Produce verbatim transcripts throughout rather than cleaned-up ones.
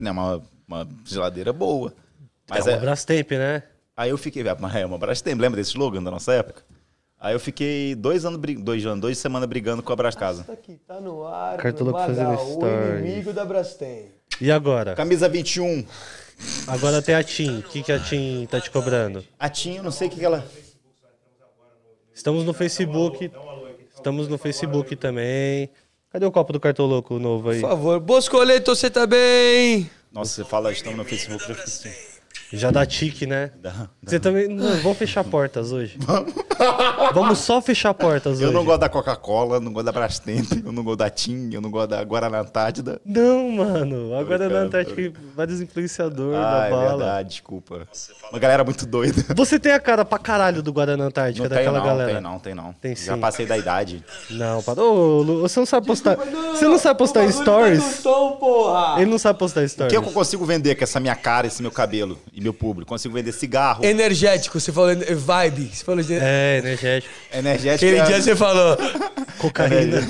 Né, uma, uma geladeira boa. Mas é uma é, Brastemp, né? Aí eu fiquei... É uma Brastemp, lembra desse slogan da nossa época? Aí eu fiquei dois anos, dois anos, dois semanas brigando com a Brascasa. Tá aqui, tá no ar, Cartoloco fazendo Magal, o stories. inimigo da Brastemp. E agora? Camisa vinte e um. Agora tem a TIM. O que, que a TIM tá te cobrando? A TIM, eu não sei o que, que ela... Estamos no Facebook. Estamos no Facebook também. Cadê o copo do Cartoloco novo aí? Por favor, Boscoleto, você tá bem? Nossa, você fala, estamos no Facebook, eu esqueci. Já dá tique, né? Dá, dá. Você também... Não, vamos fechar portas hoje. Vamos. Vamos só fechar portas hoje. Eu não gosto da Coca-Cola, não gosto da Brastemp, eu não gosto da TIM, eu não gosto da Guaraná Antártida. Não, mano. Agora Tô na brincando, Antártica vários influenciadores Ah, da é bala. verdade, desculpa. Uma galera muito doida. Você tem a cara pra caralho do Guaraná Antártica, Não tem daquela não, galera. tem não, tem não. Tem Já sim. passei da idade. Não, para. Ô, Lu, você não sabe postar. Desculpa, Você não sabe postar o bagulho stories? tá no tom, porra. Ele não sabe postar O stories. que eu consigo vender com essa minha cara, esse meu cabelo e meu público? Consigo vender cigarro, Energético, você falou en- vibe. Você falou de... É, energético. energético. Aquele é- dia você falou. Cocaína.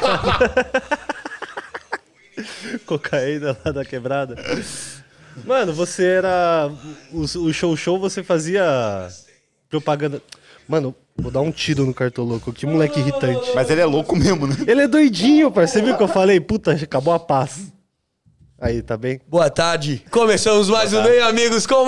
Cocaína lá da quebrada. Mano, você era. O, o show show você fazia propaganda. Mano, vou dar um tiro no Cartoloco. Que moleque irritante. Mas ele é louco mesmo, né? Ele é doidinho, parceiro. Você viu que eu falei? Puta, acabou a paz. Aí, tá bem? Boa tarde. Começamos mais um Nem Amigos com o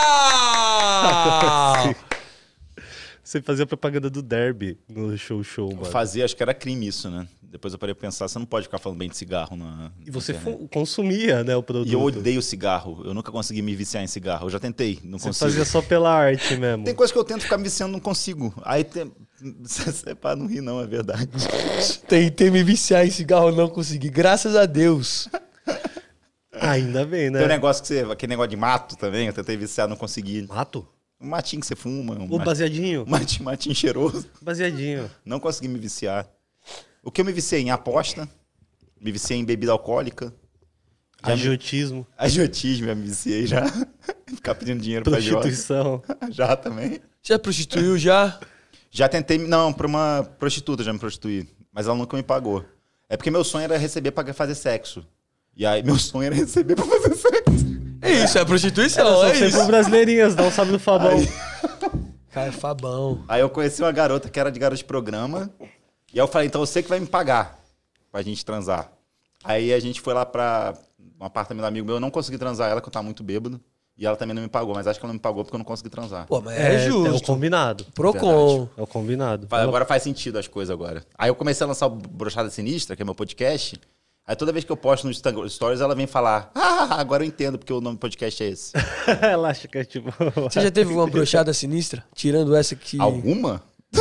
Magal. Você fazia propaganda do Derby no show show, mano. Fazia, acho que era crime isso, né? Depois eu parei pra pensar, você não pode ficar falando bem de cigarro na E você internet. fu- consumia, né, o produto. E eu odeio cigarro. Eu nunca consegui me viciar em cigarro. Eu já tentei, não Você consigo. fazia só pela arte mesmo. Tem coisa que eu tento ficar me viciando, não consigo. Aí tem... É pra não rir, não, é verdade. Tentei me viciar em cigarro, não consegui. Graças a Deus. Ainda bem, né? Tem um negócio que você... Aquele negócio de mato também, eu tentei viciar, não consegui. Mato? Um matinho que você fuma. Um O mat- baseadinho? um matinho, matinho cheiroso. Baseadinho. Não consegui me viciar. O que eu me viciei em aposta, me viciei em bebida alcoólica. Já me... Agiotismo. Agiotismo, já me viciei já. Ficar pedindo dinheiro pra agiota. Prostituição. Já também. Já prostituiu, já? Já tentei, não, pra uma prostituta já me prostituí. Mas ela nunca me pagou. É porque meu sonho era receber pra fazer sexo. E aí meu sonho era receber pra fazer sexo. É isso, é prostituição, São é sempre isso. brasileirinhas, dá um salve no Fabão. Aí, Cara, Fabão. aí eu conheci uma garota que era de garota de programa. E aí eu falei, então você que vai me pagar pra gente transar. Aí a gente foi lá pra um apartamento do amigo meu. Eu não consegui transar ela, que eu tava muito bêbado. E ela também não me pagou, mas acho que ela não me pagou porque eu não consegui transar. Pô, mas é, É, é o justo. combinado. Procon. É o combinado. Fa- Agora faz sentido as coisas agora. Aí eu comecei a lançar o Brochada Sinistra, que é meu podcast. Aí toda vez que eu posto no Instagram Stories, ela vem falar, ah, agora eu entendo porque o nome do podcast é esse. Ela acha que é tipo... Você já teve uma brochada sinistra? Tirando essa que... Alguma?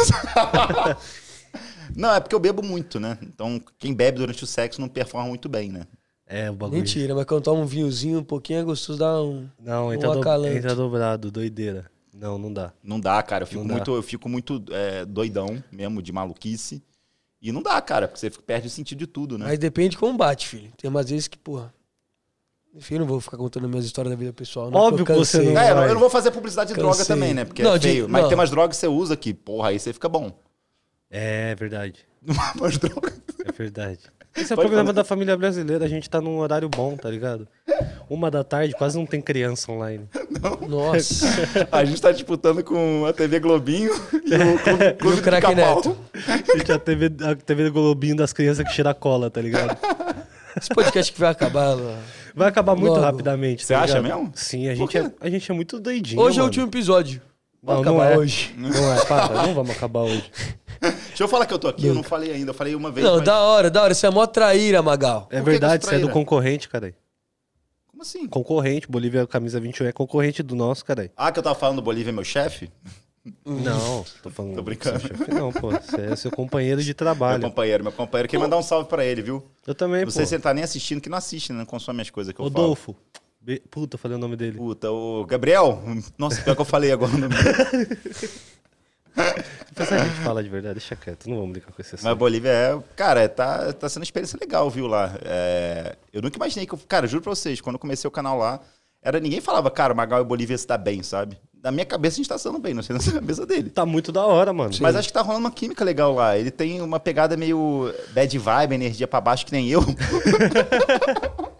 Não, é porque eu bebo muito, né? Então, quem bebe durante o sexo não performa muito bem, né? É, o bagulho. Mentira, mas quando toma um vinhozinho um pouquinho é gostoso, dá um... Não, entra, Um do... acalante. entra dobrado, doideira. Não, não dá. Não dá, cara. Eu fico Não dá. muito, eu fico muito é, doidão mesmo, de maluquice. E não dá, cara, porque você perde o sentido de tudo, né? Mas depende de como bate, filho. Tem umas vezes que, porra... Enfim, eu não vou ficar contando minhas histórias da vida pessoal. Não, Óbvio porque eu que você cansei. não É, eu não- vai. eu não vou fazer publicidade de droga Cansei. também, né? Porque Não, é de- feio. Mas não. tem umas drogas que você usa que, porra, aí você fica bom. É verdade. Umas drogas. É verdade. Esse é o Pode programa falar. da família brasileira. A gente tá num horário bom, tá ligado? Uma da tarde, quase não tem criança online. Nossa. A gente tá disputando com a T V Globinho e o Clube, Clube do Craque Pica-Pau. Neto. A gente já teve a T V do Globinho das crianças que cheira cola, tá ligado? Esse podcast que vai acabar, mano. Vai acabar muito Logo. rapidamente. Você tá acha ligado? mesmo? Sim, a Por gente, quê? é, a gente é muito doidinho. Hoje é o mano. último episódio. Não, Vamos não acabar é. hoje. Não é, para, não vamos acabar hoje. Deixa eu falar que eu tô aqui, eu não falei ainda. Eu falei uma vez. Não, mas- da hora, da hora. Você é mó traíra, Magal. É Por que verdade, que você é do traíra? concorrente, caralho. Como assim? Concorrente, Bolívia Camisa vinte e um é concorrente do nosso, caralho. Ah, que eu tava falando do Bolívia é meu chefe? Não, tô falando. Tô brincando. seu chefe Não, pô, você é seu companheiro de Meu trabalho. companheiro, meu companheiro. Queria mandar um salve pra ele, viu? Eu também, Não pô. sei se ele tá nem assistindo, que não assiste, né? Não consome as coisas que eu Rodolfo. Be- Puta, eu falei o nome dele. falo. Puta, o Gabriel. Nossa, pior que eu falei agora o nome dele. Depois a gente fala de verdade, deixa quieto, não vamos brincar com esse Mas assunto. Bolívia é... Cara, tá, tá sendo uma experiência legal, viu, lá. É, eu nunca imaginei que eu... Cara, juro pra vocês, quando eu comecei o canal lá, era, ninguém falava, cara, o Magal e Bolívia se dá bem, sabe? Na minha cabeça a gente tá se dando bem, não sei na cabeça dele. Tá muito da hora, mano. Mas acho que tá rolando uma química legal lá. Ele tem uma pegada meio bad vibe, energia pra baixo, que nem eu.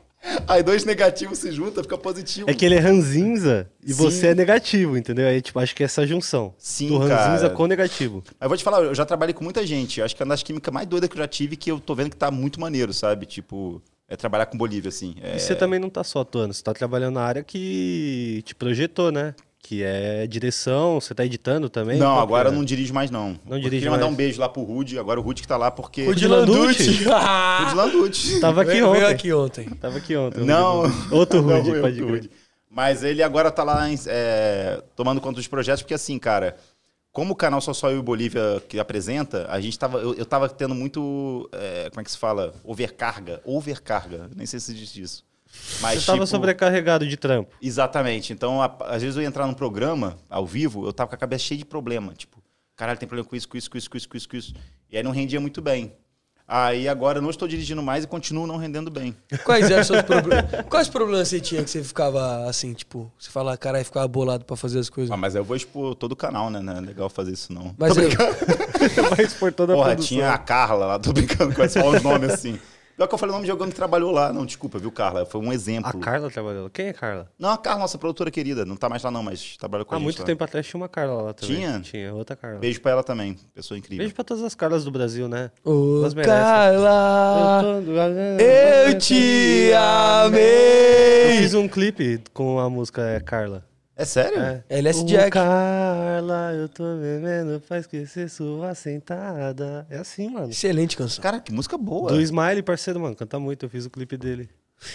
Aí dois negativos se juntam, fica positivo. É que ele é ranzinza e Sim. você é negativo, entendeu? Aí, tipo, acho que é essa junção. Sim, do ranzinza cara. com negativo. Mas eu vou te falar, eu já trabalhei com muita gente. Eu acho que é uma das químicas mais doidas que eu já tive, que eu tô vendo que tá muito maneiro, sabe? Tipo, é trabalhar com Bolívia, assim. É... E você também não tá só atuando, você tá trabalhando na área que te projetou, né? Que é direção, você tá editando também? Não, Qual que agora é? eu não dirijo mais, não. Não Eu dirige queria mandar mais. um beijo lá pro Rude, agora o Rude que tá lá, porque... Rude Landucci? Rude Landucci. Tava aqui Veio, ontem. veio aqui ontem. Tava aqui ontem. o Não. Rude. Outro Não, Rude, eu, pode outro crer. Rude. Mas ele agora tá lá em- é, tomando conta dos projetos, porque assim, cara, como o canal Só Só Eu e Bolívia que apresenta, a gente tava, eu, eu tava tendo muito, é, como é que se fala? Overcarga. Overcarga, nem sei se diz isso. Mas, Você tava tipo, sobrecarregado de trampo. Exatamente. Então, a- às vezes eu ia entrar num programa, ao vivo, eu tava com a cabeça cheia de problema. Tipo, caralho, tem problema com isso, com isso, com isso, com isso, com isso, com isso. E aí não rendia muito bem. Aí agora eu não estou dirigindo mais e continuo não rendendo bem. Quais eram os seus problemas? Quais problemas você tinha que você ficava assim, tipo, você fala, caralho, ficava bolado pra fazer as coisas? Ah, mas eu vou expor todo o canal, né? Não é legal fazer isso, não. Mas eu, Vai expor toda a Porra, produção. tinha a Carla lá, tô brincando com esse falar os nomes assim. Pior que eu falei o nome de alguém que trabalhou lá. Não, desculpa, viu, Carla? Foi um exemplo. A Carla trabalhou. Quem é Carla? Não, a Carla, nossa produtora querida. Não tá mais lá não, mas trabalhou com Há a gente muito lá. tempo atrás tinha uma Carla lá também. Tinha? Tinha, outra Carla. Beijo pra ela também. Pessoa incrível. Beijo pra todas as Carlas do Brasil, né? Ô, Elas merecem. Carla, Eu eu te Eu amei. fiz um clipe com a música é, Carla. É sério? É. L S Ô, Jack. Carla, eu tô bebendo pra esquecer sua sentada. É assim, mano. Excelente canção. Cara, que música boa. Do Smiley, parceiro, mano. Canta muito. Eu fiz o clipe dele.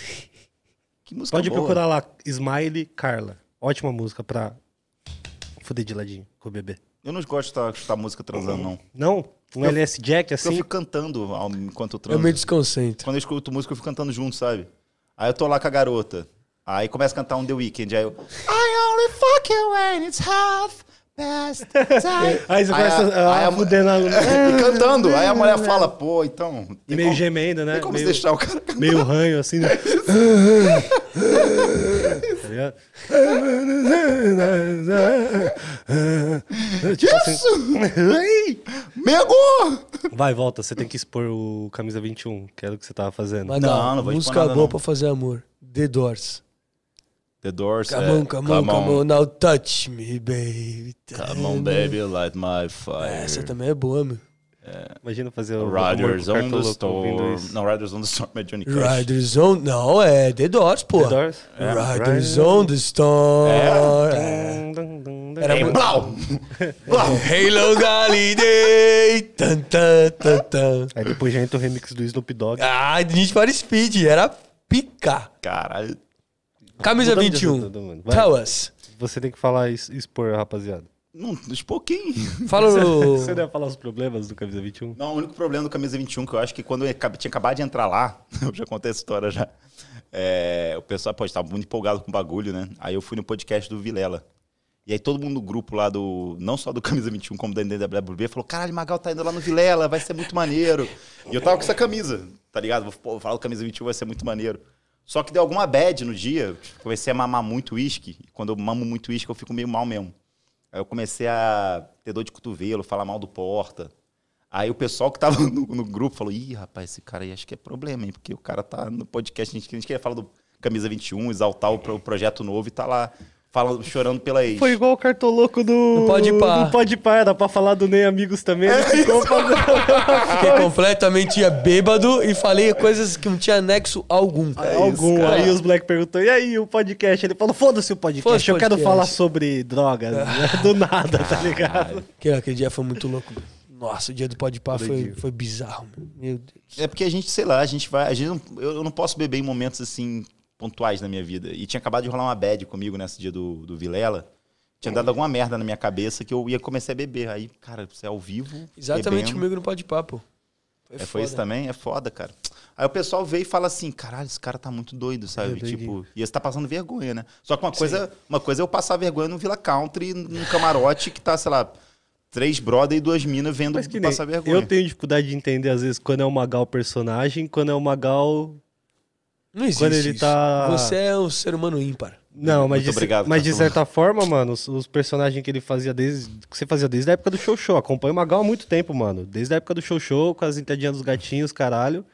Que música Pode boa. procurar lá. Smiley Carla. Ótima música pra fuder de ladinho com o bebê. Eu não gosto de escutar, escutar música transando, não. Não? Um Eu- L S Jack Porque eu assim? fico cantando ao- enquanto eu Eu transo. me desconcentro. Quando eu escuto música, eu fico cantando junto, sabe? Aí eu tô lá com a garota. Aí começa a cantar um The Weeknd. Aí eu... I only fuck you when it's half past time. Aí você começa a- a, aí a- fuder na... E cantando. Aí a mulher fala, pô, então... E tem meio como- gemendo, né? Tem como meio, você deixar o cara cantar? meio ranho, assim, né? Tá ligado? Tipo assim... Ai! Mego! Vai, volta. Você tem que expor o Camisa vinte e um, que era o que você tava fazendo. Mas Não, não vou música expor nada, boa não. pra fazer amor. The Doors. The Doors, Come é, on, come on, come on, now touch me, baby. Come on, baby, light my fire. Essa também é boa, meu. Imagina fazer o Riders amor on com o the Cartoloco ouvindo Storm. isso. Não, Riders on the Storm é Johnny Cash. Riders on... Não, é The Doors, pô. The Doors? Riders on the Storm. É? Dum, dum, dum, dum. Era Ei, muito- blau! Halo Galilei. Tan, tan, tan, tan. Aí depois já entra o remix do Snoop Dogg. Ah, Need for Speed. Era pica. Caralho. Camisa Mudamos de vinte e um. assunto, mano. Vai. Tell us. Você tem que falar e expor, rapaziada. Não, uns pouquinho. Fala o... Você não ia falar os problemas do Camisa vinte e um? Não, o único problema do Camisa vinte e um, que eu acho que quando eu acab- tinha acabado de entrar lá, eu já contei essa história já, é, o pessoal, pô, estava muito empolgado com o bagulho, né? Aí eu fui no podcast do Vilela. E aí todo mundo no grupo lá do, não só do Camisa vinte e um, como da N W B, falou, caralho, Magal tá indo lá no Vilela, vai ser muito maneiro. E eu tava com essa camisa, tá ligado? Vou pô, falar do Camisa vinte e um, vai ser muito maneiro. Só que deu alguma bad no dia, comecei a mamar muito uísque, e quando eu mamo muito uísque eu fico meio mal mesmo. Aí eu comecei a ter dor de cotovelo, falar mal do Porta. Aí o pessoal que tava no, no grupo falou, ih, rapaz, esse cara aí acho que é problema, hein? Porque o cara tá no podcast, a gente, a gente queria falar do Camisa vinte e um, exaltar o, pro- o projeto novo e tá lá falando, chorando pela ex. Foi igual o cartoloco do... Não pode ir pá. Não pode ir pá, era pra falar do Nem Amigos também. Ele ficou fazendo... Fiquei completamente bêbado e falei coisas que não tinha nexo algum. Algum. cara. Aí os Black perguntou, e aí o podcast? Ele falou, foda-se o podcast, Foda-se o eu quero podcast. falar sobre drogas. né? Do nada, tá ligado? Que aquele dia foi muito louco. Nossa, o dia do Podpah foi, Doidinho. foi bizarro, meu. Meu Deus. É porque a gente, sei lá, a gente vai. A gente não, eu, eu não posso beber em momentos assim pontuais na minha vida. E tinha acabado de rolar uma bad comigo nesse dia do, do Vilela. Tinha dado alguma merda na minha cabeça que eu ia começar a beber. Aí, cara, você é ao vivo. Exatamente bebendo. comigo no Podpah, pô. Foi, É, foi foda. isso também? É foda, cara. Aí o pessoal veio e fala assim, caralho, esse cara tá muito doido, sabe? É, doidinho. tipo, e você tá passando vergonha, né? Só que uma coisa, uma coisa é eu passar vergonha no Villa Country, num camarote que tá, sei lá, três brother e duas minas vendo Mas que nem, passar vergonha. eu tenho dificuldade de entender, às vezes, quando é o Magal personagem, quando é o Magal... Não existe Quando ele isso. tá- Você é um ser humano ímpar. Não, mas, Muito de, obrigado, mas de Cartoloco. certa forma, mano, os, os personagens que ele fazia desde. Que você fazia desde a época do Show Show. Acompanha o Magal há muito tempo, mano. Desde a época do Show Show, com as entradinhas dos gatinhos, caralho.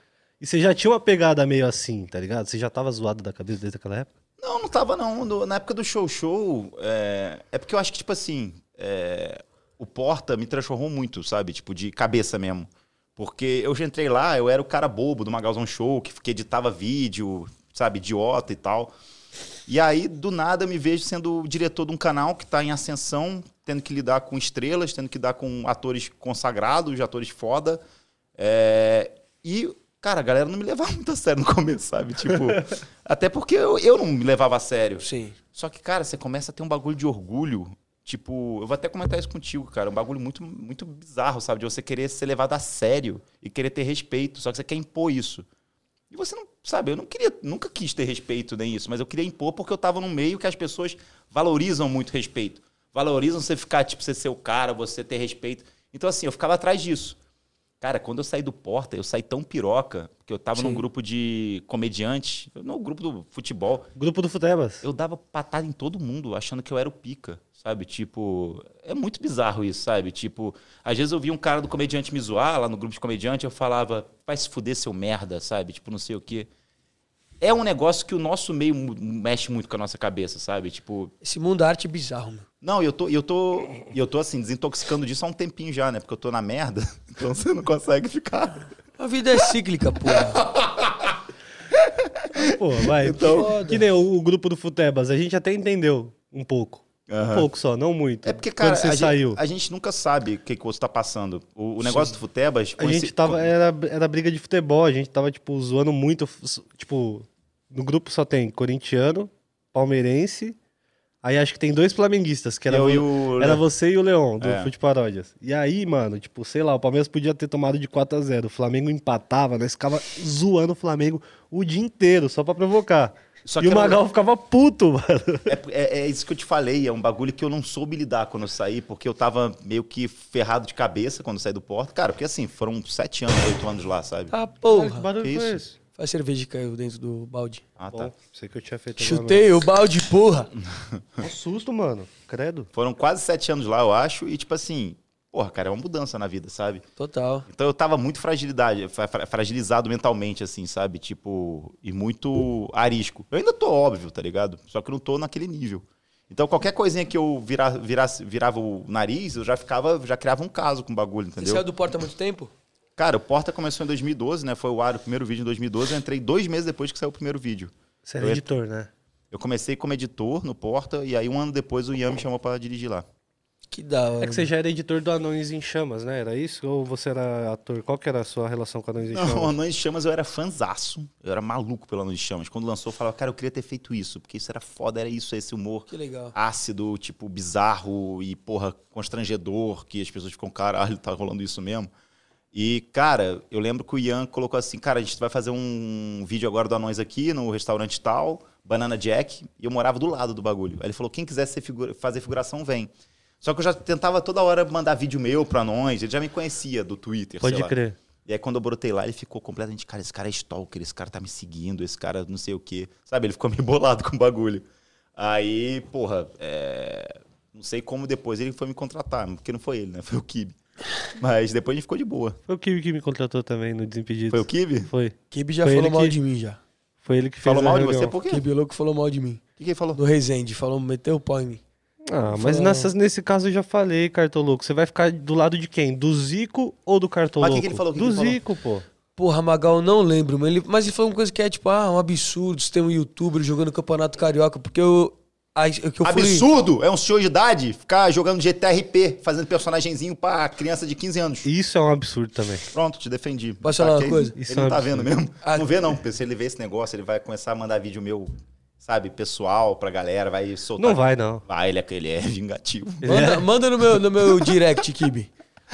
E você já tinha uma pegada meio assim, tá ligado? Você já tava zoado da cabeça desde aquela época? Não, não tava não. No- na época do show show, é, é porque eu acho que, tipo assim, é, o Porta me transformou muito, sabe? Tipo, de cabeça mesmo. Porque eu já entrei lá, eu era o cara bobo do Magalzão Show, que, que editava vídeo, sabe? Idiota e tal. E aí, do nada, eu me vejo sendo o diretor de um canal que tá em ascensão, tendo que lidar com estrelas, tendo que lidar com atores consagrados, atores foda. É, e... Cara, a galera não me levava muito a sério no começo, sabe? Tipo, até porque eu, eu não me levava a sério. Sim. Só que, cara, você começa a ter um bagulho de orgulho. Tipo, eu vou até comentar isso contigo, cara. Um bagulho muito, muito bizarro, sabe? De você querer ser levado a sério e querer ter respeito. Só que você quer impor isso. E você não, sabe? Eu não queria, nunca quis ter respeito nem isso, mas eu queria impor porque eu tava num meio que as pessoas valorizam muito respeito. Valorizam você ficar, tipo, você ser o cara, você ter respeito. Então, assim, eu ficava atrás disso. Cara, quando eu saí do Porta, eu saí tão piroca, porque eu tava Sim. num grupo de comediantes, no grupo do futebol. Grupo do Futebas. Eu dava patada em todo mundo, achando que eu era o pica, sabe? Tipo, é muito bizarro isso, sabe? Tipo, às vezes eu via um cara do comediante me zoar lá no grupo de comediante, eu falava, vai se fuder, seu merda, sabe? Tipo, não sei o quê. É um negócio que o nosso meio mu- mexe muito com a nossa cabeça, sabe? Tipo, Esse mundo da arte é bizarro, meu. não, e eu tô, e eu tô, e eu tô assim, desintoxicando disso há um tempinho já, né? Porque eu tô na merda, então você não consegue ficar. A vida é cíclica, porra. Pô, vai. Então- que nem o, o grupo do Futebas, a gente até entendeu um pouco. Um Aham. pouco só, não muito. É porque, cara, Quando você a, gente, saiu. a gente nunca sabe o que, que o outro tá passando. O, o negócio do Futebas... A gente tava. Era, era briga de futebol, a gente tava, tipo, zoando muito. Tipo, no grupo só tem corintiano, palmeirense. Aí acho que tem dois flamenguistas, que era, Eu vo- e o era Le- você e o Leon, do É. Fute Paródias. E aí, mano, tipo, sei lá, o Palmeiras podia ter tomado de quatro a zero. O Flamengo empatava, nós ficava zoando o Flamengo o dia inteiro, só pra provocar. Só E que o era- Magal ficava puto, mano. É, é- é isso que eu te falei, é um bagulho que eu não soube lidar quando eu saí, porque eu tava meio que ferrado de cabeça quando eu saí do Porta. Cara, porque assim, foram sete anos, oito anos lá, sabe? Ah, Que porra. barulho Que foi isso? esse? Faz cerveja que caiu dentro do balde. Ah, Bom, tá. sei que eu tinha feito alguma Chutei o balde, porra. merda. Um susto, mano. Credo. Foram quase sete anos lá, eu acho, e tipo assim, porra, cara, é uma mudança na vida, sabe? Total. Então eu tava muito fragilidade, fra- fra- fragilizado mentalmente, assim, sabe? Tipo, e muito arisco. Eu ainda tô óbvio, tá ligado? Só que eu não tô naquele nível. Então qualquer coisinha que eu vira, virasse- virava o nariz, eu já ficava, já criava um caso com o bagulho, Você entendeu? saiu do Porta há muito tempo? Cara, o Porta começou em dois mil e doze, né? Foi o ar, o primeiro vídeo em dois mil e doze, eu entrei dois meses depois que saiu o primeiro vídeo. Você era Eu ia- editor, né? Eu comecei como editor no Porta, e aí um ano depois o Ian me chamou pra dirigir lá. Que da hora. É que você já era editor do Anões em Chamas, né? Era isso? Ou você era ator? Qual que era a sua relação com Anões em Não, Chamas? Anões de Chamas eu era fanzaço. Eu era maluco pelo Anões de Chamas. Quando lançou, eu falava, cara, eu queria ter feito isso, porque isso era foda, era isso, esse humor Que legal. ácido, tipo, bizarro e, porra, constrangedor, que as pessoas ficam, caralho, tá rolando isso mesmo. E, cara, eu lembro que o Ian colocou assim, cara, a gente vai fazer um vídeo agora do Anões aqui, no restaurante tal, Banana Jack, e eu morava do lado do bagulho. Aí ele falou, quem quiser ser figura- fazer figuração, vem. Só que eu já tentava toda hora mandar vídeo meu pro Anões, ele já me conhecia do Twitter, sei Pode lá. crer. E aí, quando eu brotei lá, ele ficou completamente, cara, esse cara é stalker, esse cara tá me seguindo, esse cara não sei o quê. Sabe, ele ficou meio bolado com o bagulho. Aí, porra, é... não sei como depois ele foi me contratar, porque não foi ele, né? Foi o Kibe. Mas depois a gente ficou de boa. Foi o Kiwi que me contratou também no Desimpedidos. Foi o Kibe? Foi. Kibe já Foi falou ele mal que- de mim já. Foi ele que fez Falou a mal de reunião. você por quê? O Kibe louco falou mal de mim. que, que ele falou? Do Resende. Falou, meteu o pau em mim. Ah, mas Falou- nessas, nesse caso eu já falei, Cartoloco. Você vai ficar do lado de quem? Do Zico ou do Cartoloco? Mas o que que ele falou? O que Do que ele falou? Zico, pô. Porra, Magal, eu não lembro, mas ele, mas ele falou uma coisa que é tipo, ah, um absurdo você ter um youtuber jogando Campeonato Carioca, porque eu. A, que eu fui, Absurdo! É um senhor de idade ficar jogando G T R P, fazendo personagenzinho pra criança de quinze anos. Isso é um absurdo também. Pronto, te defendi. Posso falar uma que coisa? Ele Isso não é um tá absurdo. vendo mesmo? Ah, Não vê não, porque se ele ver esse negócio, ele vai começar a mandar vídeo meu, sabe, pessoal pra galera, vai soltar. Não vai, não. Vai, ele é, ele é vingativo. Manda, manda no, meu, no meu direct, Kibe.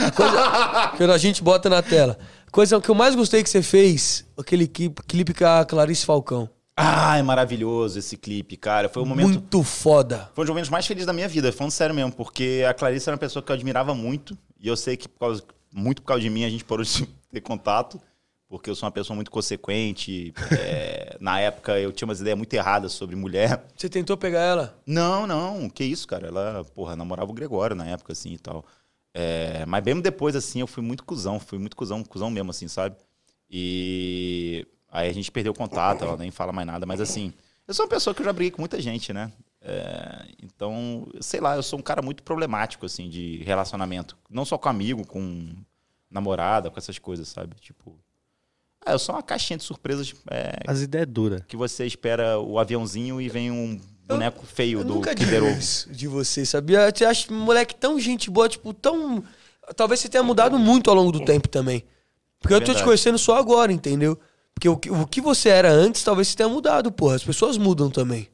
Coisa que a gente bota na tela. Coisa que eu mais gostei que você fez, aquele clipe, clipe com a Clarice Falcão. Ah, é maravilhoso esse clipe, cara. Foi um momento... Muito foda. Foi um dos momentos mais felizes da minha vida, falando sério mesmo, porque a Clarice era uma pessoa que eu admirava muito, e eu sei que por causa, muito por causa de mim a gente parou de ter contato, porque eu sou uma pessoa muito consequente. É, na época eu tinha umas ideias muito erradas sobre mulher. Você tentou pegar ela? Não, não, que isso, cara. Ela, porra, namorava o Gregório na época, assim, e tal. É, mas mesmo depois, assim, eu fui muito cuzão, fui muito cuzão, cuzão mesmo, assim, sabe? E aí a gente perdeu o contato, ela nem fala mais nada, mas assim, eu sou uma pessoa que eu já briguei com muita gente, né? É, então, sei lá, eu sou um cara muito problemático, assim, de relacionamento. Não só com amigo, com namorada, com essas coisas, sabe? Tipo, ah, eu sou uma caixinha de surpresas. É, As ideias duras. que você espera o aviãozinho e vem um boneco feio Eu do nunca Kinder digo Ovo. isso de você, sabia? Você acha moleque tão gente boa, tipo, tão... Talvez você tenha mudado muito ao longo do tempo também. Porque É eu tô te verdade. conhecendo só agora, entendeu? Porque o que, o que você era antes, talvez você tenha mudado, porra. As pessoas mudam também.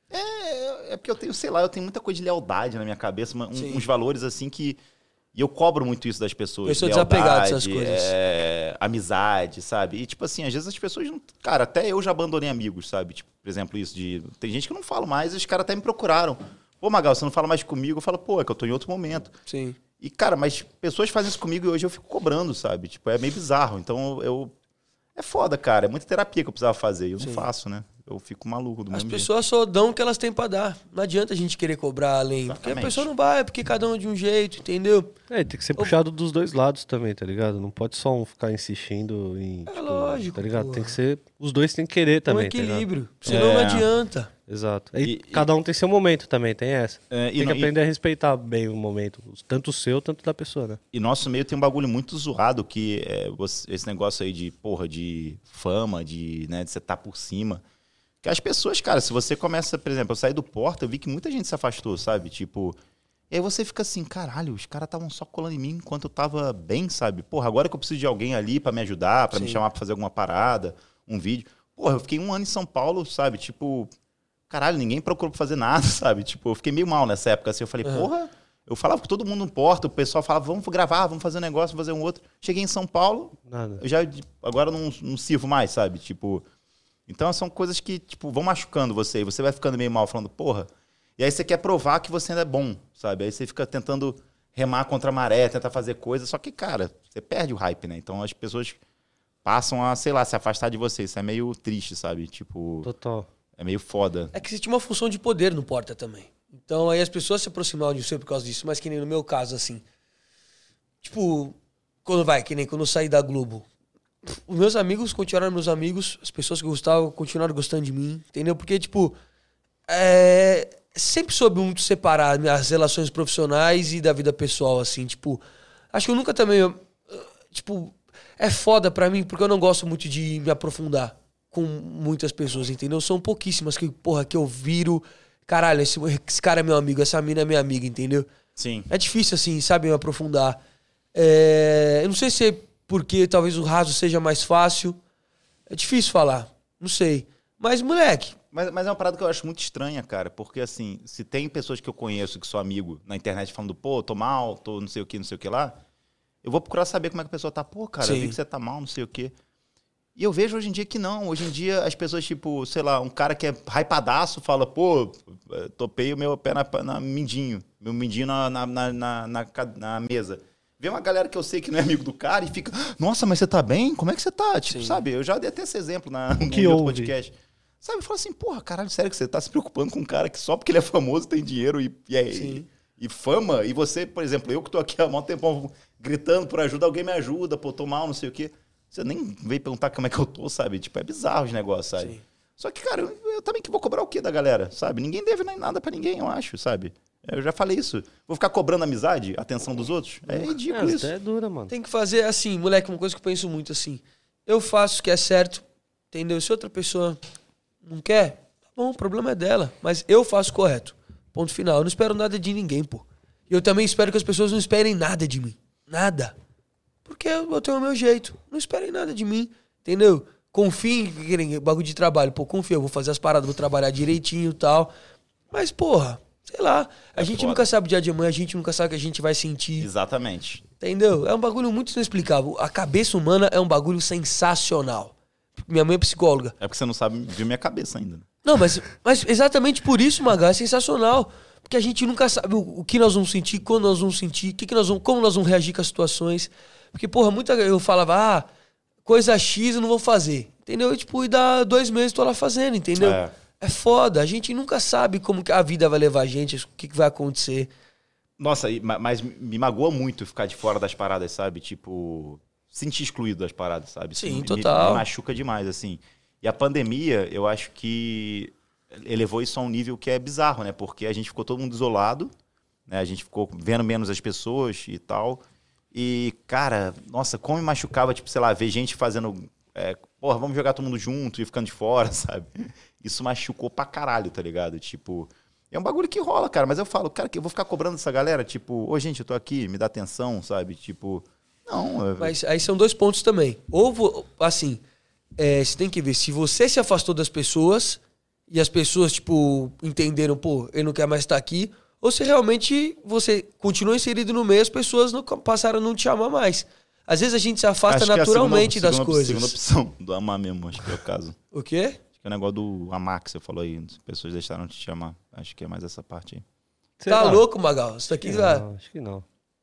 É, é porque eu tenho, sei lá, eu tenho muita coisa de lealdade na minha cabeça, uma- um- Sim. uns valores assim que. E eu cobro muito isso das pessoas. Eu sou desapegado dessas Lealdade, coisas. é, amizade, sabe? E, tipo assim, às vezes as pessoas não. Cara, até eu já abandonei amigos, sabe? Tipo, por exemplo, isso de. Tem gente que eu não falo mais e os caras até me procuraram. Pô, Magal, você não fala mais comigo? Eu falo, pô, é que eu tô em outro momento. Sim. E, cara, mas pessoas fazem isso comigo e hoje eu fico cobrando, sabe? Tipo, é meio bizarro. Então eu. É foda, cara. É muita terapia que eu precisava fazer. E eu Sim. não faço, né? Eu fico maluco do As mesmo jeito. pessoas só dão o que elas têm pra dar. Não adianta a gente querer cobrar além. Porque a Exatamente. pessoa não vai, porque cada um é de um jeito, entendeu? É, tem que ser puxado dos dois lados também, tá ligado? Não pode só um ficar insistindo em. É tipo, lógico, Tá ligado? porra. Tem que ser. Os dois têm que querer Um também. Tá ligado? equilíbrio. Senão É. não adianta. Exato. Aí E- cada um tem seu momento também, tem essa. É, e tem que não- e- aprender a respeitar bem o momento. Tanto o seu, tanto da pessoa, né? E nosso meio tem um bagulho muito zoado que é você- esse negócio aí de, porra, de fama, de, né, de você estar por cima. Que as pessoas, cara, se você começa, por exemplo, eu saí do Porta, eu vi que muita gente se afastou, sabe? Tipo, e aí você fica assim, caralho, os caras estavam só colando em mim enquanto eu tava bem, sabe? Porra, agora que eu preciso de alguém ali pra me ajudar, pra me Sim. chamar pra fazer alguma parada, um vídeo. Porra, eu fiquei um ano em São Paulo, sabe? Tipo, caralho, ninguém procurou pra fazer nada, sabe? Tipo, eu fiquei meio mal nessa época, assim, eu falei, Aham. porra... Eu falava com todo mundo no Porta, o pessoal falava, vamos gravar, vamos fazer um negócio, vamos fazer um outro. Cheguei em São Paulo, Nada. eu já agora não, não sirvo mais, sabe? Tipo, então são coisas que, tipo, vão machucando você, e você vai ficando meio mal, falando, porra. E aí você quer provar que você ainda é bom, sabe? Aí você fica tentando remar contra a maré, tentar fazer coisas, só que, cara, você perde o hype, né? Então as pessoas passam a, sei lá, se afastar de você. Isso é meio triste, sabe? Tipo, Total. é meio foda. É que você tinha uma função de poder no Porta também. Então aí as pessoas se aproximavam de você por causa disso, mas que nem no meu caso, assim. Tipo, quando vai, que nem quando eu saí da Globo. Os meus amigos continuaram meus amigos, as pessoas que gostavam continuaram gostando de mim, entendeu? Porque, tipo, é... sempre soube muito separar minhas relações profissionais e da vida pessoal, assim, tipo. Acho que eu nunca também. eu, Tipo, é foda pra mim porque eu não gosto muito de me aprofundar com muitas pessoas, entendeu? São pouquíssimas que, porra, que eu viro. Caralho, esse, esse cara é meu amigo, essa mina é minha amiga, entendeu? Sim. É difícil, assim, sabe, me aprofundar. É, eu não sei se é porque talvez o raso seja mais fácil. É difícil falar, não sei. Mas, moleque, Mas, mas é uma parada que eu acho muito estranha, cara. Porque, assim, se tem pessoas que eu conheço, que sou amigo, na internet falando, pô, tô mal, tô não sei o que, não sei o que lá, eu vou procurar saber como é que a pessoa tá. Pô, cara, eu Sim. vi que você tá mal, não sei o que. E eu vejo hoje em dia que não. Hoje em dia as pessoas, tipo, sei lá, um cara que é hypadaço fala, pô, topei o meu pé na, na mindinho. Meu mindinho na, na, na, na, na, na mesa. Vê uma galera que eu sei que não é amigo do cara e fica, nossa, mas você tá bem? Como é que você tá? Tipo, Sim. sabe? Eu já dei até esse exemplo na, no que outro houve? podcast. Sabe? Fala assim, porra, caralho, sério que você tá se preocupando com um cara que só porque ele é famoso tem dinheiro e, e, é- Sim. e fama, e você, por exemplo, eu que tô aqui há um tempão gritando por ajuda, alguém me ajuda, pô, tô mal, não sei o quê. Você nem veio perguntar como é que eu tô, sabe? Tipo, é bizarro os negócios, sabe? Sim. Só que, cara, eu, eu também que vou cobrar o quê da galera, sabe? Ninguém deve nem nada pra ninguém, eu acho, sabe? Eu já falei isso. Vou ficar cobrando amizade, atenção dos outros? É ridículo É, isso. até é dura, mano. tem que fazer assim, moleque, uma coisa que eu penso muito assim. Eu faço o que é certo, entendeu? Se outra pessoa não quer, tá bom, o problema é dela. Mas eu faço o correto. Ponto final. Eu não espero nada de ninguém, pô. E eu também espero que as pessoas não esperem nada de mim. Nada. Porque eu eu tenho o meu jeito. Não esperem nada de mim, entendeu? Confiem, que nem bagulho de trabalho. Pô, confia, eu vou fazer as paradas, vou trabalhar direitinho e tal. Mas, porra, sei lá. A É gente foda. nunca sabe o dia de amanhã, a gente nunca sabe o que a gente vai sentir. Exatamente. Entendeu? É um bagulho muito inexplicável. A cabeça humana é um bagulho sensacional. Minha mãe é psicóloga. É porque você não sabe ver minha cabeça ainda. Não, mas, mas exatamente por isso, Magal, é sensacional. Porque a gente nunca sabe o, o que nós vamos sentir, quando nós vamos sentir, o que que nós vamos, como nós vamos reagir com as situações. Porque, porra, muita eu falava, ah, coisa X eu não vou fazer. Entendeu? E, tipo, e dá dois meses tô lá fazendo, entendeu? É. É foda. A gente nunca sabe como que a vida vai levar a gente, o que, que vai acontecer. Nossa, e- ma- mas me magoa muito ficar de fora das paradas, sabe? Tipo, senti excluído das paradas, sabe? Sim, me, total. Me, me machuca demais, assim. E a pandemia, eu acho que elevou isso a um nível que é bizarro, né? Porque a gente ficou todo mundo isolado, né? A gente ficou vendo menos as pessoas e tal. E, cara, nossa, como me machucava, tipo, sei lá, ver gente fazendo... É, porra, vamos jogar todo mundo junto e ficando de fora, sabe? Isso machucou pra caralho, tá ligado? Tipo... É um bagulho que rola, cara. Mas eu falo, cara, que eu vou ficar cobrando essa galera, tipo... Ô, gente, eu tô aqui, me dá atenção, sabe? Tipo... Não... Eu... Mas aí são dois pontos também. Ou, vo- assim, é, você tem que ver se você se afastou das pessoas e as pessoas, tipo, entenderam, pô, ele não quer mais estar aqui... Ou se realmente você continua inserido no meio, as pessoas não, passaram a não te amar mais. Às vezes a gente se afasta acho naturalmente que é a segunda, das segunda, coisas. segunda opção do amar mesmo, acho que é o caso. O quê? Acho que é o negócio do amar que você falou aí. As pessoas deixaram de te amar. Acho que é mais essa parte aí. Tá Será? louco, Magal? Isso daqui Acho que vai... não, acho que não.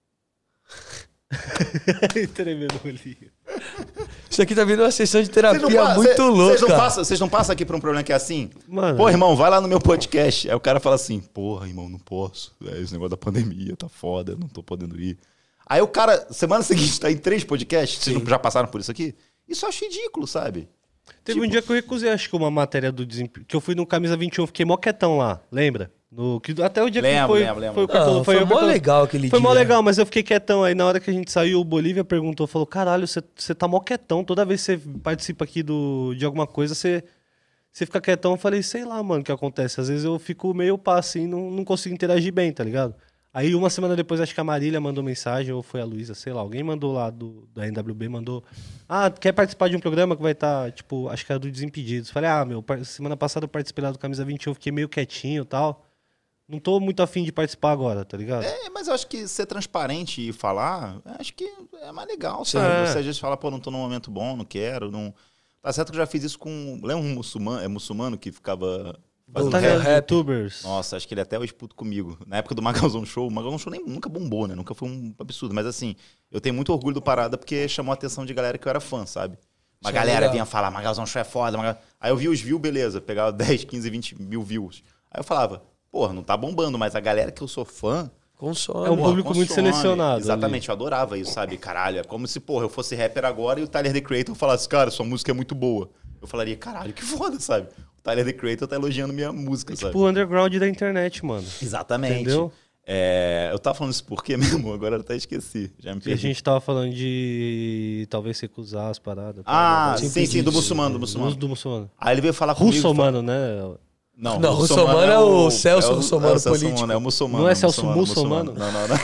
Tremendo olhinho. Isso aqui tá vindo uma sessão de terapia pa- muito cê- louca. Vocês não, passam, vocês não passam aqui por um problema que é assim? Mano, Pô, irmão, vai lá no meu podcast. Aí o cara fala assim, porra, irmão, não posso. É, esse negócio da pandemia tá foda, não tô podendo ir. Aí o cara, semana seguinte, tá em três podcasts. Vocês não já passaram por isso aqui? Isso eu acho ridículo, sabe? teve tipo- um dia que eu recusei, acho que uma matéria do desemprego. Que eu fui no Camisa vinte e um, fiquei mó quietão lá, lembra? No, que, até o dia Lembro, que foi. lembro, lembro. Foi, o cartolo- Não, foi o mó cartolo- legal aquele Foi dia. mó legal, mas eu fiquei quietão. Aí na hora que a gente saiu, o Bolívia perguntou, falou, caralho, você você tá mó quietão. Toda vez que você participa aqui do, de alguma coisa, você, você fica quietão. Eu falei, sei lá, mano, o que acontece. Às vezes eu fico meio pá, assim, não, não consigo interagir bem, tá ligado? Aí uma semana depois, acho que a Marília mandou mensagem, ou foi a Luísa, sei lá. Alguém mandou lá do, da N W B, mandou... Ah, quer participar de um programa que vai estar, tipo, acho que era do Desimpedidos. Falei, ah, meu, par- semana passada eu participei lá do Camisa vinte e um, fiquei meio quietinho e tal. Não tô muito afim de participar agora, tá ligado? É, mas eu acho que ser transparente e falar, acho que é mais legal, Sim. sabe? É. Você às vezes fala, pô, não tô num momento bom, não quero, não... Tá certo que eu já fiz isso com... Lembra um muçulmano, é muçulmano que ficava fazendo Do Tá rap? ligado? rap. YouTubers. Nossa, acho que ele até hoje puto comigo. Na época do Magalzão Show, o Magalzão Show nem, nunca bombou, né? Nunca foi um absurdo. Mas assim, eu tenho muito orgulho do Parada porque chamou a atenção de galera que eu era fã, sabe? Uma Isso é galera legal. vinha falar, Magalzão Show é foda. Magal... Aí eu vi os views, beleza. Pegava dez, quinze, vinte mil views. Aí eu falava, porra, não tá bombando, mas a galera que eu sou fã... Consome. É um porra, público muito consome. selecionado Exatamente, eu adorava isso, sabe? Caralho, é como se, porra, eu fosse rapper agora e o Tyler, The Creator, falasse, cara, sua música é muito boa. Eu falaria, caralho, que foda, sabe? O Tyler, The Creator tá elogiando minha música, sabe? Tipo o underground da internet, mano. Exatamente. Entendeu? É, eu tava falando isso por quê mesmo? Agora eu até esqueci. Já me E a perdi. gente tava falando de talvez recusar as paradas. Ah, tá? sim, sim, sim, do muçulmano, do Do, muçulmano. do muçulmano. Aí ele veio falar comigo... Russomano, né? Não, Não, russomano é o Celso Russomano é o Celso político. Russomano, é o muçulmano. Não é o Celso muçulmano, Muçulmano? Não, não, não.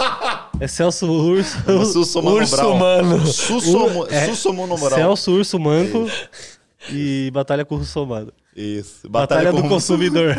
É Celso Urso. Urso Mano Urso Brau. Mano. Sussomo- É, Sussomono Brau. Celso Urso Manco e Batalha com o Russomano. Isso. Batalha, com do o consumidor.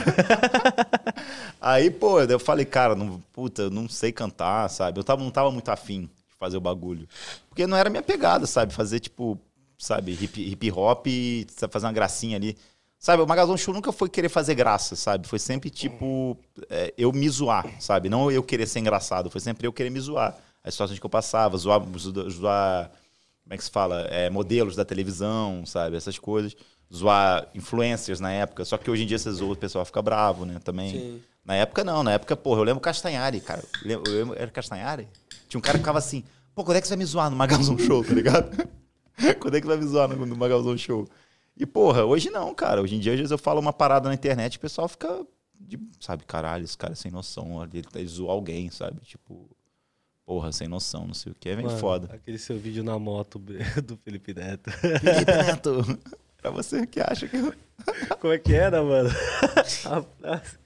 Aí, pô, eu falei, cara, não, puta, eu não sei cantar, sabe? Eu tava, não tava muito afim de fazer o bagulho. Porque não era minha pegada, sabe? Fazer, tipo, sabe, hip, hip hop e sabe, fazer uma gracinha ali. Sabe, o Magalzão Show nunca foi querer fazer graça, sabe? Foi sempre, tipo, é, eu me zoar, sabe? Não eu querer ser engraçado, foi sempre eu querer me zoar. As situações que eu passava, zoar, zoar como é que se fala? É, modelos da televisão, sabe? Essas coisas. Zoar influencers na época. Só que hoje em dia você zoa, o pessoal fica bravo, né? Também. Sim. Na época, não. Na época, porra, eu lembro Castanhari, cara. Eu lembro, era Castanhari? Tinha um cara que ficava assim, pô, quando é que você vai me zoar no Magalzão Show, tá ligado? Quando é que vai me zoar no, no Magalzão Show? E, porra, hoje não, cara. Hoje em dia, às vezes eu falo uma parada na internet e o pessoal fica, de, sabe, caralho, esse cara é sem noção. Ele tá zoando alguém, sabe? Tipo, porra, sem noção, não sei o que. É meio Mano, foda. Aquele seu vídeo na moto do Felipe Neto. Felipe Neto, pra você que acha que... eu- Como é que era, mano? A frase.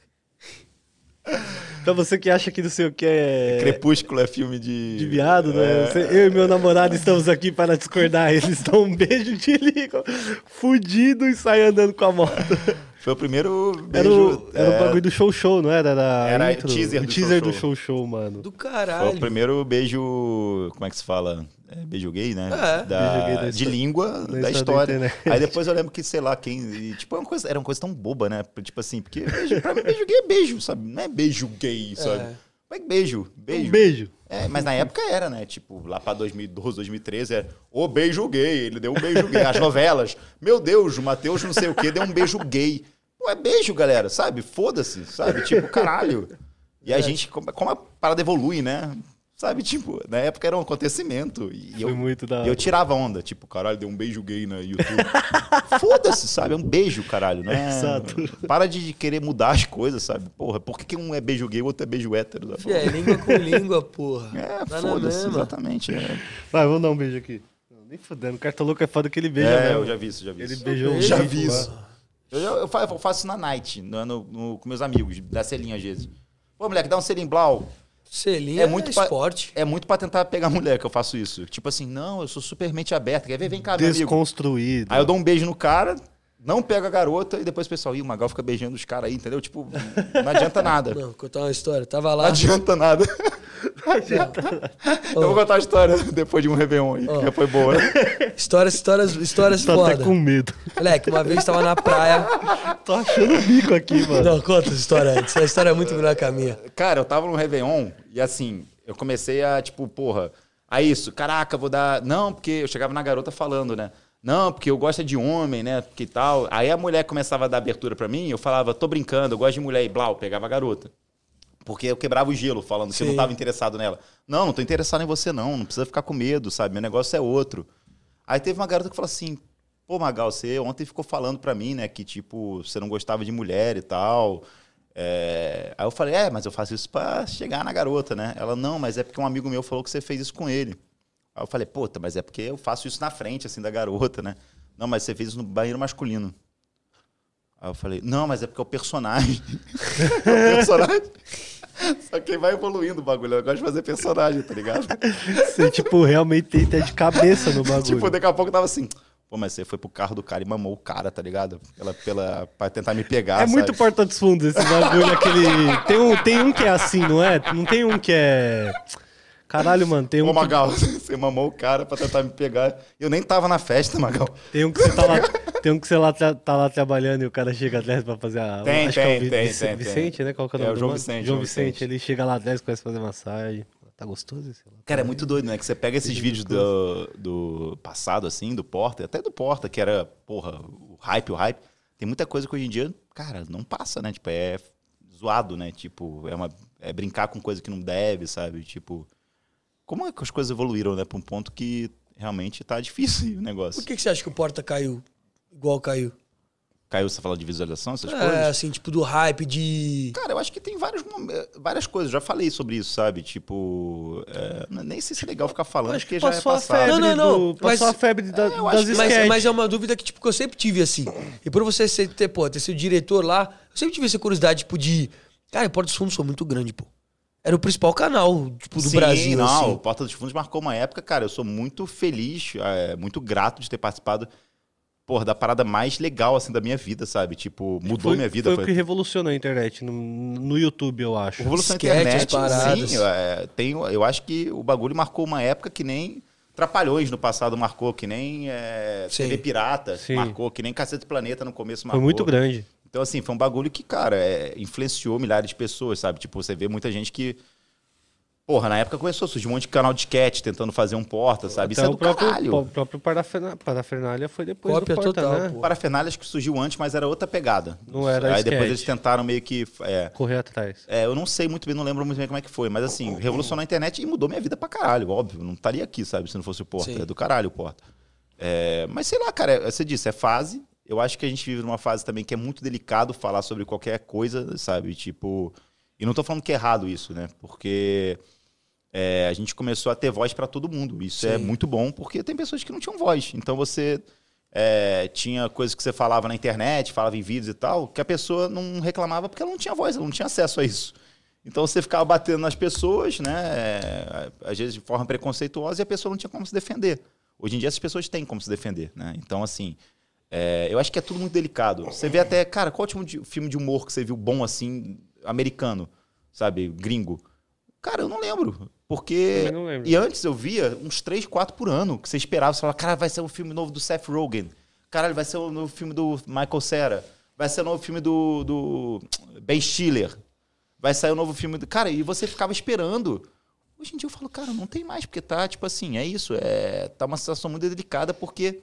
Pra você que acha que não sei o que é... Crepúsculo é filme de... De viado, né? É. Você- Eu e meu namorado estamos aqui para discordar. Eles dão um beijo de liga, fudido e saem andando com a moto. Foi o primeiro Era beijo... o, era o é, bagulho do show show, não era? Era, a Era intro, o teaser o do teaser show do show. show show, mano. Do Foi caralho. o primeiro beijo... Como é que se fala? É, beijo gay, né? É. Da, Beijo gay da de história- língua da da história da história. internet. Aí depois eu lembro que, sei lá, quem... e, tipo, era uma coisa, era uma coisa tão boba, né? Tipo assim, porque beijo, pra mim beijo gay é beijo, sabe? Não é beijo gay, sabe? É. Como é que beijo? Beijo. Um beijo. É, mas na época era, né? Tipo, lá pra dois mil e doze, dois mil e treze, era o beijo gay, ele deu um beijo gay. As novelas, meu Deus, o Matheus não sei o quê, deu um beijo gay. Pô, é beijo, galera, sabe? Foda-se, sabe? Tipo, caralho. E a gente, como como a parada evolui, né? Sabe, tipo, na época era um acontecimento. E Foi eu, muito da e eu tirava onda. Tipo, caralho, deu um beijo gay na YouTube. Foda-se, sabe? É um beijo, caralho, né? Exato. Para de querer mudar as coisas, sabe? Porra, por que, que um é beijo gay e o outro é beijo hétero? Sabe? É, língua com língua, porra. É, Tá na foda-se, mesma. exatamente. É, Vai, vamos dar um beijo aqui. Não, nem fudendo. O Cartoloco é foda que ele beija é mesmo. eu já vi isso, já vi Ele isso. beijou um Já bico vi lá. isso. Eu, eu, faço, eu faço isso na night, no, no- no- com meus amigos, dá selinho às vezes. Pô, moleque, dá um selinho blau. Selinho É é, muito pa- esporte. É muito pra tentar pegar mulher que eu faço isso. Tipo assim, não, eu sou super mente aberta. Quer ver? Vem cá, meu amigo. Desconstruído. Aí eu dou um beijo no cara, não pego a garota, e depois o pessoal, ih, o Magal fica beijando os caras aí, entendeu? Tipo, não adianta nada. Não Não, vou contar uma história. Tava lá. adianta nada. Eu vou contar a história depois de um Réveillon aí, que já foi boa. Histórias, histórias, histórias Tá até foda. com medo. Moleque, uma vez tava na praia. Tô achando o bico aqui, mano. Não, conta essa história antes. Essa história é muito melhor que a minha. Cara, eu tava no Réveillon e assim, eu comecei a, tipo, porra, a isso, caraca, vou dar. Não, porque eu chegava na garota falando, né? Não, porque eu gosto de homem, né? Porque tal. Aí a mulher começava a dar abertura pra mim, eu falava, tô brincando, eu gosto de mulher e blau, pegava a garota. Porque eu quebrava o gelo, falando que eu não Sim. tava interessado nela. Não, não tô interessado em você, não. Não precisa ficar com medo, sabe? Meu negócio é outro. Aí teve uma garota que falou assim: pô, Magal, você ontem ficou falando pra mim, né? Que, tipo, você não gostava de mulher e tal. É... Aí eu falei: é, mas eu faço isso pra chegar na garota, né? Ela: não, mas é porque um amigo meu falou que você fez isso com ele. Aí eu falei: puta, mas é porque eu faço isso na frente, assim, da garota, né? Não, mas você fez isso no banheiro masculino. Aí eu falei: não, mas é porque é o personagem. É o personagem. Só que vai evoluindo o bagulho. Eu gosto de fazer personagem, tá ligado? Você, tipo, realmente tenta de cabeça no bagulho. Tipo, daqui a pouco eu tava assim, pô, mas você foi pro carro do cara e mamou o cara, tá ligado? Pela, pela, pra tentar me pegar, É muito sabe? porta dos fundos esse bagulho, aquele... Tem um, tem um que é assim, não é? Não tem um que é... Caralho, mano, tem um Ô, que... Magal, você mamou o cara pra tentar me pegar. Eu nem tava na festa, Magal. Tem um que você tá lá, tem um que você lá, tra- tá lá trabalhando e o cara chega atrás pra fazer a... Tem, acho que é o tem, Vi- tem, Vic- tem, Vicente, tem. né? Qual que é o É, nome o do João mano? Vicente, João João Vicente, Vicente. ele chega lá atrás, começa a fazer massagem. Tá gostoso esse? Cara, é muito doido, né? Que você pega esses vídeos do, do passado, assim, do Porta, até do Porta, que era, porra, o hype, o hype. Tem muita coisa que hoje em dia, cara, não passa, né? Tipo, é zoado, né? Tipo, é, uma, é brincar com coisa que não deve, sabe? Tipo, como é que as coisas evoluíram, né? Pra um ponto que realmente tá difícil o negócio. Por que, que você acha que o Porta caiu igual caiu? Caiu, você fala de visualização, essas É, coisas? assim, tipo, do hype, de... Cara, eu acho que tem vários, mom- várias coisas. Já falei sobre isso, sabe? Tipo, é, nem sei se é legal ficar falando, Acho que porque já é passou a passado. febre, Não, não, não, do, passou mas- a febre da, eu das acho que- Mas, sketch. mas é uma dúvida que, tipo, que eu sempre tive, assim. E por você ser, ter, pô, ter sido diretor lá, eu sempre tive essa curiosidade, tipo, de... Cara, o Porta dos Fundos foi muito grande, pô. Era o principal canal, tipo, do Sim, Brasil, não, assim. o Porta dos Fundos marcou uma época, cara, eu sou muito feliz, é, muito grato de ter participado, porra, da parada mais legal, assim, da minha vida, sabe? Tipo, mudou foi, minha vida. Foi, Foi, o que revolucionou a internet, no, no YouTube, eu acho. Revolução Sketches, internet, paradas. sim, é, tem, eu acho que o bagulho marcou uma época que nem Trapalhões no passado marcou, que nem é, Sim. T V Pirata Sim. marcou, que nem Cacete do Planeta no começo marcou. Foi muito grande. Então, assim, foi um bagulho que, cara, é, influenciou milhares de pessoas, sabe? Tipo, você vê muita gente que... Porra, na época começou a surgir um monte de canal de sketch tentando fazer um Porta, sabe? Isso Até é do o próprio, caralho. O próprio Paraferna- Parafernália foi depois Cópia do Porta, total, né? pô. Parafernália acho que surgiu antes, mas era outra pegada. Não era Aí sketch. depois eles tentaram meio que... É, Correr atrás. é, eu não sei muito bem, não lembro muito bem como é que foi, mas assim, revolucionou a internet e mudou minha vida pra caralho, óbvio. Não estaria aqui, sabe, se não fosse o Porta. Sim. É do caralho o Porta. É, mas sei lá, cara, você disse, é fase. Eu acho que a gente vive numa fase também que é muito delicado falar sobre qualquer coisa, sabe? Tipo... E não tô falando que é errado isso, né? Porque... É, a gente começou a ter voz para todo mundo. Isso é Sim. muito bom, porque tem pessoas que não tinham voz. Então você é, tinha coisas que você falava na internet, falava em vídeos e tal, que a pessoa não reclamava porque ela não tinha voz, ela não tinha acesso a isso. Então você ficava batendo nas pessoas, né? é, às vezes de forma preconceituosa, e a pessoa não tinha como se defender. Hoje em dia essas pessoas têm como se defender, né? Então, assim, é, eu acho que é tudo muito delicado. Você vê até, cara, qual é o último de- filme de humor que você viu bom assim, americano, sabe, gringo? Cara, eu não lembro. Porque. Também não lembro. E antes eu via uns três, quatro por ano, que você esperava. Você falava, cara, vai ser um filme novo do Seth Rogen. Caralho, vai ser um novo filme do Michael Cera. Vai ser um novo filme do, do Ben Stiller. Vai sair um novo filme do. Cara, e você ficava esperando. Hoje em dia eu falo, cara, não tem mais, porque tá, tipo assim, é isso. É, tá uma situação muito delicada, porque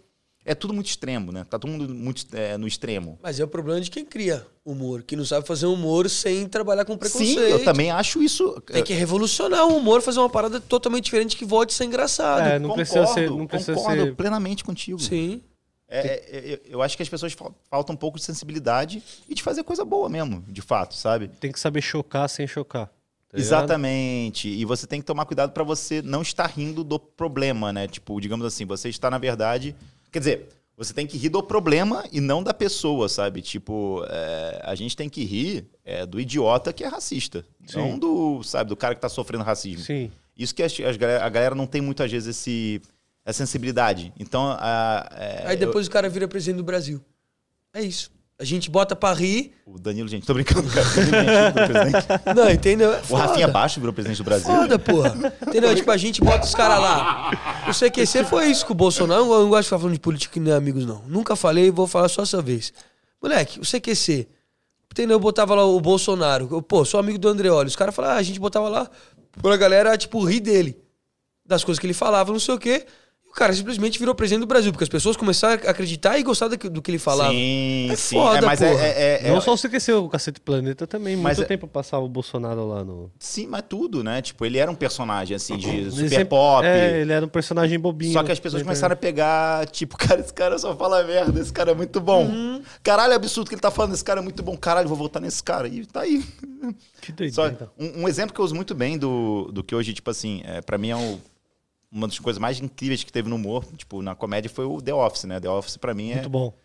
é tudo muito extremo, né? Tá todo mundo muito é, no extremo. Mas é o problema de quem cria humor, que não sabe fazer humor sem trabalhar com preconceito. Sim, eu também acho isso... Tem que revolucionar o humor, fazer uma parada totalmente diferente que volte a ser engraçado. É, não concordo, precisa ser... Não precisa concordo ser... plenamente contigo. Sim. É, é, é, eu acho que as pessoas fal- faltam um pouco de sensibilidade e de fazer coisa boa mesmo, de fato, sabe? Tem que saber chocar sem chocar. Tá Exatamente. E você tem que tomar cuidado pra você não estar rindo do problema, né? Tipo, digamos assim, você está na verdade... Quer dizer, você tem que rir do problema e não da pessoa, sabe? Tipo, é, a gente tem que rir é, do idiota que é racista. Sim. Não do, sabe, do cara que tá sofrendo racismo. Sim. Isso que as, as galera, a galera não tem muitas vezes esse, essa sensibilidade. Então, a, é, Aí depois eu, o cara vira presidente do Brasil. É isso. A gente bota pra rir. o Danilo, gente, tô brincando, cara. O Danilo Gentili virou presidente. Não, entendeu? É O foda. Rafinha Baixo virou presidente do Brasil. Foda, porra. Entendeu? Tipo, a gente bota os caras lá. O C Q C foi isso com o Bolsonaro. Eu não gosto de ficar falando de política que nem amigos, não. Nunca falei e vou falar só essa vez. Moleque, o C Q C. Entendeu? Eu botava lá o Bolsonaro. Eu, pô, sou amigo do Andreoli. Os caras falavam, ah, a gente botava lá pra galera, tipo, rir dele. Das coisas que ele falava, não sei o quê. O cara simplesmente virou presidente do Brasil, porque as pessoas começaram a acreditar e gostar do que, do que ele falava. Sim, É sim. foda, é, mas é, porra. é, é- Não é- só o C Q C, o Cacete Planeta também. Mas Muito é- tempo passar o Bolsonaro lá no... Sim, mas tudo, né? Tipo, ele era um personagem, assim, de Ele super sempre- pop. É, ele era um personagem bobinho. Só que as pessoas na começaram a pegar, tipo, cara, esse cara só fala merda, esse cara é muito bom. Uhum. Caralho, é absurdo que ele tá falando, esse cara é muito bom. Caralho, vou votar nesse cara. E tá aí. internet. Que doideira. Só, então. um, um exemplo que eu uso muito bem do, do que hoje, tipo assim, é, pra mim é o- uma das coisas mais incríveis que teve no humor, tipo, na comédia, foi o The Office, né? The Office, pra mim, é... Muito bom.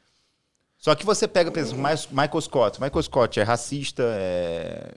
Só que você pega, por exemplo, Mais- Michael Scott. Michael Scott é racista, é...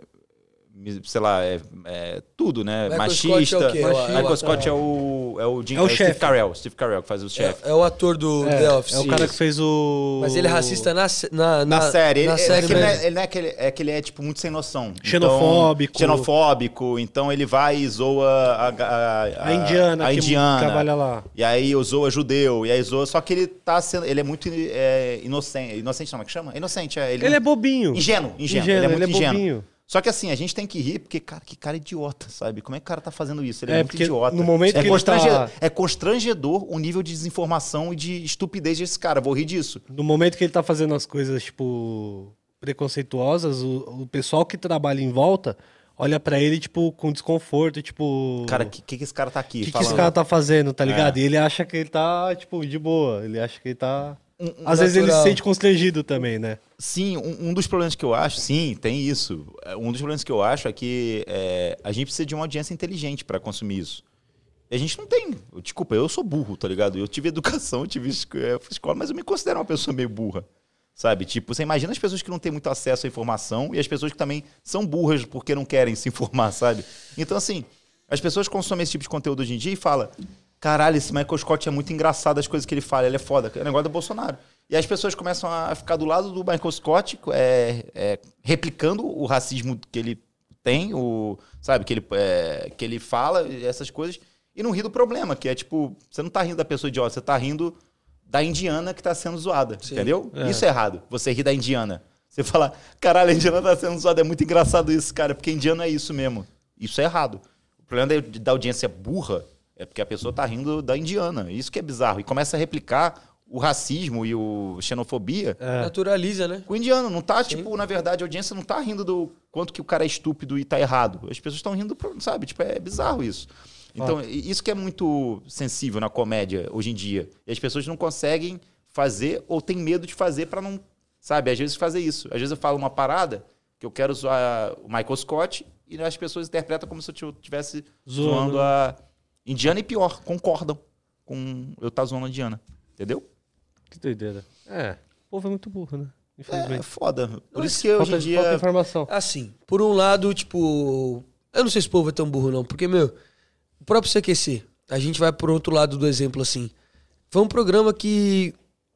sei lá, é, é tudo, né? Michael Machista. Scott é o quê? É o- é o Michael ator. Scott é o, é o, Jim, É o Steve chefe. Carell. Steve Carell, que faz o chefe. É, é o ator do É, The Office. é o cara Isso. que fez o... Mas ele é racista na, se- na, Na, série. Ele, Na é, série que ele, não mesmo. é, ele não é aquele, é que ele é, tipo, muito sem noção. Xenofóbico. Então, xenofóbico. Então ele vai e zoa a, a, A indiana a que indiana. trabalha lá. E aí zoa judeu. E aí zoa... Só que ele tá sendo... Ele é muito é, inocente. Inocente não, como é que chama? Inocente, é. Ele, Ele é bobinho. Ingênuo, ingênuo. Ingênuo, Ele é muito ele é ingênuo. bobinho. Só que assim, a gente tem que rir porque, cara, que cara idiota, sabe? Como é que o cara tá fazendo isso? Ele é, É, muito porque idiota. no momento é, que ele constrange- tá- é constrangedor o nível de desinformação e de estupidez desse cara. Vou rir disso. No momento que ele tá fazendo as coisas, tipo, preconceituosas, o, o pessoal que trabalha em volta olha pra ele, tipo, com desconforto, tipo... Cara, o que, que que esse cara tá aqui o que, que falando? esse cara tá fazendo, tá ligado? É. E ele acha que ele tá, tipo, de boa. Ele acha que ele tá... Um- um Às vezes ele se natural. sente constrangido também, né? Sim, um, um dos problemas que eu acho, sim, tem isso. É, Um dos problemas que eu acho é que é, a gente precisa de uma audiência inteligente pra consumir isso. E a gente não tem. Eu- Desculpa, eu sou burro, tá ligado? Eu tive educação, eu tive esco- é, escola, mas eu me considero uma pessoa meio burra. Sabe? Tipo, você imagina as pessoas que não têm muito acesso à informação e as pessoas que também são burras porque não querem se informar, sabe? Então, assim, as pessoas consomem esse tipo de conteúdo hoje em dia e falam: caralho, esse Michael Scott é muito engraçado as coisas que ele fala, ele é foda. É o negócio do Bolsonaro. E as pessoas começam a ficar do lado do Michael Scott, é, é, replicando o racismo que ele tem, o, sabe, que ele, é, que ele fala, essas coisas, e não ri do problema, que é tipo, você não tá rindo da pessoa idiota, você tá rindo da indiana que tá sendo zoada, Sim. entendeu? É. Isso é errado, você ri da indiana. Você fala, caralho, a indiana tá sendo zoada, é muito engraçado isso, cara, porque indiano é isso mesmo. Isso é errado. O problema da, da audiência burra é porque a pessoa tá rindo da indiana, isso que é bizarro, e começa a replicar o racismo e o xenofobia É. Naturaliza, né? com o indiano. Não tá, tipo, na verdade, a audiência não tá rindo do quanto que o cara é estúpido e tá errado. As pessoas estão rindo, pro- sabe? Tipo, é bizarro isso. Então, e- isso que é muito sensível na comédia hoje em dia. E as pessoas não conseguem fazer ou têm medo de fazer pra não, sabe? Às vezes fazer isso. Às vezes eu falo uma parada que eu quero zoar o Michael Scott e as pessoas interpretam como se eu estivesse Zoando. zoando a indiana e pior, concordam com eu estar zoando a indiana. Entendeu? Que doideira. É, o povo é muito burro, né? É Infelizmente. foda. Por Mas isso que hoje falta, em dia... falta informação. Assim, por um lado, tipo... Eu não sei se o povo é tão burro, não. Porque, meu, o próprio C Q C, a gente vai por outro lado do exemplo, assim. Foi um programa que...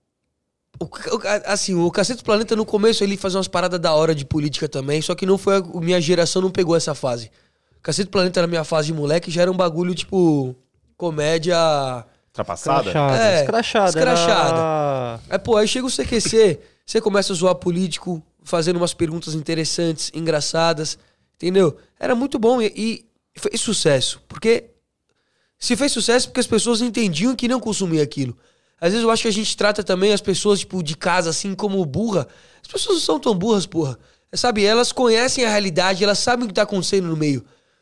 o- o- Assim, o Cacete do Planeta, no começo, ele fazia umas paradas da hora de política também, só que não foi... A minha geração não pegou essa fase. O Cacete do Planeta, na minha fase de moleque, já era um bagulho, tipo... Comédia... Ultrapassada? Escrachada. É, escrachada. escrachada. Era... Aí, pô, aí chega o C Q C, você começa a zoar político, fazendo umas perguntas interessantes, engraçadas, entendeu? Era muito bom e, e fez sucesso. Porque se fez sucesso porque as pessoas entendiam que não consumiam aquilo. Às vezes eu acho que a gente trata também as pessoas, tipo, de casa, assim, como burra. As pessoas não são tão burras, porra. É, sabe, elas conhecem a realidade, elas sabem o que tá acontecendo no meio.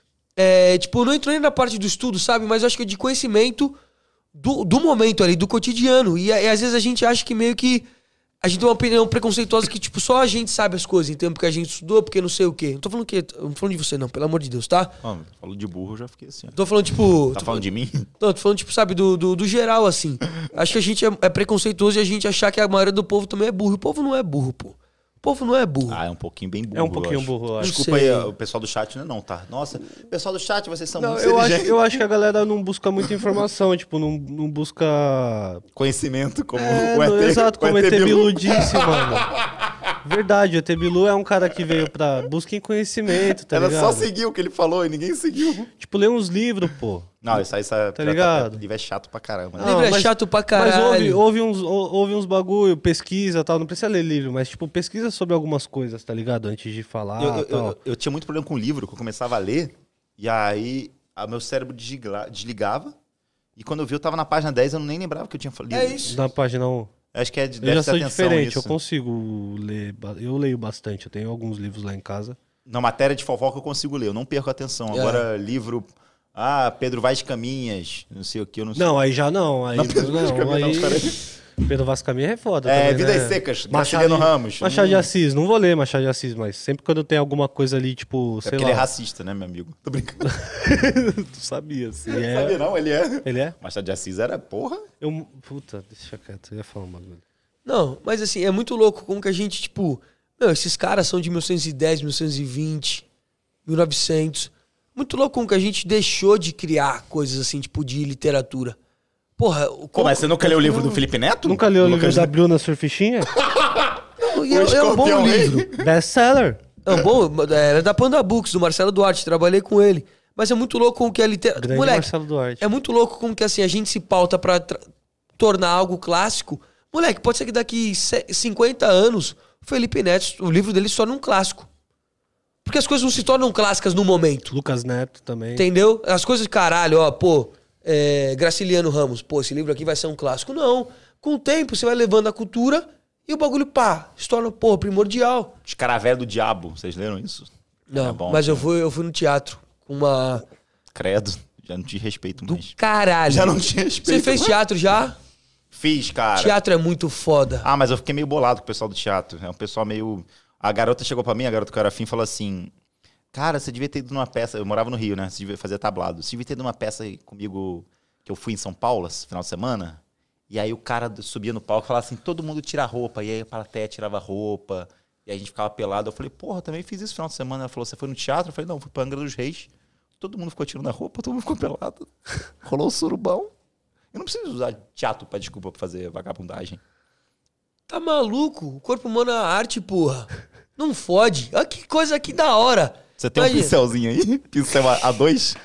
É, tipo, eu não entro nem na parte do estudo, sabe? Mas eu acho que é de conhecimento do, do momento ali, do cotidiano. E, e às vezes a gente acha que meio que a gente tem uma opinião preconceituosa que, tipo, só a gente sabe as coisas, então, porque a gente estudou, porque não sei o quê. Não tô falando que. Não tô falando de você, não, pelo amor de Deus, tá? Oh, falou de burro, eu já fiquei assim. Ó. Tô falando, tipo. Tá tô falando de mim? Não, tô falando, tipo, sabe, do, do, do geral, assim. Acho que a gente é, é preconceituoso e a gente achar que a maioria do povo também é burro. O povo não é burro, pô. O povo não é burro. Ah, é um pouquinho bem burro. É um pouquinho eu acho. burro, eu acho. Desculpa sei. aí, o pessoal do chat, não é não, tá? Nossa, pessoal do chat, vocês são Não, muito eu acho, inteligentes. eu acho que a galera não busca muita informação, tipo, não, não busca... Conhecimento, como É, o E T. não, exato, como o E T Bilu. Bilu disse, mano. Verdade, o E T Bilu é um cara que veio pra... Busquem conhecimento, tá Ela ligado? só seguiu o que ele falou e ninguém seguiu. Tipo, lê uns livros, pô. Não, isso aí, isso aí Tá ligado? livro é chato pra caramba. Né? Livro é mas- chato pra Mas caralho. ouve, ouve, uns, ou- ouve uns bagulho, pesquisa e tal. Não precisa ler livro, mas, tipo, pesquisa sobre algumas coisas, tá ligado? Antes de falar eu, eu, tal. eu, eu tinha muito problema com o livro, que eu começava a ler, e aí a meu cérebro desligla- desligava, e quando eu vi, eu tava na página dez, eu nem lembrava que eu tinha lido. É isso. Na página um. Acho que é de Eu deve já ser sou atenção diferente, isso. eu consigo ler. ba- Eu leio bastante, eu tenho alguns livros lá em casa. Na matéria de fofoca eu consigo ler, eu não perco a atenção. É. Agora, livro... Ah, Pedro Vaz Caminhas, não sei o que, eu não sei. Não, aí já não. Aí, Não, Pedro Vaz não, Caminhas não, aí... peraí. Pedro Vaz Caminha é foda É, também, Vidas né? Secas, Machado Graciliano de- Ramos. Machado de Hum. Assis, não vou ler Machado de Assis, mas sempre quando tem alguma coisa ali, tipo, É sei porque lá. ele é racista, né, meu amigo? Tô brincando. Tu sabia, assim. Não É... sabia não, ele é. Ele é? Machado de Assis era porra. Eu... Puta, deixa quieto, eu ia falar um bagulho. Não, mas assim, é muito louco como que a gente, tipo... Meu, esses caras são de mil novecentos e dez, mil novecentos e vinte, mil e novecentos. Muito louco como que a gente deixou de criar coisas assim, tipo, de literatura. Porra... o- Pô, mas você nunca leu o livro do Felipe Neto? Nunca leu o livro Lucas- da Bruna Surfichinha? E é, é um bom Escorpião Rei. livro. Best seller. É um bom... Era da Panda Books, do Marcelo Duarte. Trabalhei com ele. Mas é muito louco como que a literatura... Grande Moleque, Marcelo Duarte. é muito louco como que assim, a gente se pauta pra tra- tornar algo clássico. Moleque, pode ser que daqui se- cinquenta anos o Felipe Neto, o livro dele se torne um clássico. Porque as coisas não se tornam clássicas no momento. Lucas Neto também. Entendeu? As coisas, caralho, ó, pô, é, Graciliano Ramos, pô, esse livro aqui vai ser um clássico. Não. Com o tempo, você vai levando a cultura e o bagulho, pá, se torna, pô, primordial. Escaravelho do Diabo, vocês leram isso? Não, É bom, mas eu né? fui, eu fui no teatro com uma... Credo, já não te respeito Do mais. caralho. Já não te respeito Você fez mais. teatro já? Fiz, cara. Teatro é muito foda. Ah, mas eu fiquei meio bolado com o pessoal do teatro. É um pessoal meio... A garota chegou pra mim, a garota que eu era afim, e falou assim... Cara, você devia ter ido numa peça... Eu morava no Rio, né? Você devia fazer tablado. Você devia ter ido numa peça aí comigo... Que eu fui em São Paulo, esse final de semana. E aí o cara subia no palco e falava assim... Todo mundo tira a roupa. E aí a plateia tirava a roupa. E aí a gente ficava pelado. Eu falei, porra, também fiz isso no final de semana. Ela falou, você foi no teatro? Eu falei, não, fui pra Angra dos Reis. Todo mundo ficou tirando a roupa, todo mundo ficou pelado. Rolou o surubão. Eu não preciso usar teatro pra desculpa pra fazer vagabundagem. Tá maluco? O corpo humano é arte, porra. Não fode. Olha que coisa que da hora. Você tem um Imagina. pincelzinho aí? Pincel A dois?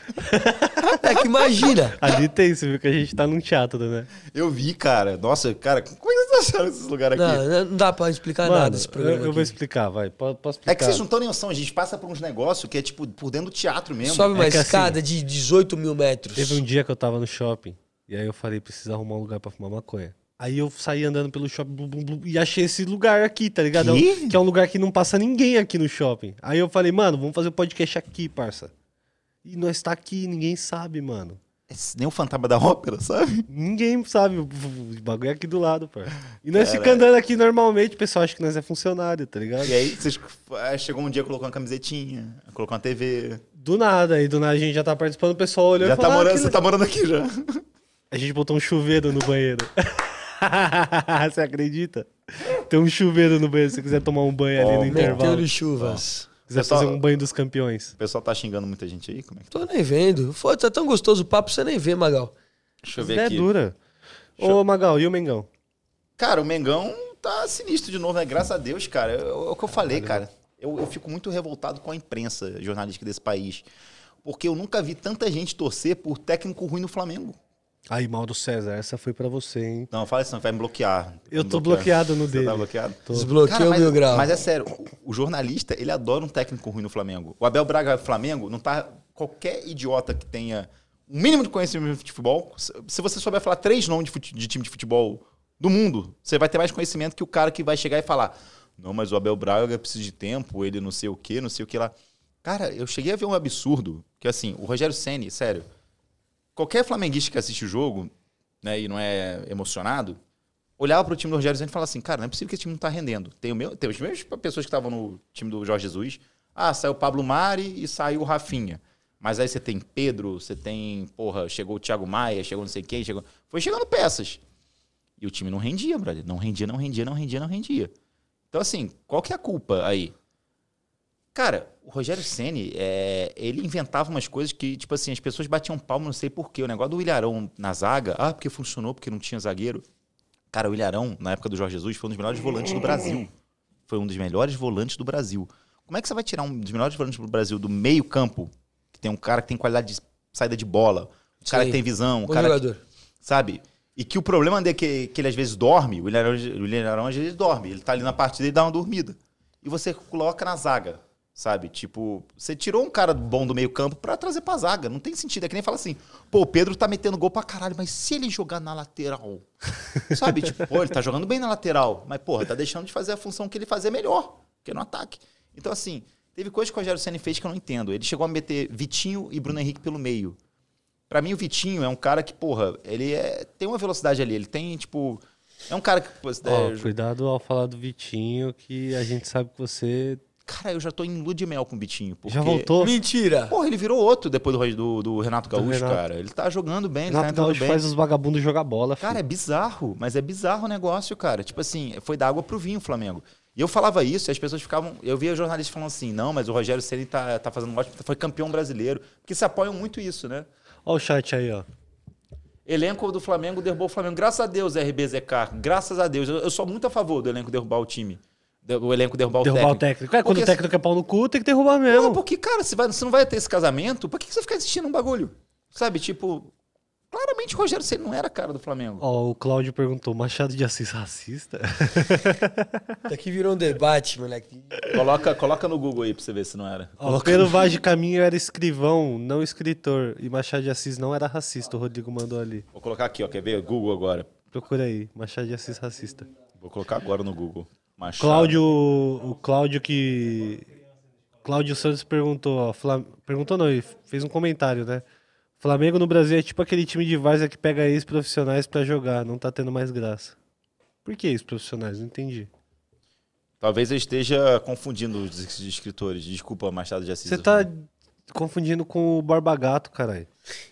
É que imagina. Ali tem, você viu que a gente tá num teatro, né? Eu vi, cara. Nossa, cara, como é que vocês acharam esses lugares aqui? Não, não dá pra explicar Mano, nada esse eu, programa eu vou aqui. explicar, vai. Posso, posso explicar? É que vocês não estão nem noção, a gente passa por uns negócios que é tipo por dentro do teatro mesmo. Sobe uma É que assim, escada de dezoito mil metros. Teve um dia que eu tava no shopping, e aí eu falei, preciso arrumar um lugar pra fumar maconha. Aí eu saí andando pelo shopping blum, blum, blum, e achei esse lugar aqui, tá ligado? É um- Que? Que é um lugar que não passa ninguém aqui no shopping. Aí eu falei, mano, vamos fazer o podcast aqui, parça. E nós tá aqui, ninguém sabe, mano. É nem o fantasma da ópera, sabe? Ninguém sabe, o o bagulho é aqui do lado, parça. E nós Cara. ficamos andando aqui normalmente, o pessoal acha que nós é funcionário, tá ligado? E aí vocês, ah, chegou um dia, colocou uma camisetinha, colocou uma T V. Do nada, aí do nada a gente já tá participando, o pessoal olhou Já e tá falou, ah, morando, que você tá morando aqui já. A gente botou um chuveiro no banheiro. Você acredita? Tem um chuveiro no banheiro se você quiser tomar um banho ali Oh, no intervalo. Meteu-lhe chuvas. Quiser Pessoal- fazer um banho dos campeões. O pessoal tá xingando muita gente aí? Como é que tá? Tô nem vendo. Foda, tá tão gostoso o papo, você nem vê, Magal. Deixa eu ver É aqui. dura. Deixa Ô, Magal, e o Mengão? Cara, o Mengão tá sinistro de novo, né? Graças a Deus, cara. É o que eu falei, cara. Eu, eu fico muito revoltado com a imprensa jornalística desse país. Porque eu nunca vi tanta gente torcer por técnico ruim no Flamengo. Aí, Mauro César, essa foi pra você, hein? Não, fala isso, não, vai me bloquear. Vai Eu me tô bloquear. bloqueado no Você dele. tá bloqueado? Tô. Desbloqueou Cara, o mil grau. mas é sério, o, o jornalista, ele adora um técnico ruim no Flamengo. O Abel Braga Flamengo, não tá... Qualquer idiota que tenha um mínimo de conhecimento de futebol, se você souber falar três nomes de, fute, de time de futebol do mundo, você vai ter mais conhecimento que o cara que vai chegar e falar não, mas o Abel Braga precisa de tempo, ele não sei o que, não sei o que lá. Cara, eu cheguei a ver um absurdo, que assim, o Rogério Ceni, sério, qualquer flamenguista que assiste o jogo, né, e não é emocionado, olhava pro time do Rogério Ceni e falava assim, cara, não é possível que esse time não tá rendendo. Tem, o meu, tem os mesmos pessoas que estavam no time do Jorge Jesus, ah, saiu o Pablo Mari e saiu o Rafinha. Mas aí você tem Pedro, você tem, porra, chegou o Thiago Maia, chegou não sei quem, chegou... Foi chegando peças. E o time não rendia, brother. Não rendia, não rendia, não rendia, não rendia. Então, assim, qual que é a culpa aí? Cara, o Rogério Ceni, é, ele inventava umas coisas que, tipo assim, as pessoas batiam palmo, não sei porquê. O negócio do Ilharão na zaga, ah, porque funcionou, porque não tinha zagueiro. Cara, o Ilharão, na época do Jorge Jesus, foi um dos melhores volantes do Brasil. Foi um dos melhores volantes do Brasil. Como é que você vai tirar um dos melhores volantes do Brasil do meio campo, que tem um cara que tem qualidade de saída de bola, um cara que tem visão, um Bom cara jogador. que, sabe? E que o problema dele é que, que ele às vezes dorme, o Ilharão, o Ilharão às vezes dorme, ele tá ali na partida e dá uma dormida. E você coloca na zaga, sabe? Tipo, você tirou um cara bom do meio campo pra trazer pra zaga, não tem sentido. É que nem fala assim, pô, o Pedro tá metendo gol pra caralho, mas se ele jogar na lateral, sabe? Tipo, pô, ele tá jogando bem na lateral, mas porra, tá deixando de fazer a função que ele fazia melhor, que é no ataque. Então assim, teve coisas que o Rogério Ceni fez que eu não entendo. Ele chegou a meter Vitinho e Bruno Henrique pelo meio. Pra mim, o Vitinho é um cara que, porra, ele é, tem uma velocidade ali. Ele tem, tipo... É um cara que... Pô, oh, é, cuidado ao falar do Vitinho, que a gente sabe que você... Cara, eu já tô em lua de mel com o Vitinho. Porque... Já voltou? Mentira! Porra, ele virou outro depois do, do, do Renato Do Gaúcho, Renato. cara. Ele tá jogando bem, ele Renato tá entrando Gaúcho bem. faz os vagabundos jogar bola, filho. Cara, é bizarro, mas é bizarro o negócio, cara. Tipo assim, foi da água pro vinho o Flamengo. E eu falava isso e as pessoas ficavam... Eu via jornalistas falando assim, não, mas o Rogério Ceni tá, tá fazendo um ótimo... Foi campeão brasileiro. Porque se apoiam muito isso, né? Olha o chat aí, ó. Elenco do Flamengo derrubou o Flamengo. Graças a Deus, R B Z K. Graças a Deus. Eu, eu sou muito a favor do elenco derrubar o time. O elenco derrubar, Derrubar o o técnico. técnico. É, quando Porque o técnico é pau no cu, tem que derrubar mesmo. Não, porque, cara, você, vai, você não vai ter esse casamento, por que que você fica assistindo um bagulho? Sabe, tipo... Claramente o Rogério Ceni não era cara do Flamengo. Ó, o Cláudio perguntou, Machado de Assis racista? Daqui virou um debate, moleque. Coloca, coloca no Google aí pra você ver se não era. Ó, o Pedro Vaz de Caminho era escrivão, não escritor. E Machado de Assis não era racista, o Rodrigo mandou ali. Vou colocar aqui, ó, quer ver? Google agora. Procura aí, Machado de Assis racista. Vou colocar agora no Google. Machado. Cláudio, o Cláudio que... Cláudio Santos perguntou, ó, Flam... perguntou não, ele fez um comentário, né? Flamengo no Brasil é tipo aquele time de várzea que pega ex-profissionais pra jogar, não tá tendo mais graça. Por que ex-profissionais? Não entendi. Talvez eu esteja confundindo os escritores. Desculpa, Machado de Assis. Você tá confundindo com o Borba Gato, caralho.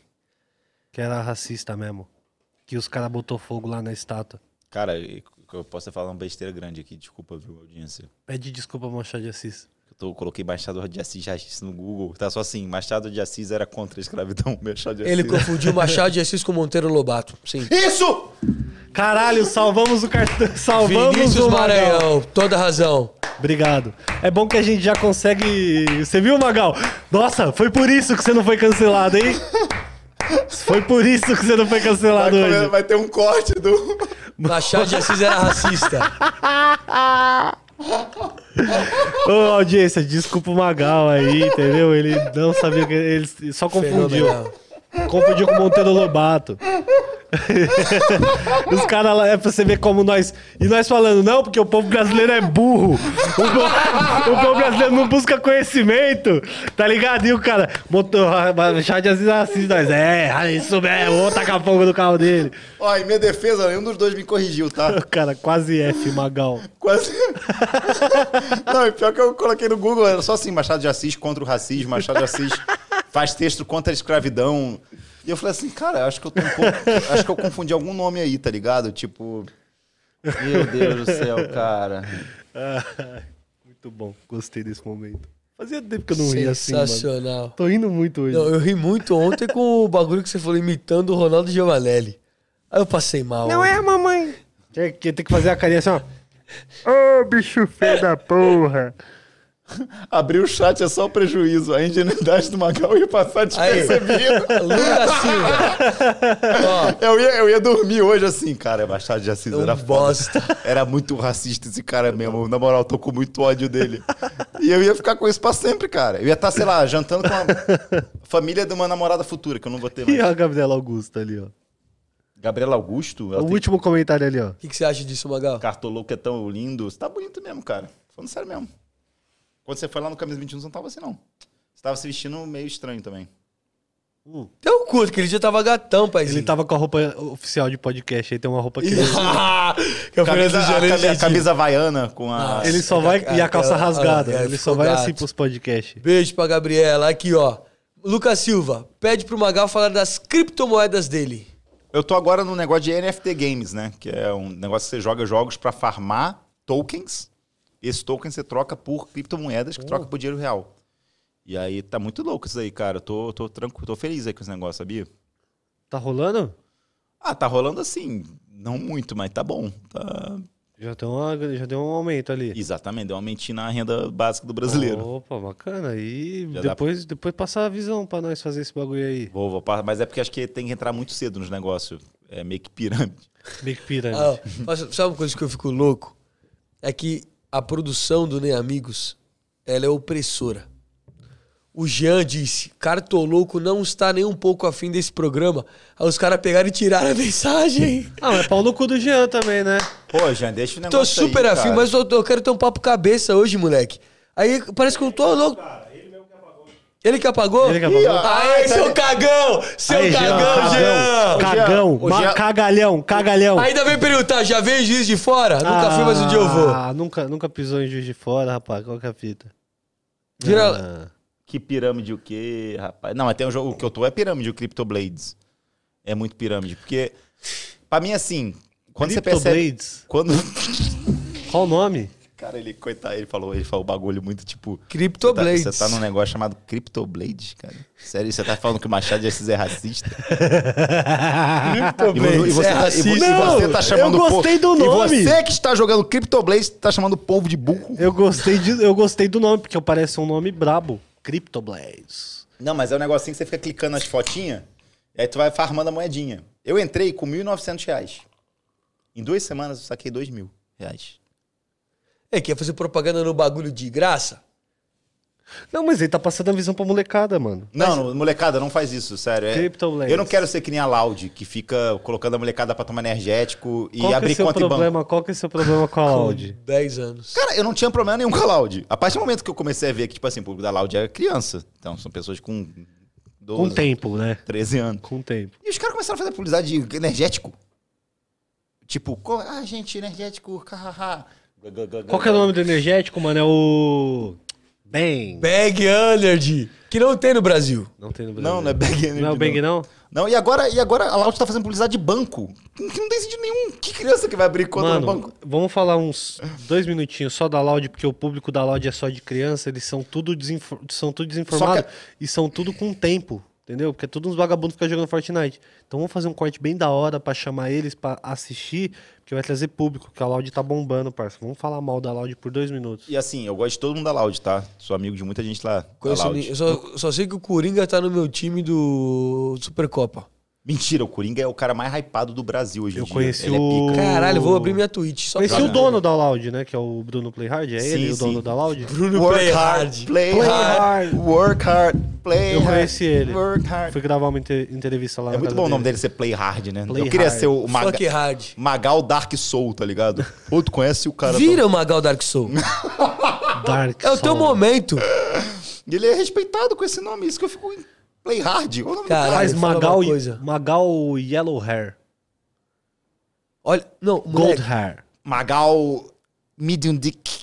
Que era racista mesmo. Que os caras botou fogo lá na estátua. Cara, eu posso falar uma besteira grande aqui. Desculpa, viu, audiência. Pede desculpa, Machado de Assis. Eu tô, coloquei Machado de Assis no Google. Tá só assim, Machado de Assis era contra a escravidão. Machado de Assis. Ele confundiu Machado de Assis com Monteiro Lobato. Sim. Isso! Caralho, salvamos o cartão. Salvamos Vinícius o Magal. Maranhão, toda razão. Obrigado. É bom que a gente já consegue... Você viu, Magal? Nossa, foi por isso que você não foi cancelado, hein? Foi por isso que você não foi cancelado vai, hoje. vai ter um corte do... Machado de Assis era racista. Ô, audiência, desculpa o Magal aí, entendeu? Ele não sabia que... Ele só confundiu. Fenomenal. Confundiu com o Monteiro Lobato. Os caras lá, é pra você ver como nós... E nós falando, não, porque o povo brasileiro é burro. O, povo, o povo brasileiro não busca conhecimento, tá ligado? E o cara, Machado de Assis racista, nós, é, isso mesmo, vou tacar fogo no carro dele. Ó, em minha defesa, nenhum dos dois me corrigiu, tá? O cara, quase F, Magal. Quase. Não, e pior que eu coloquei no Google, era só assim, Machado de Assis contra o racismo, Machado de Assis faz texto contra a escravidão. E eu falei assim, cara, acho que eu tô um pouco... Acho que eu confundi algum nome aí, tá ligado? Tipo... Meu Deus do céu, cara. Ah, muito bom, gostei desse momento. Fazia tempo que eu não ria assim, mano. Sensacional. Tô rindo muito hoje. Não, eu ri muito ontem com o bagulho que você falou imitando o Ronaldo Giovanelli. Aí eu passei mal. Não é, mamãe. Tem que, tem que fazer a carinha assim, ó. Ô, bicho feio da porra. Abrir o chat é só o prejuízo. A ingenuidade do Magal ia passar despercebido. Lucas Silva. eu, ia, eu ia dormir hoje assim, cara. Machado de Assis Um era bosta. foda. Era muito racista esse cara mesmo. Na moral, eu tô com muito ódio dele. E eu ia ficar com isso pra sempre, cara. Eu ia estar, sei lá, jantando com a família de uma namorada futura, que eu não vou ter mais. E a Gabriela Augusta ali, ó. Gabriela Augusto? Ela O tem... último comentário ali, ó. O que, que você acha disso, Magal? Cartoloco é tão lindo. Você tá bonito mesmo, cara. Falando sério mesmo. Quando você foi lá no Camisa vinte e um, você não tava assim, não. Você tava se vestindo meio estranho também. Hum. Tem um curto, que ele já tava gatão, paizinho. Ele tava com a roupa oficial de podcast, aí tem uma roupa que ele... que a Camisa, a, Fernanda camisa, a camisa havaiana com a... Ah, ele só vai... E a calça aquela- rasgada. ah, é, ele só ficou vai gato. assim pros podcasts. Beijo pra Gabriela. Aqui, ó. Lucas Silva, pede pro Magal falar das criptomoedas dele. Eu tô agora no negócio de N F T Games, né? Que é um negócio que você joga jogos pra farmar tokens. Esse token você troca por criptomoedas, que Oh. troca por dinheiro real. E aí tá muito louco isso aí, cara. Eu tô, tô tranquilo, tô feliz aí com esse negócio, sabia? Tá rolando? Ah, tá rolando assim. Não muito, mas tá bom. Tá... Já deu, uma, já deu um aumento ali. Exatamente, deu um aumentinho na renda básica do brasileiro. Opa, bacana. E Já dá depois, depois passar a visão pra nós fazer esse bagulho aí. Vou, vou, pa- mas é porque acho que tem que entrar muito cedo nos negócios. É meio que pirâmide. Meio que pirâmide. Ah, ó, mas sabe uma coisa que eu fico louco? É que a produção do Nem Amigos, ela é opressora. O Jean disse, Cartolouco não está nem um pouco afim desse programa. Aí os caras pegaram e tiraram a mensagem. Ah, mas pau no cu do Jean também, né? Pô, Jean, deixa o Tô negócio super aí, afim, cara. mas eu, eu quero ter um papo cabeça hoje, moleque. Aí parece que eu tô louco. Ele que apagou? Ele que apagou. Aê, seu cagão! Seu Aí, Jean, cagão, Jean! Cagão, O ma- Jean- cagalhão, cagalhão. Ainda vem perguntar, já veio juiz de fora? Nunca fui, mas um dia eu vou. Ah, nunca, nunca pisou em Juiz de Fora, rapaz. Qual que é a fita? Vira- Ah, Que pirâmide o quê, rapaz? Não, mas tem um jogo o que eu tô é pirâmide, o Crypto Blades. É muito pirâmide, porque pra mim assim, quando você Crypto percebe Blades. quando Qual o nome? cara, ele coitado, ele falou, ele falou um bagulho muito tipo Crypto você tá, Blades. você tá num negócio chamado Crypto Blades, cara. Sério, você tá falando que o Machado de Assis é racista? Crypto E, vo- e você, é tá, e vo- e racista. você tá chamando eu o povo- gostei do nome. E você que está jogando Crypto Blades tá chamando o povo de burro? Eu gostei, de, eu gostei do nome, porque parece um nome brabo. Crypto Blades. Não, mas é um negocinho que você fica clicando nas fotinhas, e aí tu vai farmando a moedinha. Eu entrei com mil e novecentos reais. Em duas semanas eu saquei dois mil reais. É, quer fazer propaganda no bagulho de graça? Não, mas ele tá passando a visão pra molecada, mano. Não, não, molecada, não faz isso, sério. É- Crypto Blades. eu não quero ser que nem a Loud, que fica colocando a molecada pra tomar energético e Qual que é abrir o seu conta e banco. problema? Qual que é o seu problema com a Audi? dez anos. Cara, eu não tinha problema nenhum com a Loud. A partir do momento que eu comecei a ver que, tipo assim, o público da Loud é criança. Então, são pessoas com doze, Com tempo, né? treze anos. Com tempo. E os caras começaram a fazer publicidade de energético. Tipo, co- ah, gente, energético, hahaha. Qual que é o nome do energético, mano? É o... Bang. Bag Energy, que não tem no Brasil. Não tem no Brasil. Não, não é Bang Energy. Não é o Bang, não? Não, e agora, e agora a Loud tá fazendo publicidade de banco. Que não tem sentido nenhum. Que criança que vai abrir conta Mano, no banco? vamos falar uns dois minutinhos só da Loud, porque o público da Loud é só de criança, eles são tudo, desinfor... são tudo desinformados Só que- e são tudo com tempo, entendeu? Porque é tudo uns vagabundos que ficam jogando Fortnite. Então vamos fazer um corte bem da hora pra chamar eles pra assistir, porque vai trazer público, que a Loud tá bombando, parça. Vamos falar mal da Loud por dois minutos. E assim, eu gosto de todo mundo da Loud, tá? Sou amigo de muita gente lá da Conheço Loud. ni- eu só, só sei que o Coringa tá no meu time do Supercopa. Mentira, o Coringa é o cara mais hypado do Brasil hoje em Eu dia. conheci Ele é o- pica. Caralho, eu vou abrir minha Twitch. Só Conheci pra- o dono da Loud, né? Que é o Bruno Playhard, é Sim, ele, o sim. dono da Loud? Bruno Work Play hard, Hard. play, Play hard, hard. work hard, play Eu hard, conheci ele. work hard. Fui gravar uma inte- entrevista lá É na muito casa bom o nome dele ser Play Hard, né? Play eu queria hard. ser o Maga- Fuck Hard. Magal Dark Soul, tá ligado? Ou tu conhece o cara... Vira o Magal Dark Soul. Dark É o teu Soul. momento. E ele é respeitado com esse nome, isso que eu fico... em Play Hard. Qual o nome do Caralho. Faz fala Magal, uma coisa. Magal Yellow Hair. Olha, não, Gold moleque. Hair. Magal Medium Dick.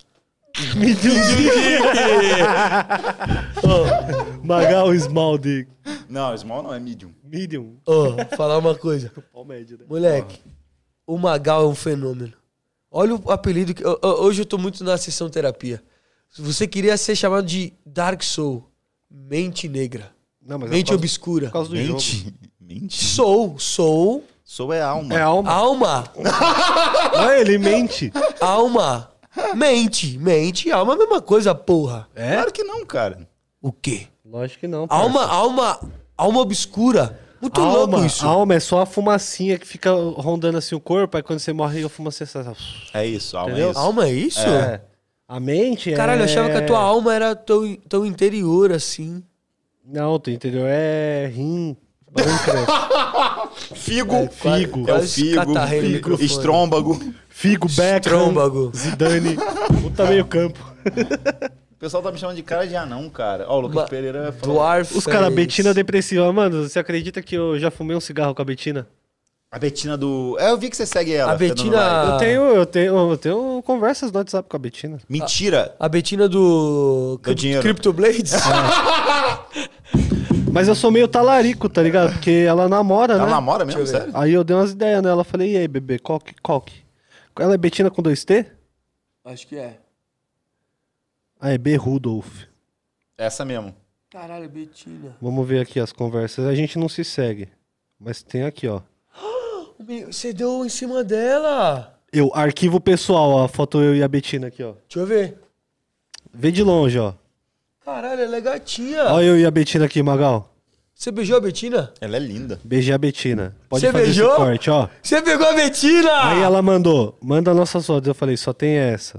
Oh, Magal Small Dick. Não, small não, é medium. Medium. Ó, falar uma coisa. Pau médio, né? Moleque, o Magal é um fenômeno. Olha o apelido que... eu- eu- Hoje eu tô muito na sessão terapia. Você queria ser chamado de Dark Soul. Mente negra. Não, mas é Mente por causa- obscura. Por causa do jogo. Mente. Mente. Soul, soul, Soul é alma. É alma. alma, Não, ele mente. alma. Mente, mente. Alma é a mesma coisa, porra. É? Claro que não, cara. O quê? Lógico que não. parça. Alma, alma, alma obscura. Muito alma, louco isso. Alma é só a fumacinha que fica rondando assim o corpo, aí quando você morre a fumacinha... Você... É isso, alma Entendeu? é isso. Alma é isso? É. A mente é... Caralho, eu achava que a tua alma era tão, tão interior assim. Não, o teu interior é rim, pâncreas, Figo. É, figo. É o Quase figo. catarrei no figo, microfone. Estrômbago. figo, Beckham, Trômbago. Zidane, puta meio campo. O pessoal tá me chamando de cara de anão, cara. Ó, o Lucas Ma- Pereira falou. Dwarf. Os caras, Betina depressiva. Mano, você acredita que eu já fumei um cigarro com a Betina? A Betina do... É, eu vi que você segue ela. A Fernando Betina- Vai. Ah. Eu tenho, eu tenho, eu tenho conversas no WhatsApp com a Betina. Mentira. A Betina do... Do dinheiro. Crypto Blades? Mas eu sou meio talarico, tá ligado? Porque ela namora, Ela né? namora mesmo, Deixa eu ver. sério? Aí eu dei umas ideias nela. Falei, e aí, bebê, qual que, qual que? Ela é Betina com dois T? Acho que é. Ah, é B. Rudolph. Essa mesmo. Caralho, Betina. Vamos ver aqui as conversas. A gente não se segue. Mas tem aqui, ó. Você deu em cima dela. Eu, arquivo pessoal, ó. A foto eu e a Betina aqui, ó. Deixa eu ver. Vê de longe, ó. Caralho, ela é gatinha. Olha eu e a Betina aqui, Magal. Você beijou a Betina? Ela é linda. Beijei a Betina. Pode Você fazer beijou? esse corte, ó. Você pegou a Betina! Aí ela mandou, manda nossas fotos. Eu falei, só tem essa.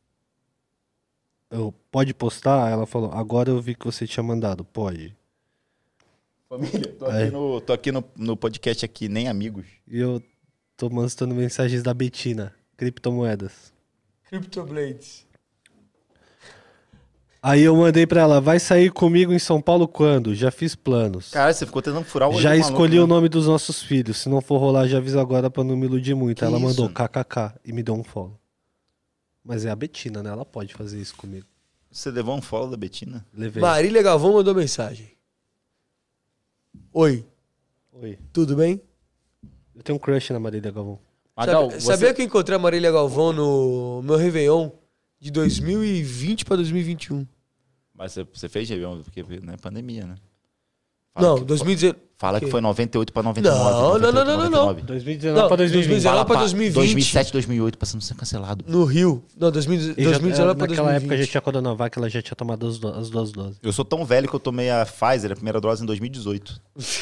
Eu, pode postar? Ela falou, agora eu vi que você tinha mandado. Pode. Família, tô É. aqui, no, tô aqui no, no podcast aqui, nem amigos. E eu tô mostrando mensagens da Betina. Criptomoedas. Crypto Blades. Aí eu mandei pra ela, vai sair comigo em São Paulo quando? Já fiz planos. Cara, você ficou tentando furar o olho Já do maluco, escolhi né? o nome dos nossos filhos. Se não for rolar, já avisa agora pra não me iludir muito. Que Ela isso? mandou kkk e me deu um follow. Mas é a Betina, né? Ela pode fazer isso comigo. Você levou um follow da Betina? Levei. Marília Galvão mandou mensagem. Oi, Oi. tudo bem? Eu tenho um crush na Marília Galvão. Magal, Sabe- você... Sabia que eu encontrei a Marília Galvão no meu Réveillon de dois mil e vinte pra dois mil e vinte e um? Mas você, você fez Réveillon, porque não é pandemia, né? Fala Não, que, dois mil e dezenove. Fala que quê? foi noventa e oito pra noventa e nove. Não, não, não, não, não, não. dois mil e dezenove Não, pra dois mil e vinte. dois mil e dezenove Fala pra pra dois mil e vinte. dois mil e sete, dois mil e oito, pra você não ser cancelado. No Rio. Não, dois mil, E já- dois mil e dezenove pra dois mil naquela e época já vinte. tinha Coronavac, ela já tinha tomado as, do- as duas doses. Eu sou tão velho que eu tomei a Pfizer, a primeira dose, em dois mil e dezoito.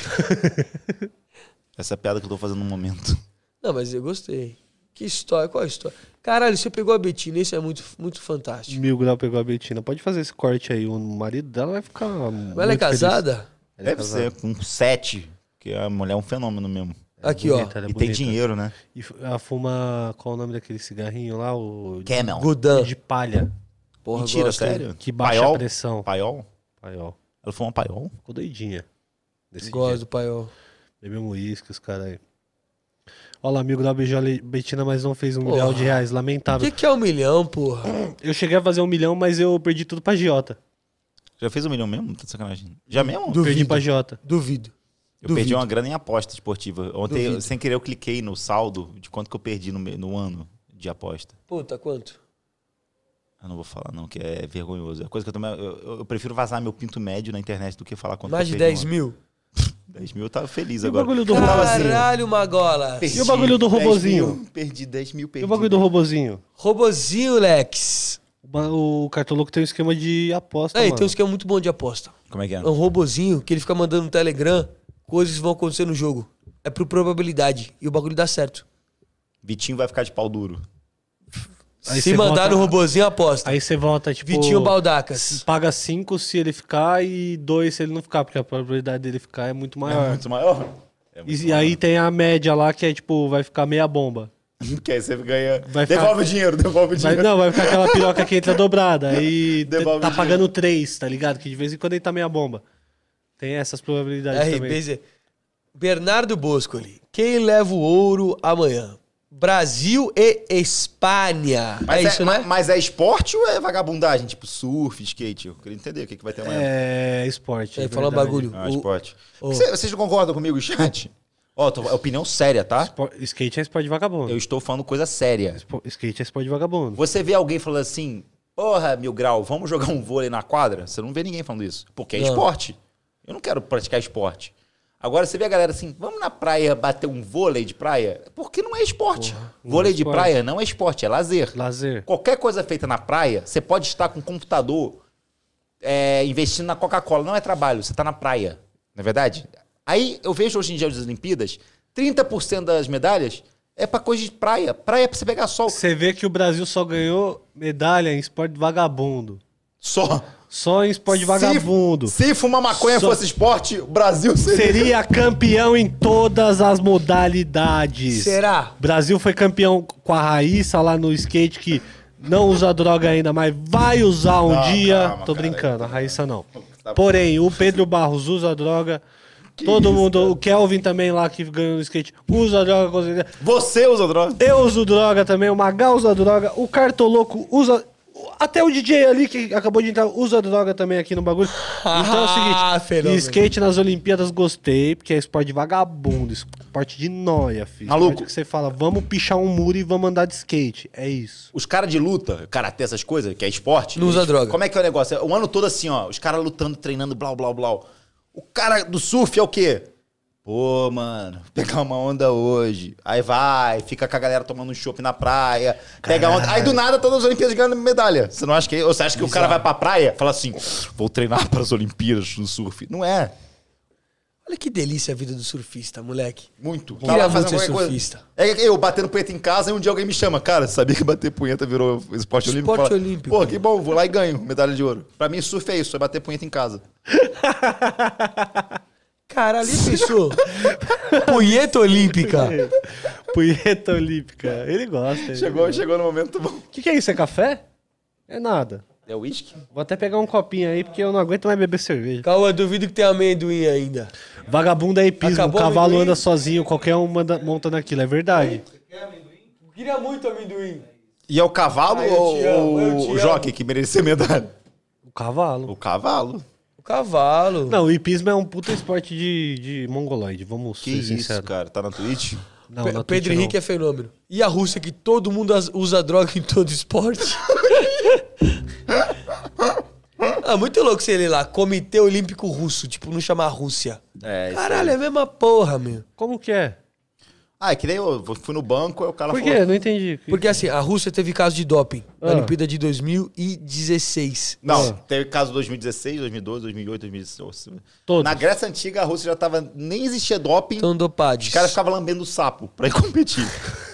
Essa é a piada que eu tô fazendo no momento. Não, mas eu gostei. Que história, qual a história? Caralho, você pegou a Betina, isso é muito, muito fantástico. Mil grau pegou a Betina. Pode fazer esse corte aí. O marido dela vai ficar. Mas ela é casada? Ela é Deve casada. ser com sete, porque a mulher é um fenômeno mesmo. Aqui, Bonita, ó. ela é e tem bonita. dinheiro, né? E f- ela fuma. Qual o nome daquele cigarrinho lá? O. Camel. Godan. De palha. Porra, Mentira, gosto, hein? sério? Que baixa Paiol? a pressão. Paiol? Paiol. Ela foi uma paiol? Ficou doidinha. Desse Gosto dia. do paiol. Bebeu uísque, os caras aí. Olha lá, amigo da beijou a Le- Betina, mas não fez um Porra. milhão de reais. O Lamentável. que, que é um milhão, porra? Eu cheguei a fazer um milhão, mas eu perdi tudo pra Giota. Já fez um milhão mesmo? Tá de sacanagem. Já mesmo? Duvido. Perdi pra Giota. Duvido. Eu Duvido. perdi uma grana em aposta esportiva. Ontem, Duvido. sem querer, eu cliquei no saldo de quanto que eu perdi no, me- no ano de aposta. Puta, quanto? Eu não vou falar, não, que é vergonhoso. É coisa que eu, também, eu, eu- eu prefiro vazar meu pinto médio na internet do que falar quanto Mais que de eu perdi dez no mil? ano. dez mil eu tava feliz E o agora. bagulho do Eu tava assim, Caralho, Magola. perdi E o bagulho do dez robozinho? mil, perdi dez mil, E perdi. o bagulho do robozinho? Robozinho, Lex. O ba- O Cartoloco tem um esquema de aposta, Aí, mano. tem um esquema muito bom de aposta. Como é que é? É um robozinho que ele fica mandando no Telegram coisas que vão acontecer no jogo. É por probabilidade. E o bagulho dá certo. Vitinho vai ficar de pau duro. Aí Se você mandar volta- no robozinho, aposta. Aí você volta, tipo... Vitinho Baldacas. Paga cinco se ele ficar e dois se ele não ficar, porque a probabilidade dele ficar é muito É maior. muito maior. É muito E, e aí tem a média lá que é, tipo, vai ficar meia bomba. maior. Que aí você ganha. Vai ficar- Devolve o dinheiro, devolve o Vai, dinheiro. não, vai ficar aquela piroca que entra dobrada. Aí Devolve tá o dinheiro. pagando três, tá ligado? Que de vez em quando ele tá meia bomba. Tem essas probabilidades R também. B Z. Bernardo Boscoli. Quem leva o ouro amanhã? Brasil e Espanha. Mas é isso, ma- né? Mas é esporte ou é vagabundagem? Tipo surf, skate? Eu queria entender o que, que vai ter amanhã. É esporte. É, é fala um verdade. bagulho. Ah, O- esporte. o- Cê- Vocês não concordam comigo, chat? Ó, tô- é opinião séria, tá? Espo- Skate é esporte vagabundo. Eu estou falando coisa séria. Espo- Skate é esporte vagabundo. Você vê alguém falando assim, porra, Mil Grau, vamos jogar um vôlei na quadra? Você não vê ninguém falando isso. Porque é Não. esporte. Eu não quero praticar esporte. Agora você vê a galera assim, vamos na praia bater um vôlei de praia? Porque não é esporte. Porra, não vôlei é de esporte. praia não é esporte, é lazer. Lazer. Qualquer coisa feita na praia, você pode estar com um computador é, investindo na Coca-Cola. Não é trabalho, você está na praia. Não é verdade? Aí eu vejo hoje em dia as Olimpíadas, trinta por cento das medalhas é pra coisa de praia. Praia é pra você pegar sol. Você vê que o Brasil só ganhou medalha em esporte vagabundo. Só. Só em esporte vagabundo. Se, se fumar maconha Só- fosse esporte, o Brasil seria... Seria campeão em todas as modalidades. Será? O Brasil foi campeão com a Raíssa lá no skate, que não usa droga ainda, mas vai usar um Não, dia. calma, Tô cara. brincando, a Raíssa não. Tá Porém, o Pedro Barros usa droga. Todo isso, mundo, cara? o Kelvin também lá que ganhou no skate, usa droga. com certeza. Você usa droga? Eu uso droga também, o Magal usa droga, o Cartoloco usa. Até o D J ali que acabou de entrar usa droga também aqui no bagulho. Então é o Ah, seguinte: fenômeno. skate nas Olimpíadas gostei, porque é esporte de vagabundo, esporte de noia, filho. Maluco. Esporte que você fala, vamos pichar um muro e vamos andar de skate. É isso. Os caras de luta, karatê, essas coisas, que é esporte... Não usa eles- droga. Como é que é o negócio? É o ano todo assim, ó. Os caras lutando, treinando, blá, blá, blá. O cara do surf é o quê? Pô, mano, pegar uma onda hoje. Aí vai, fica com a galera tomando um chopp na praia, pega a onda. Aí do nada todas as Olimpíadas ganhando medalha. Você não acha que. Ou você acha que o cara vai pra praia e fala assim: vou treinar para as Olimpíadas no surf? Não é. Olha que delícia a vida do surfista, moleque. Muito. Queria lá muito fazendo ser qualquer coisa. surfista. É eu batendo punheta em casa e um dia alguém me chama. Cara, você sabia que bater punheta virou esporte olímpico? Esporte Fala, olímpico. Pô, que bom, vou lá e ganho medalha de ouro. Pra mim, surf é isso, é bater punheta em casa. Caralho, e pensou? Punheta olímpica. Punheta olímpica. Ele gosta. Chegou, ele chegou no momento bom. O que, que é isso? É café? É nada. É uísque? Vou até pegar um copinho aí, porque eu não aguento mais beber cerveja. Calma, duvido que tem amendoim ainda. Vagabundo é hipismo, Acabou o o cavalo amendoim? anda sozinho, qualquer um manda, monta naquilo, é verdade. Queria muito amendoim. E é o cavalo Ah, eu ou te amo, eu te o amo. jockey que merecia medalha? O cavalo. O cavalo. O cavalo. Não, o hipismo é um puta esporte de, de mongoloide, vamos Que ser isso, sinceros. cara? Tá na Twitch? Não, Pe- na Twitch Pedro não. Henrique é fenômeno. E a Rússia, que todo mundo as- usa droga em todo esporte. Ah, muito louco você ler lá, Comitê Olímpico Russo, tipo, não chamar Rússia. É, isso Caralho, aí. é a mesma porra, meu. Como que é? Ah, é que nem eu fui no banco, aí o cara Por falou... quê? Não entendi. Porque assim, a Rússia teve caso de doping na Ah. Olimpíada de dois mil e dezesseis. Não, Ah. teve caso dois mil e dezesseis, dois mil e doze, dois mil e oito, dois mil e dezesseis. Todos. Na Grécia Antiga, a Rússia já tava... Nem existia doping. Estão dopados. Os caras ficavam lambendo o sapo pra ir competir.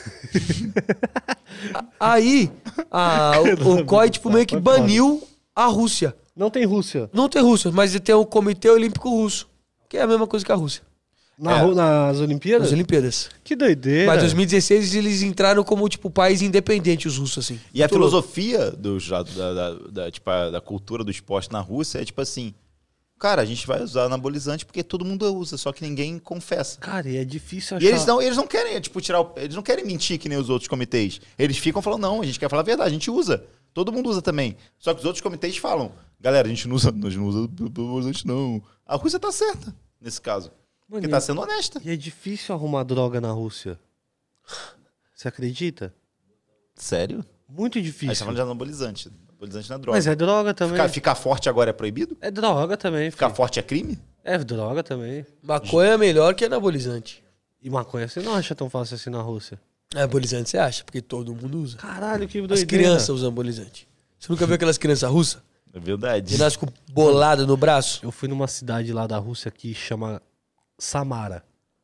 Aí, a- o, o C O I, tipo, meio que Sapo é foda. baniu a Rússia. Não tem Rússia. Não tem Rússia, mas tem o Comitê Olímpico Russo, que é a mesma coisa que a Rússia. Na, É. Ru- nas Olimpíadas? Nas Olimpíadas. Que doideira. Mas em dois mil e dezesseis eles entraram como, tipo, país independente, os russos, assim. E a Muito louco. filosofia do, da, da, da, tipo, a- da cultura do esporte na Rússia é tipo assim... Cara, a gente vai usar anabolizante porque todo mundo usa, só que ninguém confessa. Cara, e é difícil achar... E eles não, eles não querem, tipo, tirar o, eles não querem mentir que nem os outros comitês. Eles ficam falando, não, a gente quer falar a verdade, a gente usa. Todo mundo usa também. Só que os outros comitês falam, galera, a gente não usa, nós não usa anabolizante, não. A Rússia tá certa, nesse caso. Mano, Porque e- tá sendo honesta. E é difícil arrumar droga na Rússia. Você acredita? Sério? Muito Aí você difícil. tá falando de anabolizante. Anabolizante não é droga. Mas é droga também. Ficar, ficar forte agora é proibido? É droga também. Ficar filho. forte é crime? É droga também. Maconha é melhor que anabolizante. E maconha você não acha tão fácil assim na Rússia. Anabolizante você acha, porque todo mundo usa. Caralho, que doideira. As crianças usam anabolizante. Você nunca viu aquelas crianças russas? É verdade. Que nascem com bolada no braço? Eu fui numa cidade lá da Rússia que chama Samara.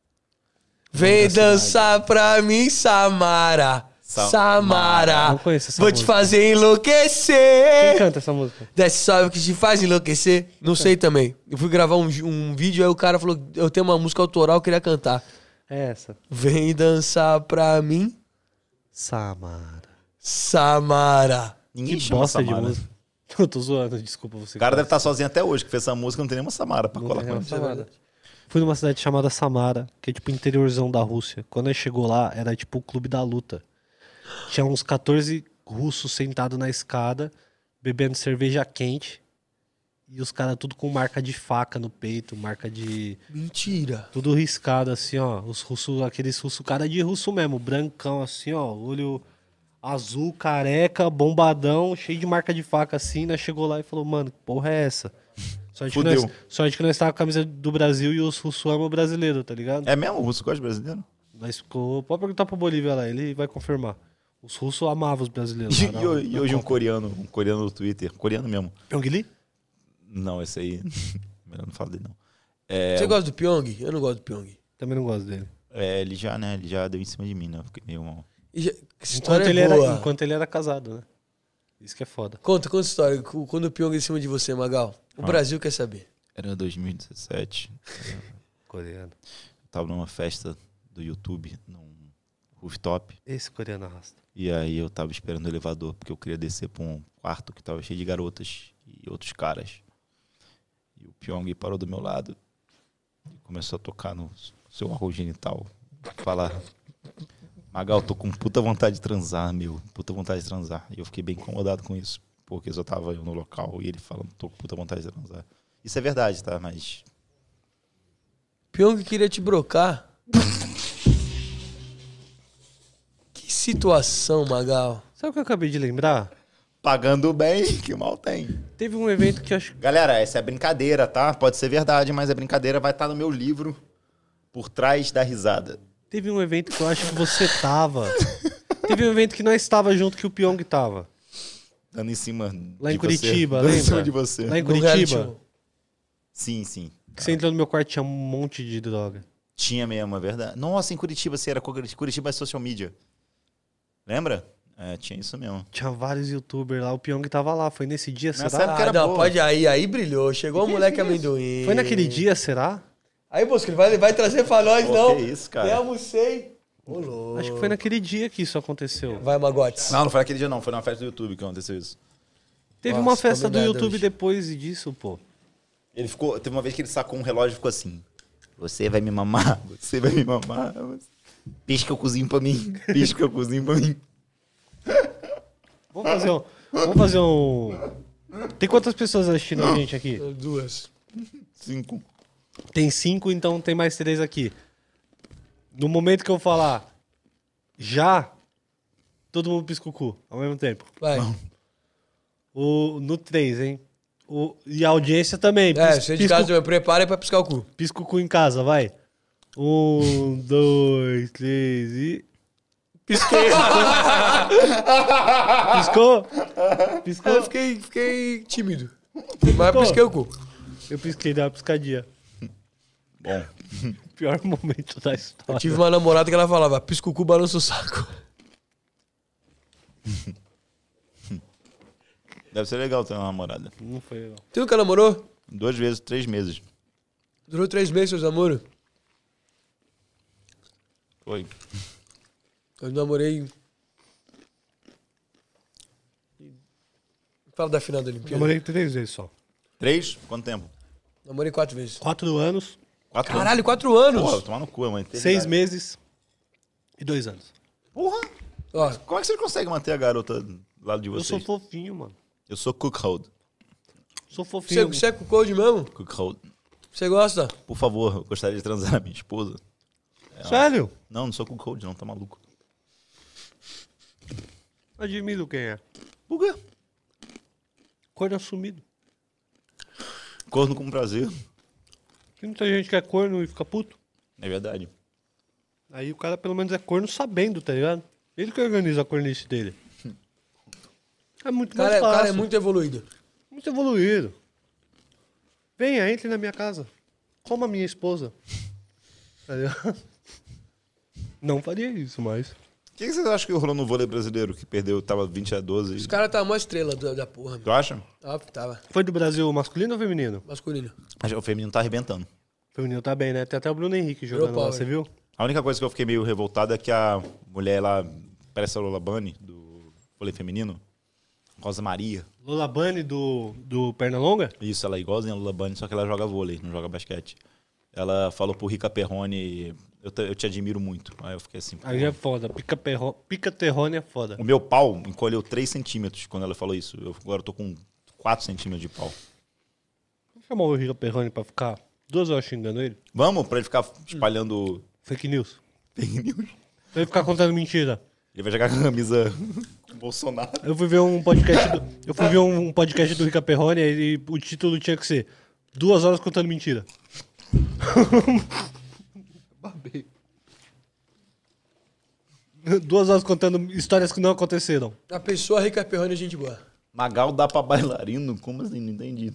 Vem dançar pra mim, Samara. Sa- Samara. Não conheço essa Vou te música. fazer Quem enlouquecer. canta essa música? Desce salve que te faz enlouquecer. Não sei também. Eu fui gravar um, um vídeo, aí o cara falou: eu tenho uma música autoral, eu queria cantar. É essa. Vem dançar pra mim, Samara. Samara. Ninguém Que chama bosta de Samara. música. Eu tô zoando, desculpa você. O cara deve estar sozinho até hoje, que fez essa música, não tem nenhuma Samara pra Não colar tem com nenhuma ele. Samara. Fui numa cidade chamada Samara, que é tipo interiorzão da Rússia. Quando a gente chegou lá, era tipo o clube da luta. Tinha uns quatorze russos sentados na escada, bebendo cerveja quente. E os caras tudo com marca de faca no peito, marca de... Mentira. Tudo riscado assim, ó. Os russos, aqueles russos, cara de russo mesmo, brancão assim, ó. Olho azul, careca, bombadão, cheio de marca de faca assim, né? Chegou lá e falou, mano, que porra é essa? Sorte que, Fudeu. nós, sorte que nós tava com a camisa do Brasil e os russos amam o brasileiro, tá ligado? É mesmo? O russo gosta de brasileiro? Nós ficou... Pode perguntar pro Bolívia lá, ele vai confirmar. Os russos amavam os brasileiros. E, lá na- e hoje na e hoje um Copa. coreano, um coreano no Twitter, coreano mesmo. Pyong Lee? Não, esse aí, melhor não falar dele não. É, Você gosta do Pyong? Eu não gosto do Pyong. Também não gosto dele. é, ele já, né, ele já deu em cima de mim, né, eu fiquei meio mal. E já- Essa Enquanto história ele, é era, boa. enquanto ele era casado, né? Isso que é foda. Conta, conta a história. Cu- Quando o Pyong em cima de você, Magal. O Ah. Brasil quer saber. Era dois mil e dezessete, Coreano. eu tava numa festa do YouTube, num rooftop, Esse coreano arrasta. e aí eu tava esperando o elevador, porque eu queria descer pra um quarto que tava cheio de garotas e outros caras. E o Pyong parou do meu lado e começou a tocar no seu órgão genital, falar: Magal, tô com puta vontade de transar, meu, puta vontade de transar. E eu fiquei bem incomodado com isso, porque só tava eu no local e ele falando: tô com puta vontade de transar. Isso é verdade, tá? Mas Pyong queria te brocar. Que situação, Magal. Sabe o que eu acabei de lembrar? pagando bem, que mal tem. Teve um evento que eu acho... Galera, essa é brincadeira, tá? Pode ser verdade, mas a brincadeira vai estar no meu livro, Por Trás da Risada. Teve um evento que eu acho que você tava. Teve um evento que nós estava junto, que o Pyong tava. Dando em cima Lá de em Curitiba, você. Dando em cima lembra? de você. Lá em No reality Curitiba. show. Sim, sim. Que você entrou no meu quarto e tinha um monte de droga. Tinha mesmo, é verdade. Nossa, em Curitiba, você era Curitiba é social media. Lembra? É, tinha isso mesmo. Tinha vários youtubers lá, o Pyong tava lá. Foi nesse dia, Nessa será? época Ah, era não, boa. pode aí, aí brilhou. Chegou o moleque amendoim. Foi naquele dia, será? Aí, Bosco, ele vai, vai trazer pra nós, Pô, não. que isso, cara. Nem almocei. Ô, louco. Acho que foi naquele dia que isso aconteceu. Vai, Magotes. Não, não foi naquele dia não, foi numa festa do YouTube que aconteceu isso. Teve Nossa, uma festa do combinado YouTube hoje. depois disso, pô. Ele ficou, teve uma vez que ele sacou um relógio e ficou assim: você vai me mamar, você vai me mamar. Pisca eu cozinho pra mim, pisca eu cozinho pra mim. Vamos fazer um... Vamos fazer um... Tem quantas pessoas assistindo a gente aqui? Duas. Cinco. Tem cinco, então tem mais três aqui. No momento que eu falar já, todo mundo pisca o cu ao mesmo tempo. Vai. O, no três, hein? O, e a audiência também. É, Pis- você de pisca, casa também prepara aí pra piscar o cu. o- pisca o cu em casa, vai. Um, dois, três e... Pisquei. Piscou? Piscou? Eu fiquei, fiquei tímido. Mas pisquei o cu. Eu pisquei, dei uma piscadinha. Bom, Pior momento da Eu história. tive uma namorada que ela falava, pisca o cu, balança o saco. deve ser legal ter uma namorada. Não foi legal. Tu nunca namorou? Duas vezes, três meses. Durou três meses, seus namoros? Foi. Eu namorei... Fala da final da Olimpíada. Namorei três vezes só. Três? Quanto tempo? Namorei quatro vezes. Quatro anos, Quatro Caralho, quatro anos! Porra, tomar no cu, mãe. seis meses e dois anos. Porra! Ó, Como é que você consegue manter a garota do lado de Eu vocês? sou fofinho, mano. Eu sou cookhold. Sou você, fofinho. você é com code mesmo? Cookhold. Você gosta? Por favor, eu gostaria de transar a minha esposa. Sério? Não, não sou cookhold, não, tá maluco. Admiro quem é. Por quê? Corno assumido. Corno com prazer. Tem muita gente que é corno e fica puto. É verdade. Aí o cara pelo menos é corno sabendo, tá ligado? Ele que organiza a cornice dele. É muito O cara, mais é- o fácil. cara é muito evoluído. Muito evoluído. Venha, entre na minha casa. Como a minha esposa. Tá ligado? Não faria isso, mas... O que, que vocês acham que rolou no vôlei brasileiro, que perdeu, tava vinte a doze? Os caras tá uma estrela da, da porra. Tu acha? Tava, tava. Foi do Brasil masculino ou feminino? Masculino. Acho que o feminino tá arrebentando. Feminino tá bem, né? Tem até o Bruno Henrique jogando Virou lá, power. você viu? A única coisa que eu fiquei meio revoltado é que a mulher lá, parece a Lola Bunny, do vôlei feminino, Rosa Maria. Lola Bunny do, do Pernalonga? Isso, ela é igualzinha a Lola Bunny, só que ela joga vôlei, não joga basquete. Ela falou pro Rica Perrone, eu te, eu te admiro muito. Aí eu fiquei assim, pô. Aí é foda. Pica, perro... Pica terrone é foda. O meu pau encolheu três centímetros quando ela falou isso. Eu agora tô com quatro centímetros de pau. Vamos chamar o Rica Perrone pra ficar duas horas xingando ele? Vamos, pra ele ficar espalhando Fake news. fake news. Pra ele ficar contando mentira. Ele vai jogar com a camisa com Bolsonaro. Eu fui ver um podcast do, eu fui ver um podcast do Rica Perrone e o título tinha que ser Duas horas contando mentira. Babei. Duas horas contando histórias que não aconteceram. A pessoa rica perrone é gente boa. Magal dá pra bailarino? Como assim? Não entendi.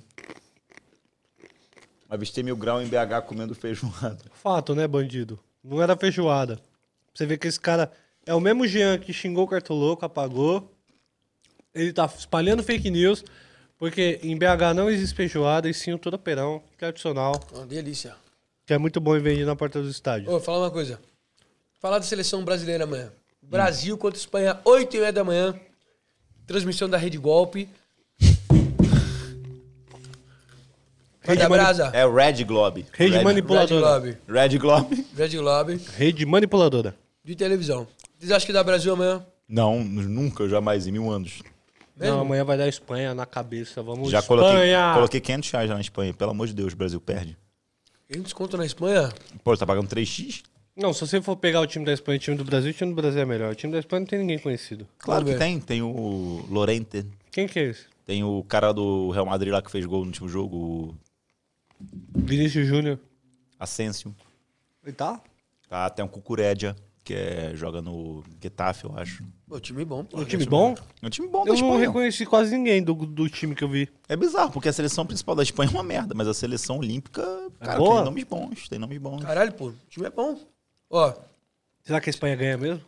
Avistei mil grau em B H comendo feijoada. Fato, né, bandido? Não era feijoada. Você vê que esse cara é o mesmo Jean que xingou o Cartoloco, apagou. Ele tá espalhando fake news, porque em B H não existe feijoada, e sim o todoperão, que é tradicional, Uma delícia. que é muito bom e vendido na porta dos estádios. Ô, vou falar uma coisa. Falar da seleção brasileira amanhã. Brasil contra Espanha, oito e meia da manhã. Transmissão da Rede Golpe. Vai Rede da mani- brasa. É o Red Globe. Rede Red, manipuladora. Red Globe. Red Globe? Red Globe. Rede manipuladora. De televisão. Vocês acham que dá Brasil amanhã? Não, nunca, jamais, em mil anos. Mesmo? Não, amanhã vai dar Espanha na cabeça. Vamos Já Espanha! coloquei, coloquei quinhentos reais já na Espanha. Pelo amor de Deus, o Brasil perde. Tem desconto na Espanha? Pô, tá pagando três x? Não, se você for pegar o time da Espanha e o time do Brasil, o time do Brasil é melhor. O time da Espanha não tem ninguém conhecido. Claro Vamos que ver. tem. Tem o Lorente. Quem que é esse? Tem o cara do Real Madrid lá que fez gol no último jogo, o Vinícius Júnior. Asensio. E tá? Tá, tem o Cucurédia, que é, joga no Getafe, eu acho. Pô, time bom. Pô, Um time Esse- bom? É um time bom da Eu não Espanha. reconheci quase ninguém do, do time que eu vi. É bizarro, porque a seleção principal da Espanha é uma merda, mas a seleção olímpica, cara, boa? tem nomes bons, tem nomes bons. Caralho, pô. O time é bom. Ó, Será que a Espanha ganha mesmo?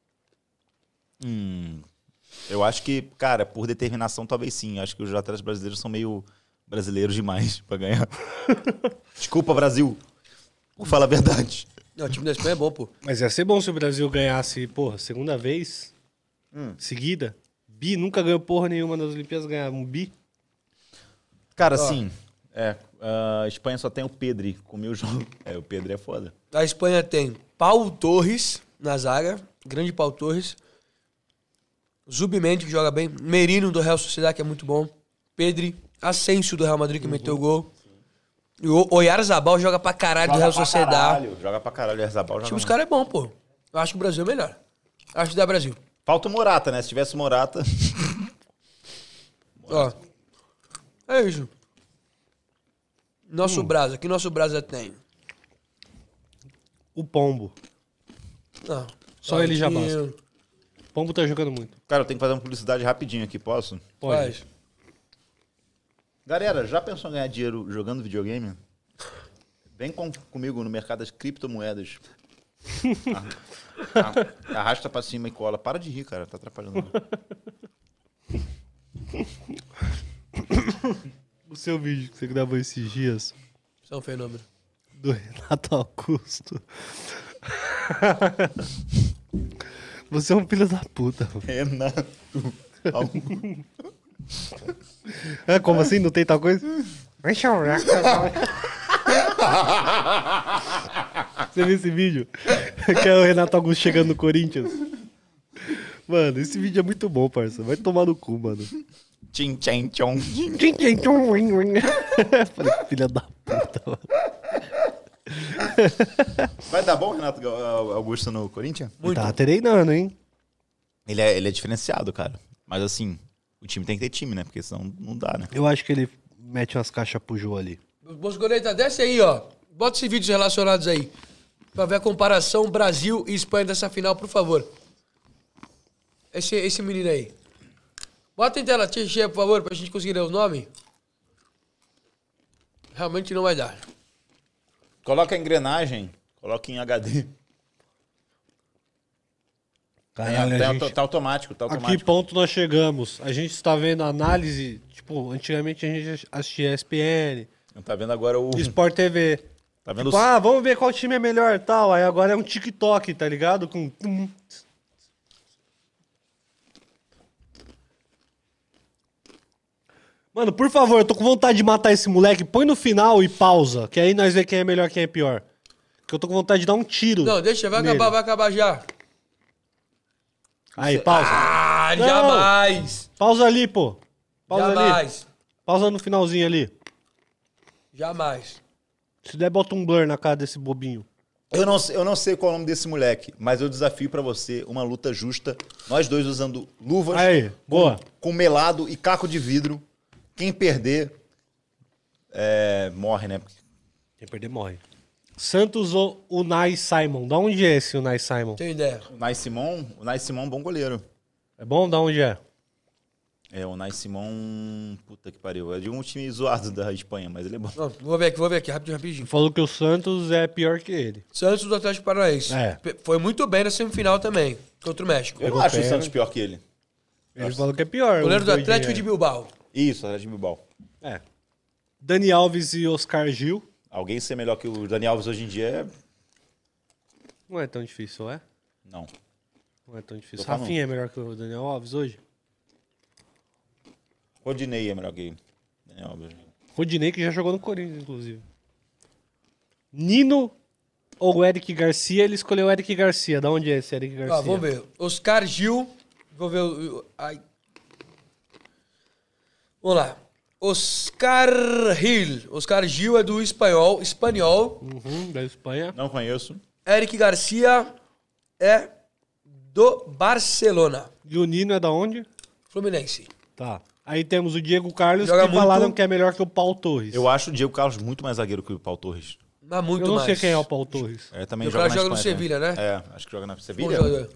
Hum, eu acho que, cara, por determinação, talvez sim. Acho que os atletas brasileiros são meio brasileiros demais pra ganhar. Desculpa, Brasil. Por falar a verdade. não, o time da Espanha é bom, pô. Mas ia ser bom se o Brasil ganhasse, porra, segunda vez seguida. Bi nunca ganhou porra nenhuma nas Olimpíadas, ganhar um bi. Cara, Ó. sim. É, a Espanha só tem o Pedri com mil jogos. É, o Pedri é foda. A Espanha tem Paulo Torres na zaga. Grande Paulo Torres. Zubimendi, que joga bem. Merino, do Real Sociedade, que é muito bom. Pedri. Asensio, do Real Madrid, que meteu o gol. E o Oyarzabal joga pra caralho do Real Sociedade. caralho, joga pra caralho. O Erzabal O joga time dos muito. caras é bom, pô. Eu acho que o Brasil é melhor. Acho que dá Brasil. Falta o Morata, né? Se tivesse o Morata... Ó. É isso. Nosso Brasa. Que nosso Brasa tem? O Pombo. Ah, Só ele já Claudinho. basta. O Pombo tá jogando muito. Cara, eu tenho que fazer uma publicidade rapidinho aqui, posso? Pode. Faz. Galera, já pensou em ganhar dinheiro jogando videogame? Vem com, comigo no mercado das criptomoedas. Ah, ah, arrasta pra cima e cola. Para de rir, cara. Tá atrapalhando. O seu vídeo que você gravou esses dias Isso é um fenômeno. do Renato Augusto. Você é um filho da puta. Renato. É, como assim? Não tem tal coisa? Você viu esse vídeo? Que é o Renato Augusto chegando no Corinthians. Mano, esse vídeo é muito bom, parça. Vai tomar no cu, mano. Tchim, tchim, tchom. Falei, filha da puta, mano. Vai dar bom, Renato Augusto, no Corinthians? Muito. Tá treinando, hein? Ele é, ele é diferenciado, cara. Mas assim, o time tem que ter time, né? Porque senão não dá, né? Eu acho que ele mete umas caixas pro Jô ali. Boscoleta, desce aí, ó. Bota esses vídeos relacionados aí. Pra ver a comparação Brasil e Espanha dessa final, por favor. Esse, esse menino aí. Bota em tela cheia, por favor, pra gente conseguir ler os nomes. Realmente não vai dar. Coloca a engrenagem, coloca em H D. Caralho, tá, a gente... tá automático, tá A que automático. ponto nós chegamos? A gente está vendo análise, tipo, antigamente a gente assistia E S P N, Tá vendo agora o... Sport T V. Tá vendo Tipo, o... ah, vamos ver qual time é melhor e tal. Aí agora é um TikTok, tá ligado? Com... Mano, por favor, eu tô com vontade de matar esse moleque. Põe no final e pausa, que aí nós vemos quem é melhor e quem é pior. Que eu tô com vontade de dar um tiro. Não, deixa, vai nele. acabar, vai acabar já. Aí, pausa. Ah, Não. jamais. Pausa ali, pô. Pausa ali. Jamais. Pausa no finalzinho ali. Jamais. Se der, bota um blur na cara desse bobinho. Eu não, sei- eu não sei qual é o nome desse moleque, mas eu desafio pra você uma luta justa. Nós dois usando luvas Aí, boa. com melado e caco de vidro. Quem perder é, morre, né? Quem perder morre. Santos ou Unai Simon? Da onde é esse Unai Simon? Tenho ideia. O Nai Simon, o Nai Simon é um bom goleiro. É bom? Da onde é? É, o Nai Simon, puta que pariu. É de um time zoado da Espanha, mas ele é bom. Não, vou ver aqui, vou ver aqui, rapidinho, rapidinho. Falou que o Santos é pior que ele. Santos do Atlético Paranaense. É. Pe- Foi muito bem na semifinal também, contra o México. Eu não Pegou acho o pênalti. Santos pior que ele. Ele Nossa. falou que é pior. Goleiro o do doidinho Atlético é. de Bilbao. Isso, Atlético de Bilbao. É. Dani Alves e Oscar Gil. Alguém ser melhor que o Dani Alves hoje em dia é... Não é tão difícil, é? Não. Não é tão difícil. Tô falando. Rafinha é melhor que o Daniel Alves hoje? Rodinei é melhor que ele. Dani Alves. Rodinei que já jogou no Corinthians, inclusive. Nino ou Eric Garcia? Ele escolheu o Eric Garcia. Da onde é esse Eric Garcia? Ó, vamos ver. Oscar Gil. Vou ver o. o- Ai. Vamos lá. Oscar Gil. Oscar Gil é do espanhol. Espanhol. Uhum, da Espanha. Não conheço. Eric Garcia é do Barcelona. E o Nino é da onde? Fluminense. Tá. Aí temos o Diego Carlos, Joga que muito. falaram que é melhor que o Paulo Torres. Eu acho o Diego Carlos muito mais zagueiro que o Paulo Torres. Mas muito Eu não mais. sei quem é o Paulo Torres. É, também O joga cara na joga no Espanha Sevilha, também. né? É, acho que joga na Bom Sevilha. jogador.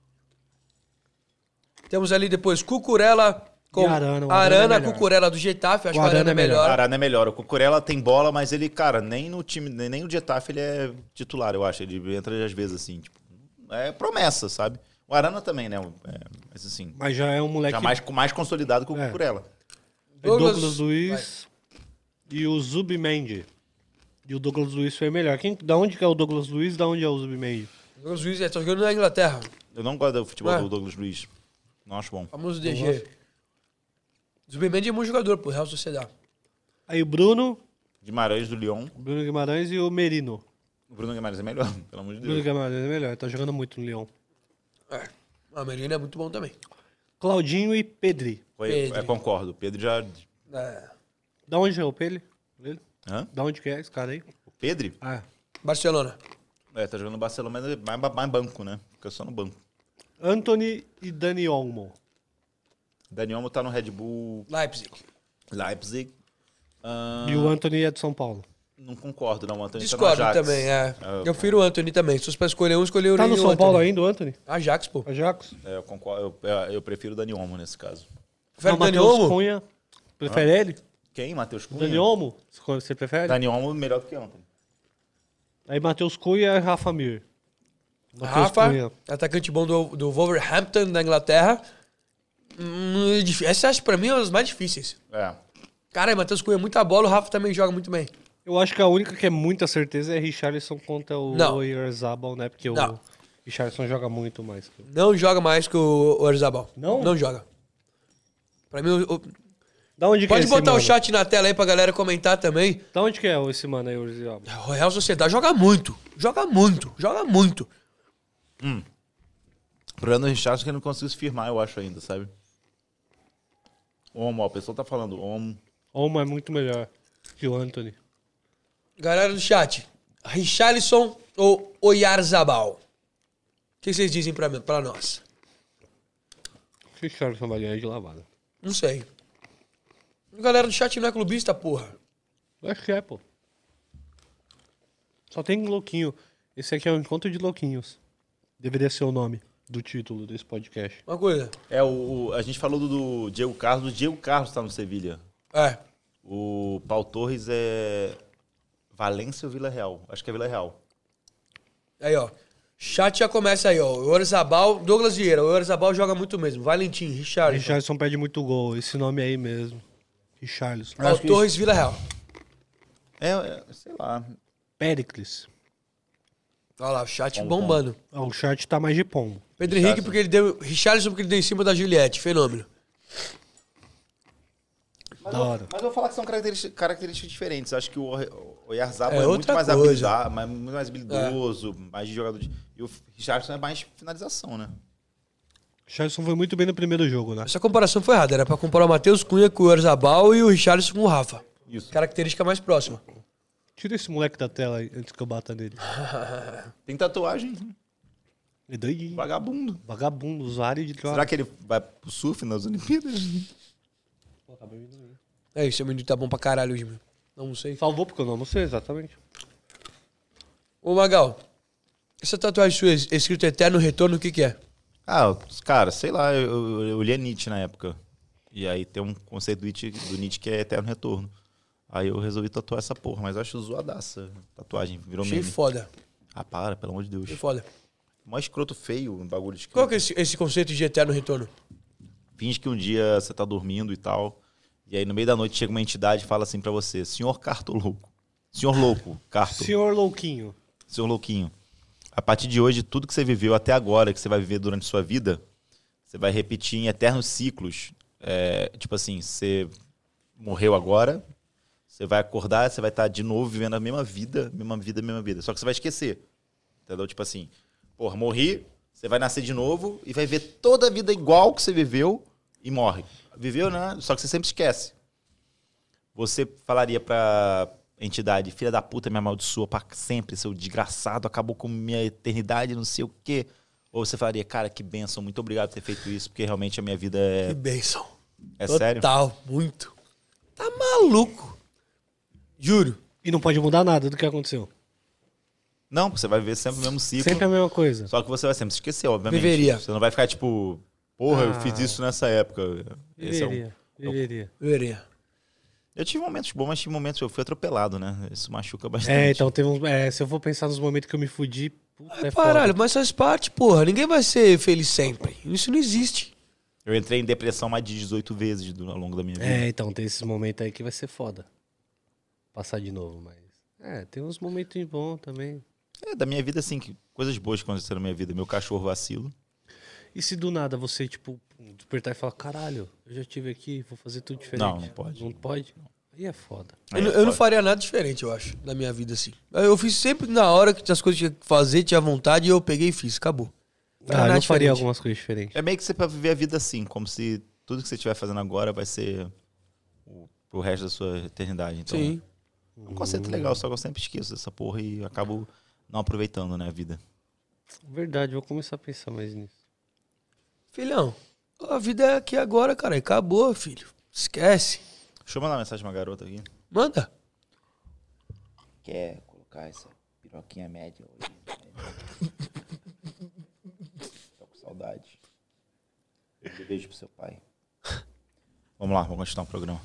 Temos ali depois Cucurella com E Arana, o Arana Arana, é melhor. Cucurella do Getafe. Acho O que o Arana Arana é é melhor. melhor. O Arana é melhor. O Cucurella tem bola, mas ele, cara, nem no time, nem nem no Getafe ele é titular, eu acho. Ele entra às vezes assim, tipo, é promessa, sabe? O Arana também, né? É, mas assim, Mas já é um moleque... já mais, mais consolidado que o É. Cucurella. É Douglas, Douglas- Luiz e o Zubimendi. E o Douglas Luiz foi melhor. Quem, da onde que é o Douglas Luiz? Da onde é o Zubimendi? O Luiz está jogando na Inglaterra. Eu não gosto do futebol Ué. do Douglas Luiz. Não acho bom. Famoso D G. Zubimendi é bom jogador, pô. Real Sociedade. Aí o Bruno, Guimarães do Lyon. o Bruno Guimarães e o Merino. O Bruno Guimarães é melhor, pelo amor de O Bruno Deus. Guimarães é melhor, tá jogando muito no Leão. É. A Merino é muito bom também. Claudinho e Pedri. Foi, Pedro. é, concordo. O Pedro já. É. Da onde é o Pedro? Ele? Hã? Da onde que é esse cara aí? O Pedro? Ah, Barcelona. É, tá jogando no Barcelona, mas é mais, mais banco, né? Fica só no banco. Anthony e Dani Olmo. Dani Olmo tá no Red Bull Leipzig. Leipzig. Ah, E o Anthony é de São Paulo. Não concordo, não. O Antônio Discordo tá no Ajax. também, é. É, Eu prefiro o Anthony também. Se fosse pra escolher um, escolher o Tá no São Paulo Anthony. ainda o Anthony? Ajax, pô. Ajax? É, eu concordo. Eu, eu- eu prefiro o Dani Olmo nesse caso. Prefere Não, o Dani Matheus Olmo? Cunha. Prefere ele? Quem? Matheus Cunha? Dani Olmo? Você prefere? Dani Olmo melhor do que ontem. Aí Matheus Cunha e Rafa Mir. Matheus Rafa, Cunha. atacante bom do, do Wolverhampton, da Inglaterra. Hum, é difí- essa acho que pra mim é uma das mais difíceis. É. Cara, Matheus Cunha é muita bola, o Rafa também joga muito bem. Eu acho que a única que é muita certeza é Richarlison contra o Não. Oyarzabal, né? Porque Não. o Richarlison joga muito mais. que o- Não joga mais que o Oyarzabal. Não? Não joga. Pra mim, o- o- Da onde que pode é esse botar o mano? chat na tela aí pra galera comentar também. Da onde que é esse mano aí, Oyarzabal? O Real Sociedade joga muito. Joga muito. Joga muito. O problema do Richardson é que ele não conseguiu se firmar, eu acho, ainda, sabe? Olmo, ó, o pessoal tá falando Olmo. Olmo é muito melhor que o Anthony. Galera do chat, Richarlison ou Oyarzabal? O que vocês dizem pra, mim, pra nós? Richarlison vai ganhar de lavada. Não sei. Galera do chat não é clubista, porra. Acho que é, pô. Só tem louquinho. Esse aqui é um encontro de louquinhos. Deveria ser o nome do título desse podcast. Uma coisa. É, o, o- a gente falou do, do Diego Carlos. O Diego Carlos tá no Sevilha. É. O Paulo Torres é Valência ou Vila Real? Acho que é Vila Real. Aí, ó. Chat já começa aí, ó. O Oyarzabal, Douglas Vieira. O Oyarzabal joga muito mesmo. Valentim, Richarlison. Richarlison pede muito gol. Esse nome aí mesmo. Richarlison. Ó, Acho que Torres, Vila Real. É, é, sei lá. Pericles. Olha lá, o chat Bom, bombando. Ah, o chat tá mais de pombo. Pedro Henrique, porque ele deu. Richarlison, porque ele deu em cima da Juliette. Fenômeno. Mas, Da eu, hora. mas eu vou falar que são características, características diferentes. Acho que o, o Oyarzabal É é, muito outra mais coisa. habilidado, mais, muito mais habilidoso, mais de jogador de... E o Richardson é mais finalização, né? Richarlison foi muito bem no primeiro jogo, né? Essa comparação foi errada. Era pra comparar o Matheus Cunha com o Oyarzabal e o Richarlison com o Rafa. Isso. Característica mais próxima. Tira esse moleque da tela aí, antes que eu bata nele. Tem tatuagem, É doidinho. vagabundo. Vagabundo, usuário de droga. Será que ele vai pro surf nas Olimpíadas? É isso, esse menino tá bom pra caralho hoje, meu. Não almocei. Salvou porque eu não almocei, exatamente. Ô, Magal, essa tatuagem sua escrito Eterno Retorno, o que que é? Ah, cara, sei lá, eu, eu, eu li a Nietzsche na época. E aí tem um conceito do Nietzsche, do Nietzsche que é eterno retorno. Aí eu resolvi tatuar essa porra, mas eu acho zoadaça. Tatuagem, virou Achei meme. foda. Ah, para, pelo amor de Deus. Achei foda. Mó escroto feio, um bagulho de Qual que é esse, esse conceito de Eterno Retorno? Finge que um dia você tá dormindo e tal, e aí no meio da noite chega uma entidade e fala assim pra você, senhor Cartoloco, senhor louco, Carto, Senhor Louquinho. senhor louquinho, a partir de hoje, tudo que você viveu até agora, que você vai viver durante sua vida, você vai repetir em eternos ciclos. É, tipo assim, você morreu agora, você vai acordar, você vai estar de novo vivendo a mesma vida, mesma vida, mesma vida. Só que você vai esquecer. Entendeu? Tipo assim, porra, morri, você vai nascer de novo e vai ver toda a vida igual que você viveu e morre. Viveu, né? Só que você sempre esquece. Você falaria pra entidade, filha da puta, me amaldiçoa pra sempre, seu desgraçado, acabou com minha eternidade, não sei o quê. Ou você falaria, cara, que bênção, muito obrigado por ter feito isso, porque realmente a minha vida é... Que bênção. É Total, sério? Total, muito. Tá maluco. Juro. E não pode mudar nada do que aconteceu. Não, você vai ver sempre o mesmo ciclo. Sempre a mesma coisa. Só que você vai sempre se esquecer, obviamente. Deveria. Você não vai ficar tipo, porra, eu Ah. fiz isso nessa época. Esse é um... Viveria, viveria. Veria. Eu tive momentos bons, mas tive momentos que eu fui atropelado, né? Isso machuca bastante. É, então teve uns. É, se eu for pensar nos momentos que eu me fudi, puta, é Caralho, foda. mas faz parte, porra. Ninguém vai ser feliz sempre. Isso não existe. Eu entrei em depressão mais de dezoito vezes do- ao longo da minha vida. É, então tem esses momentos aí que vai ser foda. Passar de novo, mas. É, tem uns momentos bons também. É, da minha vida, assim, que coisas boas que aconteceram na minha vida. Meu cachorro vacilo. E se do nada você, tipo, despertar e falar, caralho, eu já tive aqui, vou fazer tudo diferente. Não, não pode. Não pode? Aí é foda. Eu, não- eu não faria nada diferente, eu acho, na minha vida, assim. Eu fiz sempre na hora que as coisas tinha que fazer, tinha vontade, e eu peguei e fiz. Acabou. Não era Ah, eu nada não faria diferente. algumas coisas diferentes. É meio que você pra viver a vida assim, como se tudo que você estiver fazendo agora vai ser o, pro resto da sua eternidade. Então, Sim. é um conceito legal, só que eu sempre esqueço dessa porra e acabo não aproveitando, né, a vida. Verdade, vou começar a pensar mais nisso. Filhão, a vida é aqui agora, cara. E acabou, filho. Esquece. Deixa eu mandar uma mensagem pra uma garota aqui. Manda. Quer colocar essa piroquinha média hoje? Tô com saudade. Um beijo pro seu pai. Vamos lá, vamos continuar o programa.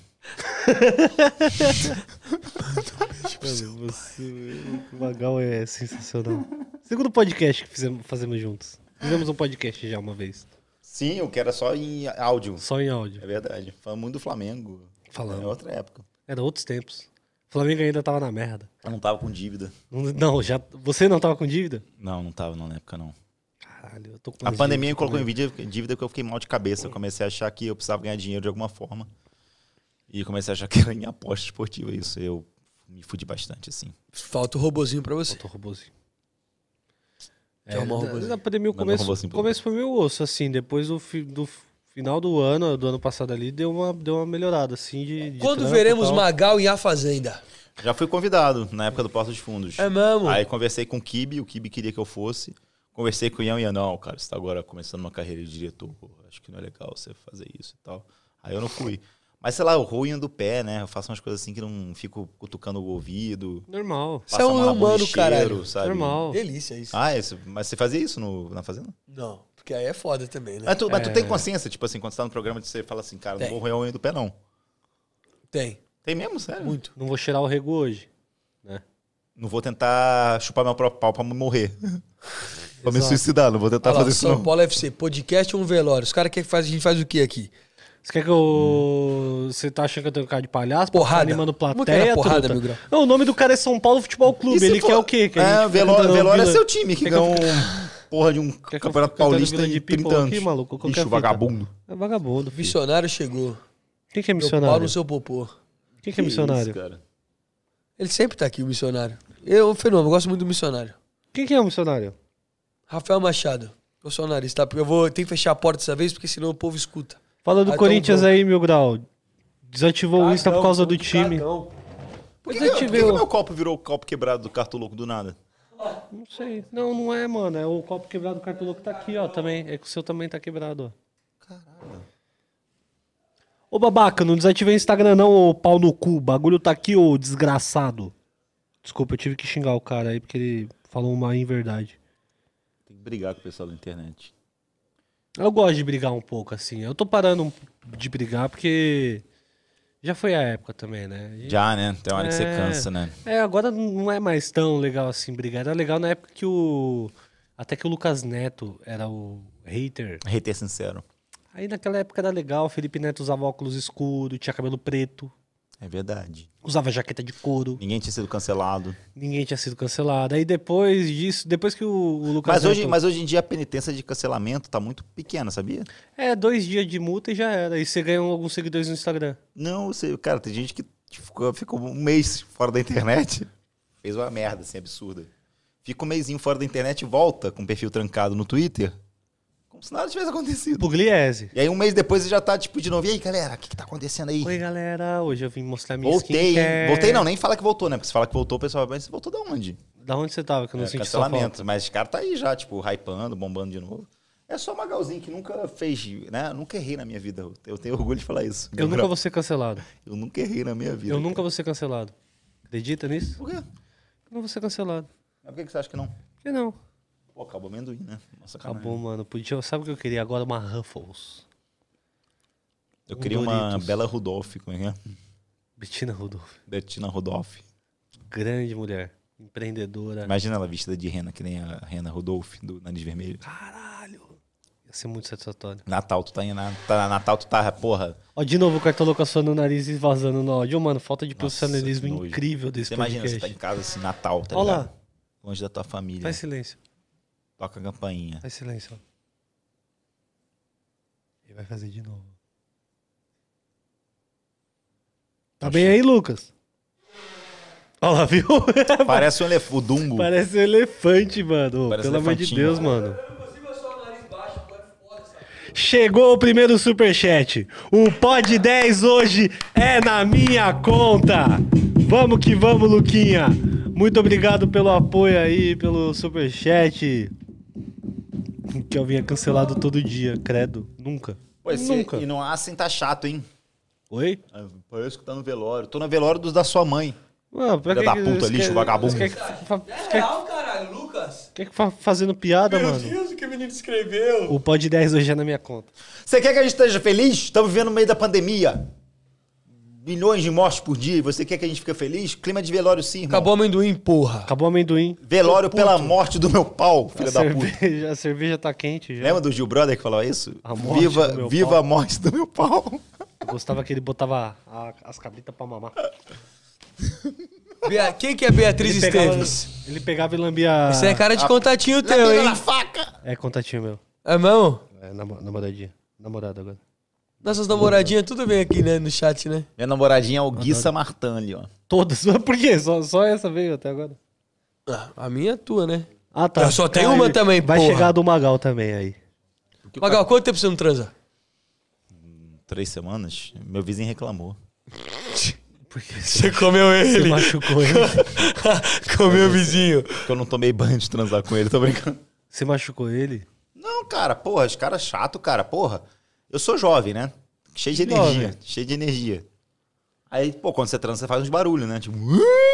Mano, você, o Magal é sensacional. Segundo podcast que fizemos, fazemos juntos. Fizemos um podcast já uma vez. Sim, eu quero só em áudio. Só em áudio. É verdade. Falando muito do Flamengo. Falando. É outra época. Era outros tempos. O Flamengo ainda tava na merda. Eu não tava com dívida. Não, não, já. Você não tava com dívida? Não, não tava não, na época não. Caralho, eu tô com A umas pandemia me dívidas colocou em também. dívida, dívida que eu fiquei mal de cabeça. Eu comecei a achar que eu precisava ganhar dinheiro de alguma forma. E comecei a achar que era em aposta esportiva isso. Eu me fudi bastante, assim. Falta o robozinho pra você. Faltou robozinho. Quer arrumar um na- robozinho? Na pandemia, o Manda um começo, robozinho o pra começo foi meio osso, assim. Depois do, fi- do final do ano, do ano passado ali, deu uma, deu uma melhorada, assim, de. de Quando trampo e veremos tal. Magal em A Fazenda? Já fui convidado na época do Porta dos Fundos. É mesmo? Aí conversei com o Kibe, o Kibe queria que eu fosse. Conversei com o Ian e Ian, não, cara, você tá agora começando uma carreira de diretor, pô, acho que não é legal você fazer isso e tal. Aí eu não fui. Mas sei lá, eu ruim do pé, né? Eu faço umas coisas assim que não fico cutucando o ouvido. Normal. Você é passo a um mão na bunda humano, e cheiro, caralho. sabe? Normal. Delícia isso. Ah, esse, mas você fazia isso no, na Fazenda? Não, porque aí é foda também, né? Mas, tu, mas tu É. tem consciência, tipo assim, quando você tá no programa, você fala assim, cara, Tem. não vou roer a unha do pé, não. Tem, Tem mesmo, sério? muito. Não vou cheirar o rego hoje. Né? Não vou tentar chupar meu próprio pau pra morrer. pra me Exato. suicidar, não vou tentar Olha lá, fazer isso São não. Paulo F C, podcast ou um velório? Os caras querem que faz, a gente faz o que aqui? Você quer que eu. Você tá achando que eu tenho cara de palhaço? pra Porrada. ficar animando Como que era plateia? porrada, truta? meu grau? Não, o nome do cara é São Paulo Futebol Clube. E se Ele for- quer o quê? Que a É, gente velório, fica cantando velório é Vila- seu time, que Quer que eu ganhou fique- um porra de um que eu fique campeonato cantando paulista Vila de em People trinta anos. aqui, maluco? Qual que é a Bicho fita? vagabundo. É vagabundo, filho. Missionário chegou. Quem que é Meu pau missionário? no seu popô. Quem que é missionário? Isso, cara? Ele sempre tá aqui, o missionário. Eu, o fenômeno, eu gosto muito do missionário. Quem que é o missionário? Rafael Machado. Eu sou o nariz, tá? Porque eu vou ter que fechar a porta dessa vez, porque senão o povo escuta. Fala do Ah, então Corinthians vamos. aí, Mil Grau. Desativou o Insta por causa do muito time. cagão. Por que, Desativei que, por que o- que meu copo virou o copo quebrado do cartoloco do nada? Não sei. Não, não é, mano. É o copo quebrado do cartoloco tá aqui, ó. Também. É que o seu também tá quebrado, ó. Caralho. Ô, babaca, não desativei o Instagram não, ô pau no cu. O bagulho tá aqui, ô desgraçado. Desculpa, eu tive que xingar o cara aí porque ele falou uma inverdade. Tem que brigar com o pessoal da internet. Eu gosto de brigar um pouco, assim. Eu tô parando de brigar porque já foi a época também, né? E- Já, né? Tem uma hora que você É. cansa, né? É, agora não é mais tão legal assim brigar. Era legal na época que o... Até que o Lucas Neto era o hater. Hater sincero. Aí naquela época era legal, o Felipe Neto usava óculos escuros, tinha cabelo preto, É verdade. usava jaqueta de couro, Ninguém tinha sido cancelado. ninguém tinha sido cancelado. Aí depois disso, depois que o, o Lucas Mas hoje, Neto... mas hoje em dia a penitência de cancelamento tá muito pequena, sabia? É, dois dias de multa e já era. E você ganha alguns seguidores no Instagram. Não, você, cara, tem gente que ficou, ficou um mês fora da internet. Fez uma merda, assim, absurda. Fica um mêsinho fora da internet e volta com o perfil trancado no Twitter. Como se nada tivesse acontecido. Pugliese. E aí um mês depois você já tá, tipo, de novo. E aí, galera, o que que tá acontecendo aí? Oi, galera, hoje eu vim mostrar minha Voltei, hein? skincare. Voltei não, nem fala que voltou, né? Porque se fala que voltou, o pessoal vai, mas você voltou da onde? Da onde você tava, que eu não É, senti sua cancelamento. falta? Mas esse cara tá aí já, tipo, hypando, bombando de novo. É só Magalzinho que nunca fez, né? Eu nunca errei na minha vida. Eu tenho orgulho de falar isso. Eu nunca vou ser cancelado. Eu nunca errei na minha vida. Eu nunca vou ser cancelado. Acredita nisso? Por quê? Eu não vou ser cancelado. Mas por que que você acha que não? Por que não? Pô, acabou o amendoim, né? Nossa, Acabou, mano. Podia, sabe o que eu queria agora? Uma Ruffles. Eu Um queria uma Doritos. Bela Rudolph, como é que é? Bettina Rudolph. Bettina Rudolph. Grande mulher. Empreendedora. Imagina ela vestida de rena, que nem a Rena Rudolph, do Nariz Vermelho. Caralho. Ia ser muito satisfatório. Natal, tu tá em na, tá, Natal, tu tá, porra. Ó, de novo o cartoloco assando o nariz e vazando no áudio. Ô, mano, falta de Nossa, profissionalismo que nojo. incrível desse Você imagina, você podcast. tá em casa assim, Natal, tá Olha ligado? lá. Longe da tua família. Faz silêncio. Toca a campainha. Faz silêncio. Ó. Ele vai fazer de novo. Tá bem aí, Lucas? Olha lá, viu? Parece um elefante, o Dumbo. Parece um elefante, mano. Ô, Parece pelo amor de elefantinho. Deus, mano. Chegou o primeiro superchat. O Pod dez hoje é na minha conta. Vamos que vamos, Luquinha. Muito obrigado pelo apoio aí, pelo superchat. Que eu vinha cancelado todo dia, credo. Nunca. Pô, esse, Nunca. E não assim tá chato, hein? Oi? Ah, Parece que tá no velório. Tô no velório dos da sua mãe. Ah, pra Filha que da que- puta, você lixo, quer- vagabundo. você Quer que, fa- É quer, real, caralho, Lucas. quer que fa- fazendo piada, Meu mano? Deus, o que o menino escreveu. O Pod dez hoje é na minha conta. Você quer que a gente esteja feliz? Estamos vivendo no meio da pandemia. Milhões de mortes por dia. E você quer que a gente fique feliz? Clima de velório sim, irmão. Acabou o amendoim, porra. Acabou o amendoim. Velório Tô puto. pela morte do meu pau, filho A da puta. cerveja, a cerveja tá quente já. Lembra do Gil Brother que falou isso? A morte Viva, do meu viva pau. a morte do meu pau. Eu gostava que ele botava a- as cabritas pra mamar. Bea- Quem que é Beatriz Ele pegava, Esteves? ele pegava e lambia... Isso é cara de contatinho teu, Lambida hein? na faca. É contatinho meu. É mesmo? É namo- namoradinha. Namorada agora. Nossas namoradinhas tudo vem aqui, né? No chat, né? Minha namoradinha é o Guissa Martani, ó. Todas. Mas por quê? Só, só essa veio até agora. Ah, a minha é tua, né? Ah, tá. Eu só tenho Aí uma também, Vai porra. chegar a do Magal também aí. Magal, quanto tempo você não transa? Três semanas, meu vizinho reclamou. Porque Você comeu você ele. machucou ele. Comeu o vizinho. Porque eu não tomei banho de transar com ele, tô brincando. Você machucou ele? Não, cara, porra, os caras chato, cara, porra. Eu sou jovem, né? Cheio de Jovem. energia, cheio de energia. Aí, pô, quando você transa, você faz uns barulhos, né? Tipo...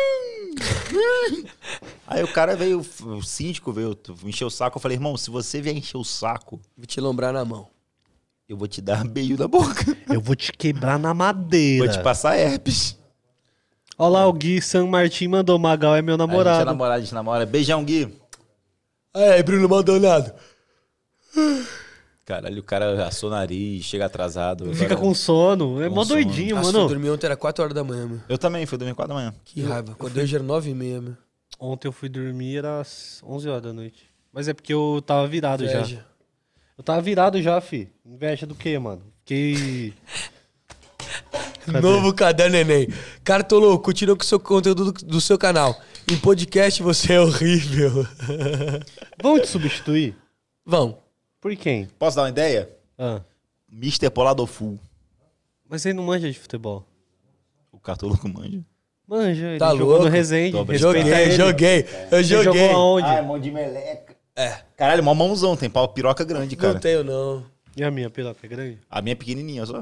Aí o cara veio, o síndico veio encher o saco. Eu falei, irmão, se você vier encher o saco, Vou te lombrar na mão. eu vou te dar beijo na boca. Eu vou te quebrar na madeira. Vou te passar herpes. Olha lá, o Gui San Martin mandou. Magal é meu Aí a gente é namorado. namorado, a gente namora. Beijão, Gui. Aí, Bruno Maldonado. Caralho, o cara assou o nariz, chega atrasado. Fica Agora- com sono. É Com mó sono. doidinho, Nossa, mano. eu dormi ontem, era quatro horas da manhã, meu. Eu também, fui dormir quatro da manhã. Que raiva. Acordei hoje era nove e meia, meu. Ontem eu fui dormir, era às onze horas da noite. Mas é porque eu tava virado já. Inveja. Eu tava virado já, fi. Inveja do quê, mano? Fiquei... Cadê? Novo caderno Enem. Cartolô, continua com o seu conteúdo do, do seu canal. Em podcast você é horrível. Vamos te substituir? Vão. Por quem? Posso dar uma ideia? Ah. mister Polado Full. Mas ele não manja de futebol. O cartoloco manja. Manja, ele Tá jogou louco? no Resende. Tô Respeita Joguei, ele. joguei. Eu Você jogou joguei. aonde? mão de meleca. É. Caralho, mó mãozão, tem pau piroca grande, cara. Não tenho, não. E a minha piroca é grande? A minha é pequenininha, só.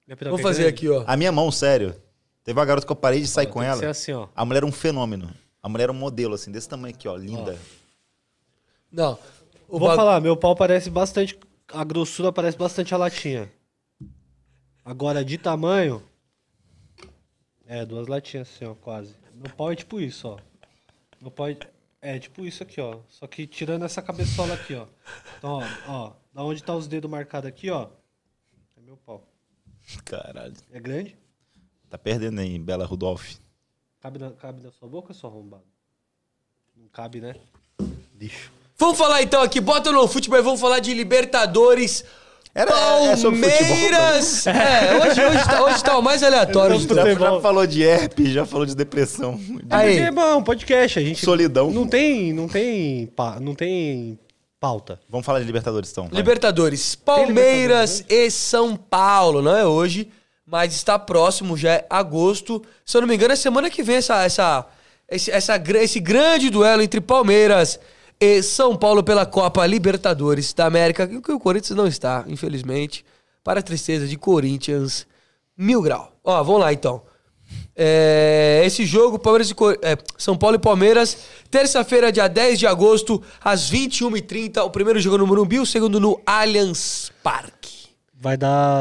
Minha piroca Vamos é fazer grande? aqui, ó. A minha mão, sério. Teve uma garota que eu parei de sair Ó, com tem que ela. ser assim, ó. A mulher era um fenômeno. A mulher era um modelo, assim, desse tamanho aqui, ó. Linda. Não. O Vou bag- falar, meu pau parece bastante... A grossura parece bastante a latinha. Agora, de tamanho... É, duas latinhas assim, ó, quase. Meu pau é tipo isso, ó. Meu pau é, é tipo isso aqui, ó. Só que tirando essa cabeçola aqui, ó. Então, ó, ó. Da onde tá os dedos marcados aqui, ó. É meu pau. Caralho. É grande? Tá perdendo aí, Bela Rudolph. Cabe na, cabe na sua boca ou só arrombado? Não cabe, né? Lixo. Vamos falar então aqui, bota no futebol, vamos falar de Libertadores. Era, é sobre futebol. Palmeiras! É, hoje, hoje, tá, hoje tá o mais aleatório de Vamos tudo. Já, Futebol. já falou de herpes, já falou de depressão. De Aí. Porque é bom, podcast, a gente... solidão. Não tem, não tem, pa- não tem pauta. Vamos falar de Libertadores, então. vai. Libertadores, Palmeiras e São Paulo, não é hoje, mas está próximo, já é agosto. Se eu não me engano, é semana que vem essa, essa, esse, essa, gra- esse grande duelo entre Palmeiras e São Paulo pela Copa Libertadores da América, que o Corinthians não está, infelizmente, para a tristeza de Corinthians, mil grau. Ó, vamos lá então. É, esse jogo, Palmeiras e Cor- é, São Paulo e Palmeiras, terça-feira, dia dez de agosto, às vinte e uma e trinta. O primeiro jogo no Morumbi, o segundo no Allianz Parque. Vai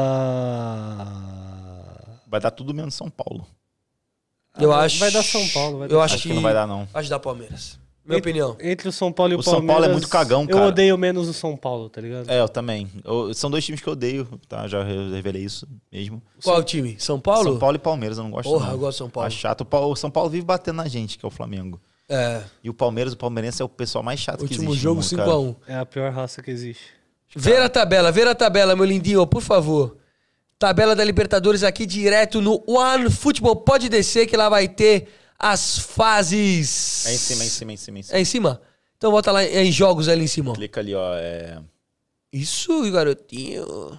dar... Vai dar tudo menos São Paulo. Eu vai- acho. vai dar São Paulo, vai dar eu São acho Acho que não vai dar, não. Acho que dá Palmeiras. Minha opinião. Entre o São Paulo e o, O São Palmeiras... Paulo é muito cagão, Eu cara. odeio menos o São Paulo, tá ligado? É, eu também. Eu- são dois times que eu odeio, tá? Já re- revelei isso mesmo. Qual o time? São Paulo? São Paulo e Palmeiras, eu não gosto Porra, não. eu gosto de São Paulo. Acho chato. O Pa- O São Paulo vive batendo na gente, que é o Flamengo. É. E o Palmeiras, o palmeirense é o pessoal mais chato que Último existe. jogo no mundo, cinco cara. a um. É a pior raça que existe. Ver a tabela, ver a tabela, meu lindinho, ó, por favor. Tabela da Libertadores aqui direto no One Futebol. Pode descer que lá vai ter as fases. É em cima, é em cima, é em cima, é em cima. É em cima? Então bota lá em jogos ali em cima. ó. Clica ali, ó. É... Isso, garotinho.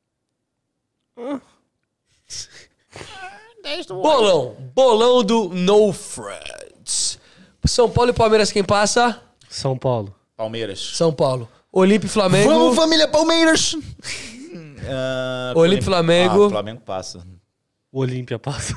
Bolão. Bolão do No Freds. São Paulo e Palmeiras, quem passa? São Paulo. Palmeiras. São Paulo. Olímpio e Flamengo. família Palmeiras! Ah, Olímpio e Flamengo. Ah, Flamengo passa. O Olímpia passa.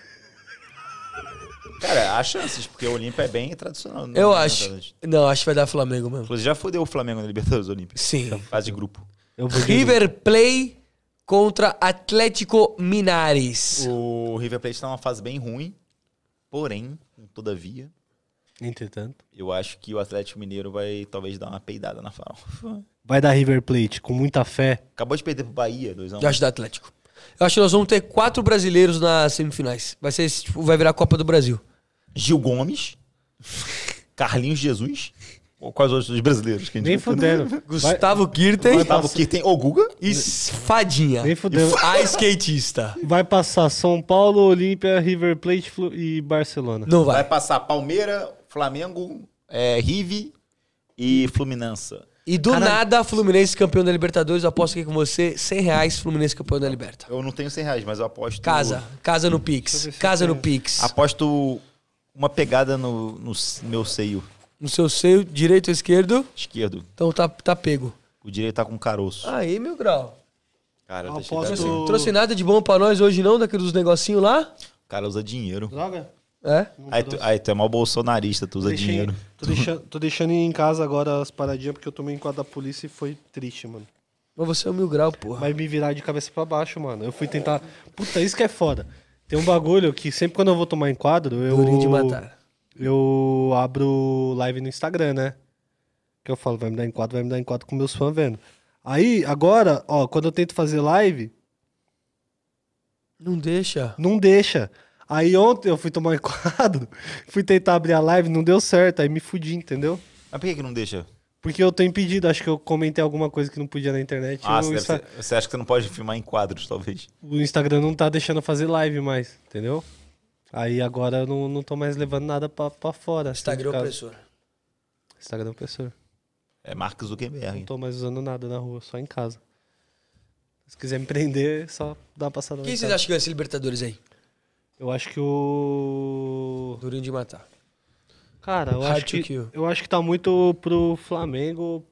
Cara, há chances, porque o Olímpio é bem tradicional. né? Eu acho. Não, acho que vai dar Flamengo mesmo. Inclusive, já fodeu o Flamengo na Libertadores Olímpia. Sim. Fase de grupo. Eu vou de River Play contra Atlético Minares. O River Plate tá numa fase bem ruim, porém, todavia, Entretanto. eu acho que o Atlético Mineiro vai talvez dar uma peidada na farofa. Vai dar River Plate com muita fé. Acabou de perder pro Bahia, dois a um. Eu acho da Atlético. Eu acho que nós vamos ter quatro brasileiros nas semifinais. Vai ser, tipo, vai virar a Copa do Brasil. Gil Gomes, Carlinhos Jesus, ou quais outros brasileiros que a gente Nem vai- fudendo. Gustavo Kirten Gustavo Kirten, ou Guga? e Fadinha. Nem fudendo. A skatista. Vai passar São Paulo, Olímpia, River Plate Flu- e Barcelona. Não Vai vai. passar Palmeiras, Flamengo, é, Rive e Fluminense. E do nada, Fluminense campeão da Libertadores. Eu aposto aqui com você, cem reais, Fluminense campeão da Liberta. Eu não tenho cem reais, mas eu aposto... Casa. Casa no Deixa eu Pix. ver se Casa eu no tenho. Pix. Aposto uma pegada no, no meu seio No seu seio, direito ou esquerdo. esquerdo. Então tá, tá pego. O direito tá com caroço. Aí, meu grau. Cara, Ah, deixa posso- eu ver assim. O- Trouxe nada de bom pra nós hoje não, daqueles negocinhos lá? O cara usa dinheiro. Droga? É? Não Aí tu, trouxe. aí tu é mal bolsonarista, tu usa Deixei- dinheiro. Tô deixando, tô deixando em casa agora as paradinhas porque eu tomei em quadro da polícia e foi triste, mano. Mas você é um mil grau, porra. Vai me virar de cabeça pra baixo, mano. Eu fui tentar. Puta, isso que é foda. Tem um bagulho que sempre quando eu vou tomar enquadro, eu. Durinho de matar. Eu abro live no Instagram, né? Que eu falo, vai me dar enquadro, vai me dar enquadro com meus fãs vendo. Aí, agora, ó, quando eu tento fazer live, Não deixa. não deixa. Aí ontem eu fui tomar um enquadro, fui tentar abrir a live, não deu certo, aí me fudi, entendeu? Mas por que que não deixa? Porque eu tô impedido, acho que eu comentei alguma coisa que não podia na internet. Ah, o, você, deve Insta- ser- você acha que você não pode filmar em quadros, talvez. o Instagram não tá deixando eu fazer live mais, entendeu? Aí agora eu não, não tô mais levando nada pra, pra fora. assim, Instagram de casa. opressor. Instagram opressor. É Mark Não Zuckerberg. tô mais usando nada na rua, só em casa. Se quiser me prender, só dá uma passada lá Quem em vocês casa. acham que ganha esse Libertadores aí? Eu acho que o... Durinho de matar. Cara, eu Hard acho to que, kill. eu acho que tá muito pro Flamengo ou pro,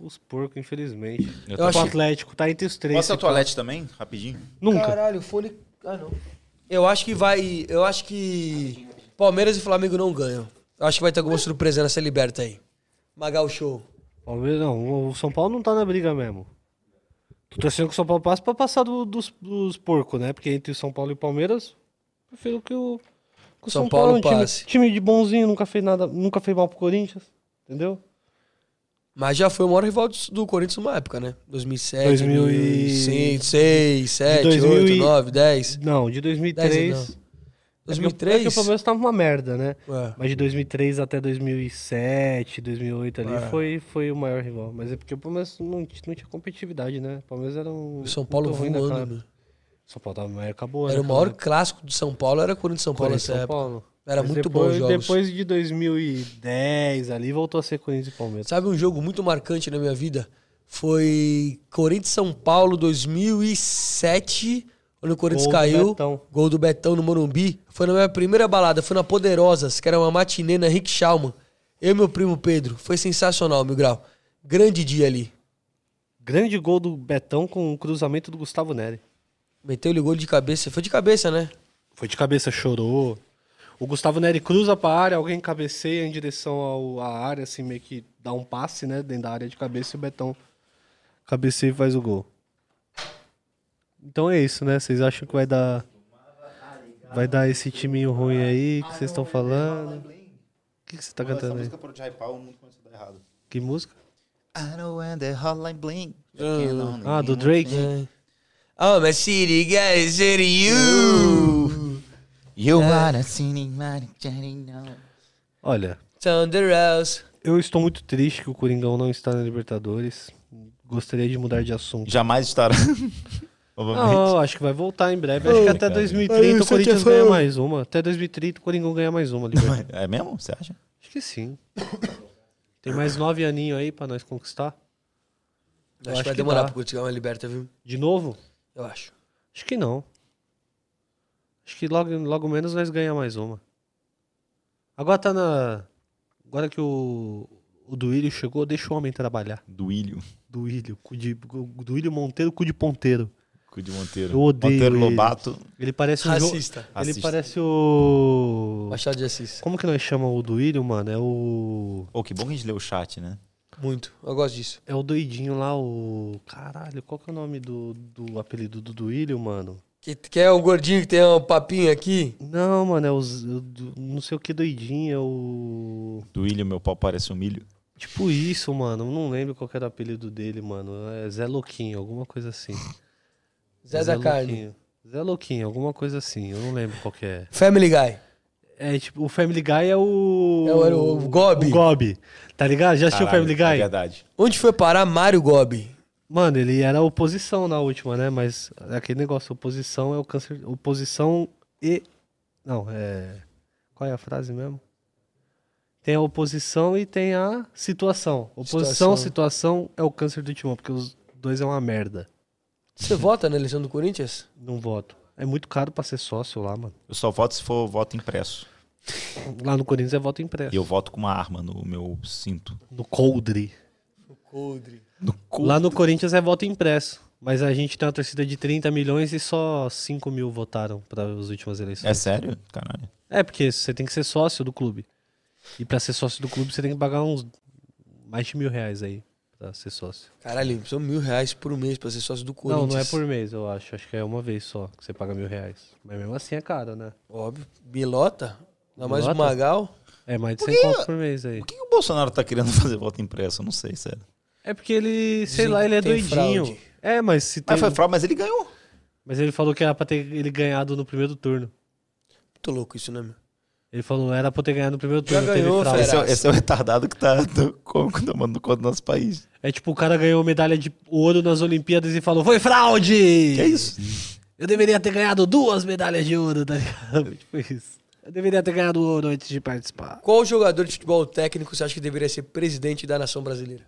os porcos, infelizmente. Eu Eu O achei- Atlético tá entre os três. Mostra a se tua pá. Lete também, rapidinho. Nunca. Caralho, o fone... Ah, não. Eu acho que vai... Eu acho que... Palmeiras e Flamengo não ganham. Eu acho que vai ter alguma surpresa nessa liberta aí. Magal Show. Palmeiras, não, o São Paulo não tá na briga mesmo. Tô torcendo que o São Paulo passe pra passar do- dos, dos porcos, né? Porque entre o São Paulo e o Palmeiras, prefiro que o, que o São São, Paulo, Paulo é um time, passe. time de bonzinho, nunca fez nada, nunca fez mal pro Corinthians, entendeu? Mas já foi o maior rival do, do Corinthians numa época, né? dois mil e sete, dois mil e- dois mil e seis, seis, sete, dois mil oito, e- nove, dez. Não, de dois mil e Dez, três. não. É porque o- dois mil e três? É que o Palmeiras tava uma merda, né? Ué. Mas de dois mil e três até dois mil e sete, dois mil e oito ali É. foi, foi o maior rival. Mas é porque o Palmeiras não, t- não tinha competitividade, né? O Palmeiras era um. O São Paulo muito ruim voando, naquela- meu. São Paulo tava uma época boa, Era né? o maior Aquela clássico de São Paulo, era Corinthians e São Paulo Corinthians e nessa São época. Paulo. Era Mas muito bom depois, os jogos. Depois de dois mil e dez ali, voltou a ser Corinthians e Palmeiras. Sabe um jogo muito marcante na minha vida? Foi Corinthians e São Paulo dois mil e sete, quando o Corinthians Gol do caiu. Betão. Gol do Betão no Morumbi. Foi na minha primeira balada, foi na Poderosas, que era uma matinê na Rick Schaumann. Eu e meu primo Pedro. Foi sensacional, Mil Grau. Grande dia ali. Grande gol do Betão com o cruzamento do Gustavo Neri. Meteu-lhe gol de cabeça. Foi de cabeça, né? Foi de cabeça, chorou. O Gustavo Neri cruza pra área, alguém cabeceia em direção ao, à área, assim, meio que dá um passe, né, dentro da área de cabeça e o Betão cabeceia e faz o gol. Então é isso, né? Vocês acham que vai dar vai dar esse timinho ruim aí que vocês estão falando? O que que você tá cantando aí? parou de hypar, o mundo começou a dar errado. Que música? I know when the hotline bling. Ah, do Drake? É. Oh, my city guys, city you. You wanna see me, man, now. Olha, Thunder House. eu estou muito triste que o Coringão não está na Libertadores. Gostaria de mudar de assunto. Jamais estará. Novamente. Não, acho que vai voltar em breve. Acho que até cara. dois mil e trinta Aí, o Corinthians você é fã. ganha mais uma. Até dois mil e trinta o Coringão ganha mais uma. Libertadores. É mesmo? Você acha? Acho que sim. Tem mais nove aninhos aí pra nós conquistar. Eu Acho, acho que vai que demorar dá. pra chegar uma liberta, viu? De novo? Eu acho. Acho que não. Acho que logo, logo menos nós ganhamos mais uma. Agora tá na... Agora que o, o Duílio chegou, deixa o homem trabalhar. Do Ilho. Duílio, cu de, cu- Duílio Monteiro, cu de ponteiro. Cu de Monteiro. Eu odeio Monteiro ele. Lobato. Ele parece um jo- Racista. Ele Racista. parece o... Machado de Assis. Como que nós chamamos o Duílio, mano? É o... Pô, que bom que a gente leu o chat, né? Muito. Eu gosto disso. É o doidinho lá, o... Caralho, qual que é o nome do, do apelido do Duílio, mano? Que, que é o gordinho que tem um papinho aqui? Não, mano, é o... Z- o do- não sei o que doidinho, é o... Do Ilho, meu pau parece um milho. Tipo isso, mano. Eu não lembro qual que era o apelido dele, mano. É Zé Louquinho, alguma coisa assim. Zé da Carne. Louquinho. Zé Louquinho, alguma coisa assim. Eu não lembro qual que é. Family Guy. É tipo, o Family Guy é o... É o- era o Gobi. O Gobi. Tá ligado? Já assistiu o Caralho, Family É Guy? verdade. Onde foi parar Mário Gobi? Mano, ele era oposição na última, né? Mas aquele negócio, oposição é o câncer... Oposição e... Não, é... Qual é a frase mesmo? Tem a oposição e tem a situação. Oposição, Situação. situação é o câncer do timão, porque os dois é uma merda. Você vota na eleição do Corinthians? Não voto. É muito caro pra ser sócio lá, mano. Eu só voto se for voto impresso. Lá no Corinthians é voto impresso. E eu voto com uma arma no meu cinto. No coldre. O Coldre. No cu. Lá no Corinthians é voto impresso. Mas a gente tem uma torcida de trinta milhões e só cinco mil votaram para as últimas eleições. É sério? Caralho. É, porque você tem que ser sócio do clube. E pra ser sócio do clube, você tem que pagar uns mais de mil reais aí pra ser sócio. Caralho, são mil reais por mês pra ser sócio do Corinthians. Não, não é por mês, eu acho. Acho que é uma vez só que você paga mil reais. Mas mesmo assim é caro, né? Óbvio. Bilota? Ainda mais o Bilota? Magal. É mais de cem conto por mês aí. Por que, que o Bolsonaro tá querendo fazer voto impresso? Eu não sei, sério. É porque ele, sei Dizem lá, que ele é tem doidinho. fraude. É, mas se tem... Mas foi fraude, mas ele ganhou. Mas ele falou que era pra ter ele ganhado no primeiro turno. Muito louco isso, né, meu? Ele falou, era pra ter ganhado no primeiro Já turno, teve ganhou, fraude. Esse é, o- Feraço. esse é o retardado que tá do- co- tomando conta do nosso país. É tipo, o cara ganhou medalha de ouro nas Olimpíadas e falou, foi fraude! Que é isso? Eu deveria ter ganhado duas medalhas de ouro, tá ligado? Tipo isso. Eu deveria ter ganhado ouro antes de participar. Qual jogador de futebol técnico você acha que deveria ser presidente da nação brasileira?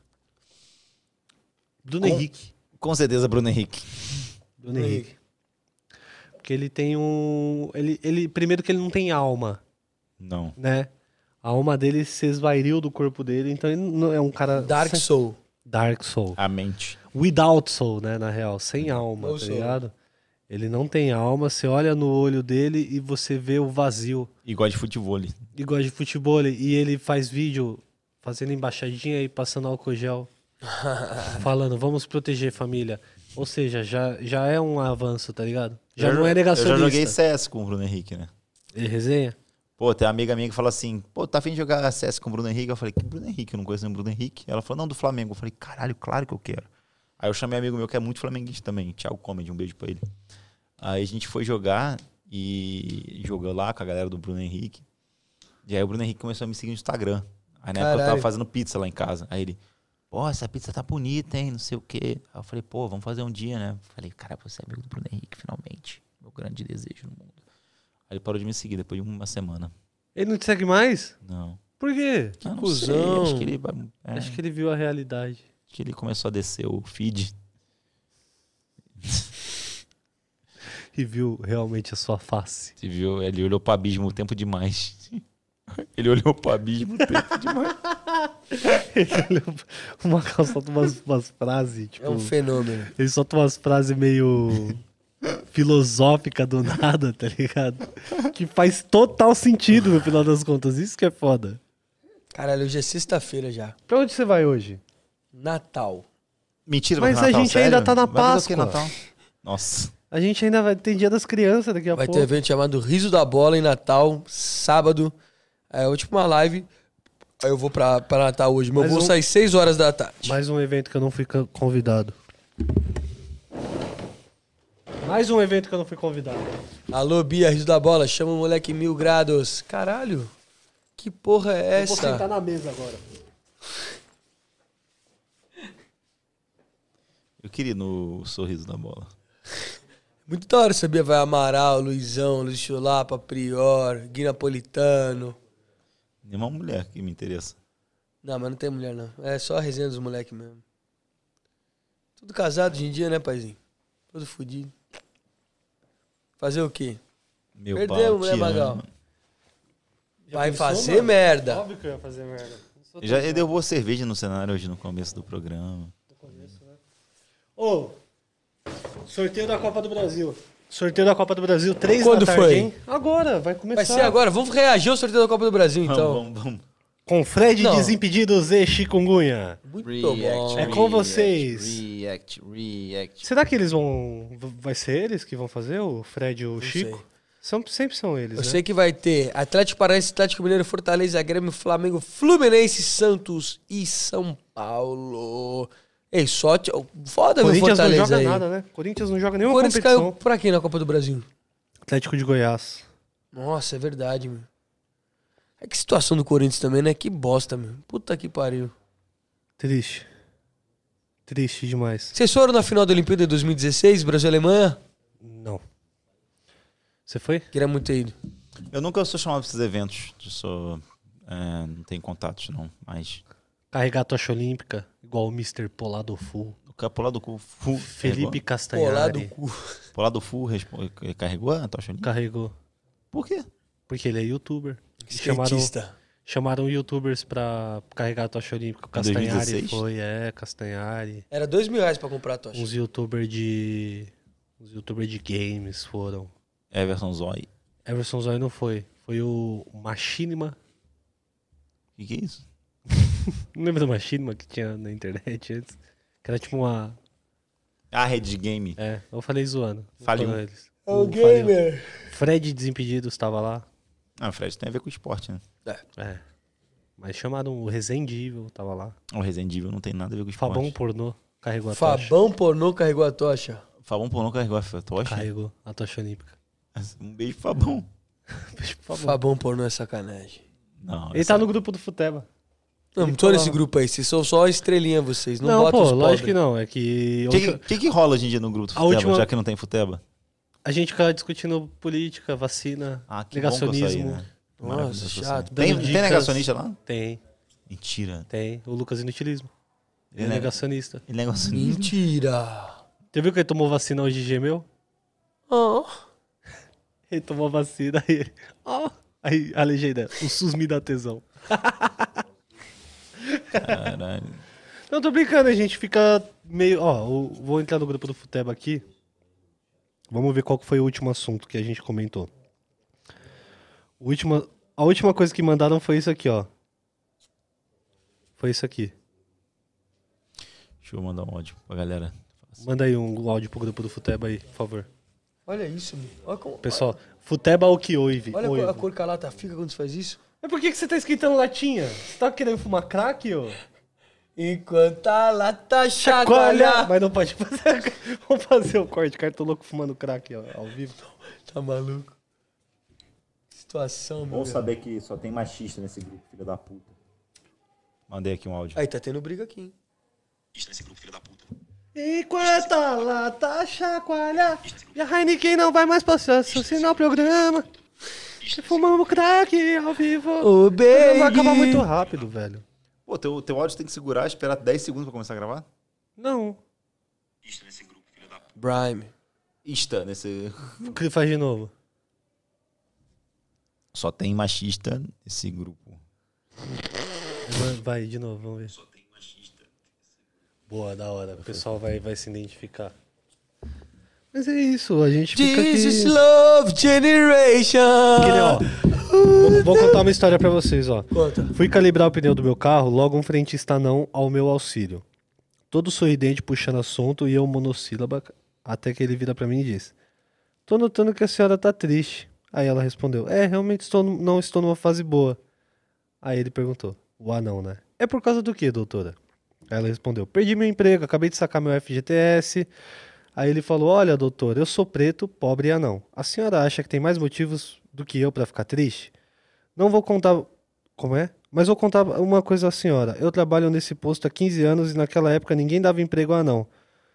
Bruno Com- Henrique. Com certeza, Bruno Henrique. Bruno Henrique. Porque ele tem um... Ele, ele, primeiro que ele não tem alma, Não. né? A alma dele se esvairiu do corpo dele, então ele não é um cara... Dark sem- Soul. Dark Soul. A mente. Without Soul, né, na real. Sem alma, No tá soul. ligado? Ele não tem alma, você olha no olho dele e você vê o vazio. Igual de futebol. E gosta de futebol, e ele faz vídeo fazendo embaixadinha e passando álcool gel. Falando, vamos proteger família. Ou seja, já, já é um avanço, tá ligado? Já Eu não é negacionista. Eu já joguei C S com o Bruno Henrique, né? Ele resenha? Pô, tem uma amiga minha que fala assim, pô, tá afim de jogar C S com o Bruno Henrique? Eu falei, que Bruno Henrique? Eu não conheço nem o Bruno Henrique. Ela falou, não, do Flamengo. Eu falei, caralho, claro que eu quero. Aí eu chamei um amigo meu que é muito flamenguista também, Thiago Comedy, um beijo pra ele. Aí a gente foi jogar e jogou lá com a galera do Bruno Henrique. E aí o Bruno Henrique começou a me seguir no Instagram. Aí na época eu tava Caralho. fazendo pizza lá em casa. Aí ele, pô, essa pizza tá bonita, hein, não sei o quê. Aí eu falei, pô, vamos fazer um dia, né? Falei, cara, você é amigo do Bruno Henrique, finalmente. Meu grande desejo no mundo. Aí ele parou de me seguir depois de uma semana. Ele não te segue mais? Não. Por quê? Ah, não cuzão. sei, acho que ele... é, Acho que ele viu a realidade. acho que ele começou a descer o feed. E viu realmente a sua face. Você viu? Ele olhou pro abismo o tempo demais. Ele olhou pro abismo o tempo demais. Ele olhou- o Macau solta umas, umas frases, tipo... É um fenômeno. Ele solta umas frases meio filosóficas do nada, tá ligado? Que faz total sentido no final das contas. Isso que é foda. Caralho, hoje é sexta-feira já. Pra onde você vai hoje? Natal. Mentira, Mas vai ter a Natal, gente sério? ainda tá na Vai fazer o Páscoa. quê, Natal? Nossa. A gente ainda vai ter Dia das Crianças daqui a Vai ter um pouco. evento chamado Riso da Bola em Natal, sábado. É tipo uma live. Aí eu vou pra, pra Natal hoje. Meu Mas voo um- sai seis horas da tarde. Mais um evento que eu não fui ca- convidado. Mais um evento que eu não fui convidado. Alô, Bia, Riso da Bola, chama o moleque mil graus. Caralho, que porra é Eu vou sentar essa? na mesa agora. Eu queria ir no sorriso da bola. Muito da hora, sabia? Vai Amaral, Luizão, Luiz Chulapa, Prior, Gui Napolitano. Nenhuma mulher que me interessa. Não, mas não tem mulher, não. É só a resenha dos moleques mesmo. Tudo casado hoje em dia, né, paizinho? Tudo fudido. Fazer o quê? Meu Perdemos, pau, né, te Magal? amo. Vai pensou, fazer mano? merda. Óbvio que eu ia fazer merda. Não sou Já tão- derrubou cerveja no cenário hoje no começo do programa. Ô, sorteio da Copa do Brasil. Sorteio da Copa do Brasil, três Quando da tarde, foi? hein? Agora, vai começar. Vai ser agora. Vamos reagir ao sorteio da Copa do Brasil, então. Vamos, vamos, vamos. Com Fred Não. Desimpedidos e Chikungunya. Muito React, bom. É com vocês. React, react. Será que eles vão... Vai ser eles que vão fazer, o Fred e o Chico? sei. São, sempre são eles, Eu né? sei que vai ter Atlético Paranaense, Atlético Mineiro, Fortaleza, Grêmio, Flamengo, Fluminense, Santos e São Paulo. Ei, só... t- Foda, meu Corinthians não Fortaleza joga aí. nada, né? Corinthians não joga O nenhuma Corinthians competição. caiu por aqui na Copa do Brasil. Atlético de Goiás. Nossa, é verdade, meu. É que situação do Corinthians também, né? Que bosta, meu. Puta que pariu. Triste. Triste demais. Vocês foram na final da Olimpíada de dois mil e dezesseis, Brasil e Alemanha? Não. Você foi? Queria muito ter ido. Eu nunca sou chamado para esses eventos. Eu sou, é, não tenho contatos, não. Mas Carregar a tocha olímpica, igual o mister Polado Full. o cara pular do cu. Fu, Felipe Pô, lá Castanhari. do cu. Pular do full respo- carregou a tocha olímpica? Carregou. Por quê? Porque ele é youtuber. E chamaram, Skatista. chamaram youtubers pra carregar a tocha olímpica. O Em Castanhari dois mil e dezesseis? foi, é, Castanhari. Era dois mil reais pra comprar a tocha. Uns youtubers de. Uns youtubers de games foram. Everson Zoy. Everson Zoy não foi. Foi o Machinima. O que, que é isso? Não lembra do Machinima que tinha na internet antes? Que era tipo uma. Ah, rede de game. É, eu falei zoando. Não Faliu. foram eles. É o Faliu. gamer. Fred Desimpedidos estava lá. Ah, Fred tem a ver com esporte, né? É. Mas chamaram o Resendível, tava lá. O Resident Evil não tem nada a ver com esporte. Fabão Pornô carregou a tocha. Fabão Pornô carregou a tocha. Fabão Pornô carregou a tocha? Carregou a tocha olímpica. Um beijo, Fabão. Beijo pro Fabão. Fabão Pornô é sacanagem. Não, Ele essa- tá no grupo do Futeba. Não, Ele não tô falava- nesse grupo aí. Vocês são só estrelinha, vocês. Não, Não, botam pô, os lógico pobres. que não. É que. O que, que, que rola hoje em dia no grupo do A Futeba, última- já que não tem Futeba? A gente fica discutindo política, vacina, Ah, que bom que eu negacionismo. saí, né? Nossa, Maravilhoso você. chato. Tem, Dando tem dicas. negacionista lá? Tem, Mentira. tem. O Lucas Inutilismo. Ele é Ele é- negacionista. Ele é negacionista. Mentira. Você viu que ele tomou vacina hoje de gemeu? Oh. Ele tomou vacina e ele. Ó. Aí a legenda, o SUS me dá tesão. Caralho. Não, tô brincando, a gente fica meio... Ó, eu vou entrar no grupo do Futeba aqui. Vamos ver qual que foi o último assunto que a gente comentou. O última... A última coisa que mandaram foi isso aqui, ó. Foi isso aqui. Deixa eu mandar um áudio pra galera. Manda aí um áudio pro grupo do Futeba aí, por favor. Olha isso, meu. Olha como... Pessoal, Futeba o que oive. Olha oive. a cor que a lata fica quando você faz isso. Mas por que, que você tá esquentando latinha? Você tá querendo fumar crack, ô? Enquanto a lata chacoalha. Mas não pode fazer. Vamos fazer o corte. Cartoloco fumando crack ó, ao vivo. Tá maluco? Que situação, meu. Vamos saber que só tem machista nesse grupo, filho da puta. Mandei aqui um áudio. Aí, tá tendo briga aqui, hein? Nesse grupo, filho da puta. Enquanto a lata chacoalha e a Heineken não vai mais patrocinar o programa. Fumamos crack ao vivo. Ô, baby. Vai acabar muito rápido, velho. Pô, teu, teu áudio tem que segurar, esperar dez segundos pra começar a gravar? Não. Nesse grupo, filho da puta. Brime. Ista, nesse... O que faz de novo? Só tem machista nesse grupo. Vai, vai, de novo, vamos ver. Só tem machista. Boa, da hora. O pessoal vai, vai se identificar. Mas é isso, a gente fica aqui... This is Love Generation. Que nem, ó, vou, vou contar uma história pra vocês, ó. Conta. Fui calibrar o pneu do meu carro, logo um frentista não ao meu auxílio. Todo sorridente puxando assunto e eu monossílaba, até que ele vira pra mim e diz: tô notando que a senhora tá triste. Aí ela respondeu: é, realmente estou, não estou numa fase boa. Aí ele perguntou: o anão, né? É por causa do que, doutora? Aí ela respondeu: perdi meu emprego, acabei de sacar meu F G T S. Aí ele falou: olha, doutor, eu sou preto, pobre e anão. A senhora acha que tem mais motivos do que eu pra ficar triste? Não vou contar... Como é? Mas vou contar uma coisa à senhora. Eu trabalho nesse posto há quinze anos e naquela época ninguém dava emprego a anão.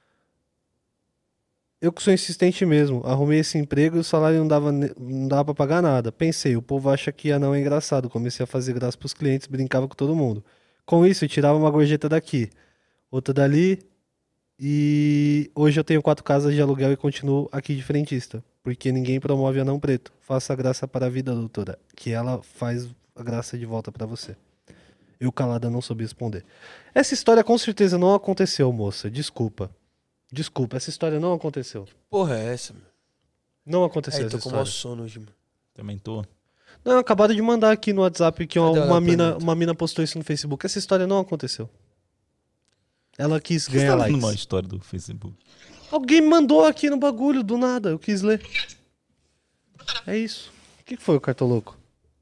Eu que sou insistente mesmo. Arrumei esse emprego e o salário não dava, não dava pra pagar nada. Pensei, o povo acha que anão é engraçado. Comecei a fazer graça pros clientes, brincava com todo mundo. Com isso, eu tirava uma gorjeta daqui, outra dali... E hoje eu tenho quatro casas de aluguel e continuo aqui de frentista. Porque ninguém promove anão preto. Faça a graça para a vida, doutora. Que ela faz a graça de volta para você. Eu calada não soube responder. Essa história com certeza não aconteceu, moça. Desculpa. Desculpa, essa história não aconteceu. Porra é essa, meu? Não aconteceu Aí, essa tô com história. mau sono hoje, mano. Também tô. Não, acabaram de mandar aqui no WhatsApp que uma, Cadê uma a mina, pergunta? uma mina postou isso no Facebook. Essa história não aconteceu. Ela quis Você ganhar tá likes. lendo uma história do Facebook? Alguém me mandou aqui no bagulho, do nada. Eu quis ler. É isso. O que foi o cartoloco?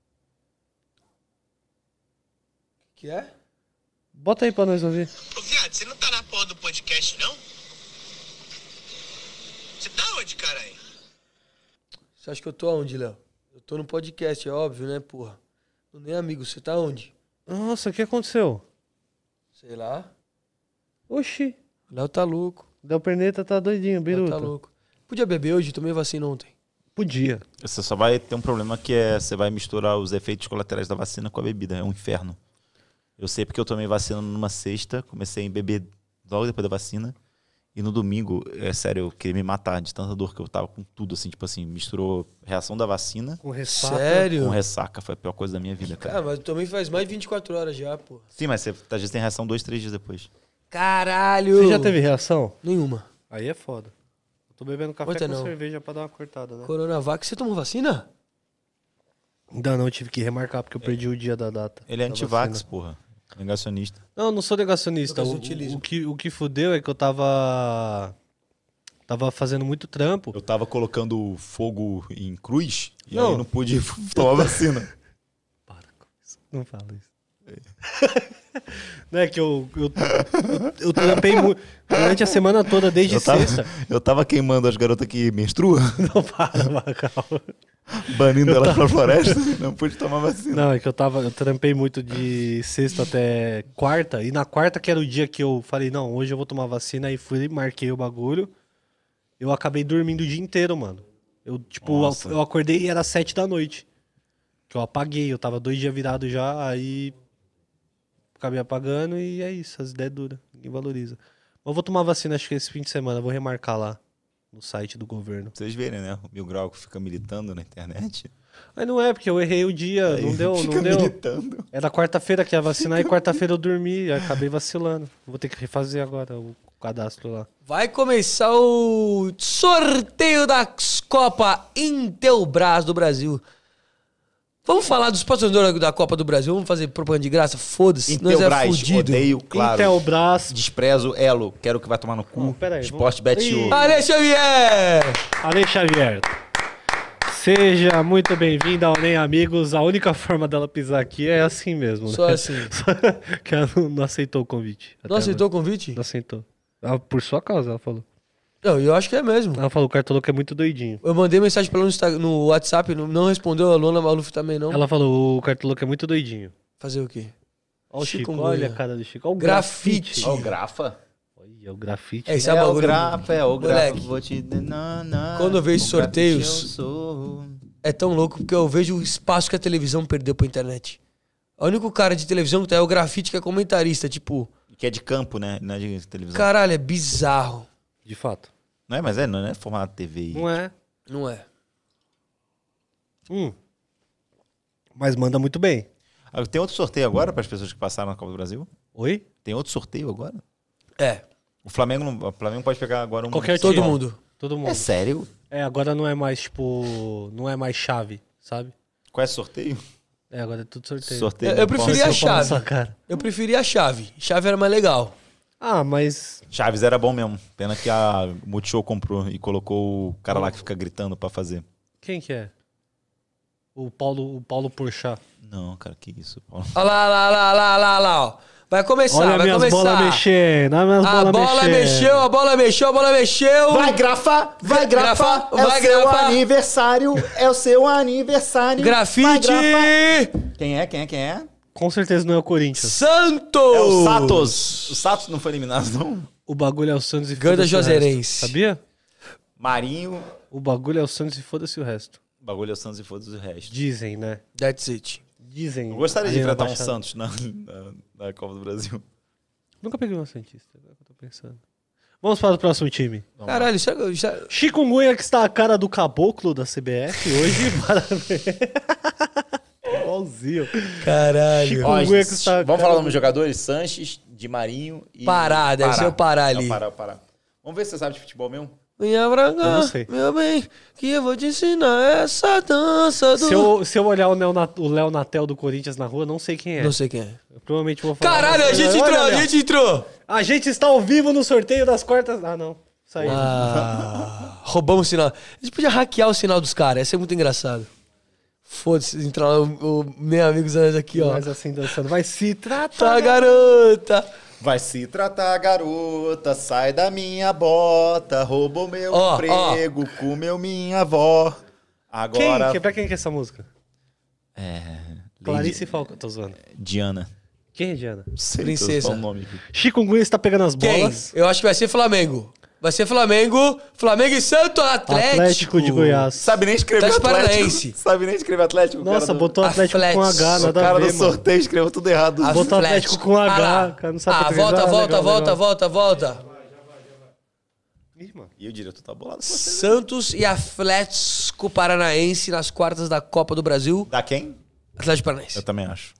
Que é? Bota aí pra nós ouvir. Ô, viado, você não tá na porra do podcast, não? Você tá onde, caralho? Você acha que eu tô aonde, Léo? Eu tô no podcast, é óbvio, né, porra? Tô nem amigo, você tá onde? Nossa, o que aconteceu? Sei lá. Oxi. O Léo tá louco. Del Perneta tá doidinho, O Léo biruta. tá louco. Podia beber hoje, tomei vacina ontem. Podia. Você só vai ter um problema que é você vai misturar os efeitos colaterais da vacina com a bebida. É um inferno. Eu sei porque eu tomei vacina numa sexta, comecei a beber logo depois da vacina. E no domingo, é sério, eu queria me matar de tanta dor que eu tava com tudo, assim, tipo assim, misturou reação da vacina Com ressaca. Sério? com ressaca. Foi a pior coisa da minha vida, cara. Cara, mas eu tomei faz mais de vinte e quatro horas já, porra. Sim, mas você às vezes tem reação dois, três dias depois. Caralho! Você já teve reação? Nenhuma. Aí é foda. Eu tô bebendo café Ontem com não. cerveja pra dar uma cortada, né? Coronavac, você tomou vacina? Ainda não, tive que remarcar porque eu perdi o dia da data. Ele é da antivax, vacina. porra. Negacionista. Não, eu não sou negacionista. O, Negacionismo. o, que, o que fudeu é que eu tava... Tava fazendo muito trampo. Eu tava colocando fogo em cruz e Não. aí não pude tomar vacina. Para com isso. Não fala isso. Não é que eu, eu, eu, eu trampei muito durante a semana toda, desde Eu tava, sexta. eu tava queimando as garotas que menstruam, Não, para, para, calma. banindo elas pra floresta, não pude tomar vacina. Não, é que eu tava, eu trampei muito de sexta até quarta, e na quarta, que era o dia que eu falei, não, hoje eu vou tomar vacina, aí fui, marquei o bagulho. Eu acabei dormindo o dia inteiro, mano. Eu, tipo, Nossa. eu, eu acordei e era sete da noite. Que eu apaguei, eu tava dois dias virado já, aí acabei apagando e é isso, as ideias duras, ninguém valoriza. Mas eu vou tomar vacina, acho que esse fim de semana, vou remarcar lá. no site do governo. Vocês verem, né? O Mil Grau que fica militando na internet. Mas não é, porque eu errei o dia, Aí não deu, fica não deu. militando. Era quarta-feira que ia vacinar e quarta-feira eu dormi, e acabei vacilando. Vou ter que refazer agora o cadastro lá. Vai começar o sorteio das Copa Intelbras do Brasil. Vamos falar dos patrocinadores da Copa do Brasil? Vamos fazer propaganda de graça? Foda-se, nós é Intelbras, fudido. odeio, claro. Intelbras. Desprezo, Elo, quero que vai tomar no cu. Não, pera aí, Esporte vamos- Bet Ih. Ale Xavier! Ale Xavier. Seja muito bem-vinda ao Nem Amigos. A única forma dela pisar aqui é assim mesmo. Só né? assim. que ela não, não aceitou o convite. Até Não aceitou o agora. convite? Não aceitou. Ah, por sua causa, ela falou. Não, eu acho que é mesmo. Ela falou que o Cartoloco é muito doidinho. Eu mandei mensagem pra ela no, Insta- no WhatsApp, não, não respondeu. A Lona Maluf também não. Ela falou, o Cartoloco é muito doidinho. Fazer o quê? Olha o Chico, Chikungunya. olha a cara do Chico. Olha o Grafite. grafite. Ó, o Grafa. Olha o grafite. É, isso é, É o bagulho. Grafa, é o Grafa. Moleque, Vou te... Não, não. Quando eu vejo O sorteios- grafite eu sou. é tão louco porque eu vejo o espaço que a televisão perdeu pra internet. O único cara de televisão que tá é o Grafite, que é comentarista. Tipo, Que é de campo, né? Não é de televisão. caralho, é bizarro. De fato. Não é, mas é, não é formato T V. Não é. Não é? Hum. Mas manda muito bem. Ah, tem outro sorteio agora para as pessoas que passaram na Copa do Brasil? Oi? Tem outro sorteio agora? É. O Flamengo, não, o Flamengo pode pegar agora um... Qualquer Todo time. mundo. Todo mundo. É sério? É, agora não é mais, tipo... Não é mais chave, sabe? Qual é o sorteio? É, agora é tudo sorteio. Sorteio. Eu- eu não preferia pode- a chave. Na sua cara. Eu preferia a chave. Chave era mais legal. Ah, mas... Chaves era bom mesmo. Pena que a Multishow comprou e colocou o cara lá que fica gritando pra fazer. Quem que é? O Paulo, o Paulo Porchat. Não, cara, que isso, Paulo. Olha lá, lá, lá, lá, lá, lá, ó. Vai começar, Olha vai minhas começar. bolas mexendo, olha minhas A bolas bola mexendo. mexeu, a bola mexeu, a bola mexeu. grafa, vai, grafa, é o vai, seu aniversário, é o seu aniversário. Grafite! Quem é, quem é, quem é? Com certeza não é o Corinthians. Santos! É o Santos. O Santos não foi eliminado, não? O bagulho é o Santos e Ganda foda-se o resto. Juazeirense. Sabia? Marinho. O bagulho é o Santos e foda-se o resto. O bagulho é o Santos e foda-se o resto. Dizem, né? That's it. Dizem. Eu gostaria de ali na enfrentar um Baixada. Santos na, na, na Copa do Brasil. Nunca peguei um Santista, agora que eu tô pensando. Vamos para o próximo time. Vamos Caralho, isso é... isso é- Chikungunya, que está a cara do caboclo da C B F hoje. Parabéns. Igualzinho. Caralho. Chico- Ó, O Guia que está- vamos falar o nome dos jogadores? Sanches, Di Marinho e... Pará, deve ser o Pará ali. É o Pará, o Pará. Vamos ver se você sabe de futebol mesmo? Venha pra Eu cá, não sei. meu bem, que eu vou te ensinar essa dança do... Se eu, se eu olhar o Léo Nat- o Léo Natel do Corinthians na rua, não sei quem é. Não sei quem é. Eu provavelmente vou falar. Caralho, a gente Olha, entrou, a Léo. gente entrou. A gente está ao vivo no sorteio das quartas. Ah, não. Saiu. Ah, roubamos o sinal. A gente podia hackear o sinal dos caras, ia ser muito engraçado. Foda-se, entrar lá, o, o meu amigo Zé aqui, ó. Mas assim, dançando. Vai se tratar. Tá, garota. Vai se tratar, garota, sai da minha bota, roubou meu Ó, emprego, comeu minha avó. Quem? Agora... Que, pra quem que é essa música? É... Clarice Falcão. Tô zoando. Diana. Quem é Diana? Não sei, Princesa. só o nome aqui. Chikungunya está pegando as Quem? bolas. Eu acho que vai ser Flamengo. Vai ser Flamengo, Flamengo e Santo Atlético. Atlético de Goiás. Sabe nem escrever Atlético Atlético. Paranaense. Sabe nem escrever Atlético. o Nossa, cara do- botou Atlético com Atlético. H, O nada a cara ver, do mano. sorteio escreveu tudo errado. A- Botou Atlético. Atlético com H, Ah lá. cara, não sabe Ah, português. volta, Ah, volta, legal, volta, legal. volta, volta. Ih, mano. E o diretor tá bolado com você. Santos e Atlético Paranaense nas quartas da Copa do Brasil. Da quem? Atlético Paranaense. Eu também acho.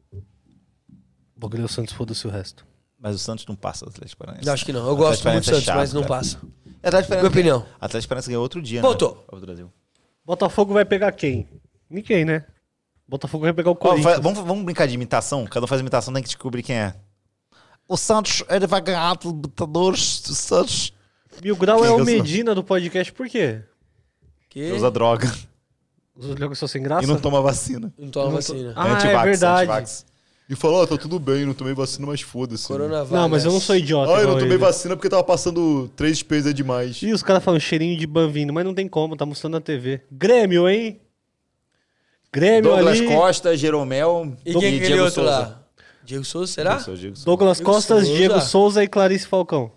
O bagulho é o Santos, foda-se o resto. Mas o Santos não passa do Atlético Paranaense. Eu acho que não. Eu O gosto Atlético muito do Paranaense é Santos, chato, mas não cara. passa. É, Atlético Minha Paranaense- opinião. Atlético Paranaense ganhou outro dia, Voltou. né? Copa do Brasil. Botafogo vai pegar quem? Ninguém, né? Botafogo vai pegar o Ó, Corinthians. fa- vamos, vamos brincar de imitação? Cada um faz imitação, tem que descobrir quem é. O Santos, ele vai ganhar a Libertadores. O Santos Mil Grau Quem é que o eu sou? Medina do podcast, por quê? Que? usa droga Os jogos são sem graça? e não toma vacina. Não toma Não tô- vacina. Ah, é Antivax, verdade. antivax. E falou, ó, tá tudo bem, não tomei vacina, mas foda-se. Coronavírus. Não, mas eu não sou idiota. Ah, eu não igual tomei ele. vacina porque tava passando três espelhos é demais. Ih, os caras falam cheirinho de ban vindo, mas não tem como, tá mostrando na T V. Grêmio, hein? Grêmio Douglas ali. Costa, Jeromel E quem é aquele Diego outro Souza. lá? Diego Souza, será? Eu sou o Diego Souza. Douglas Diego Costas, Souza. Diego Souza e Clarice Falcão.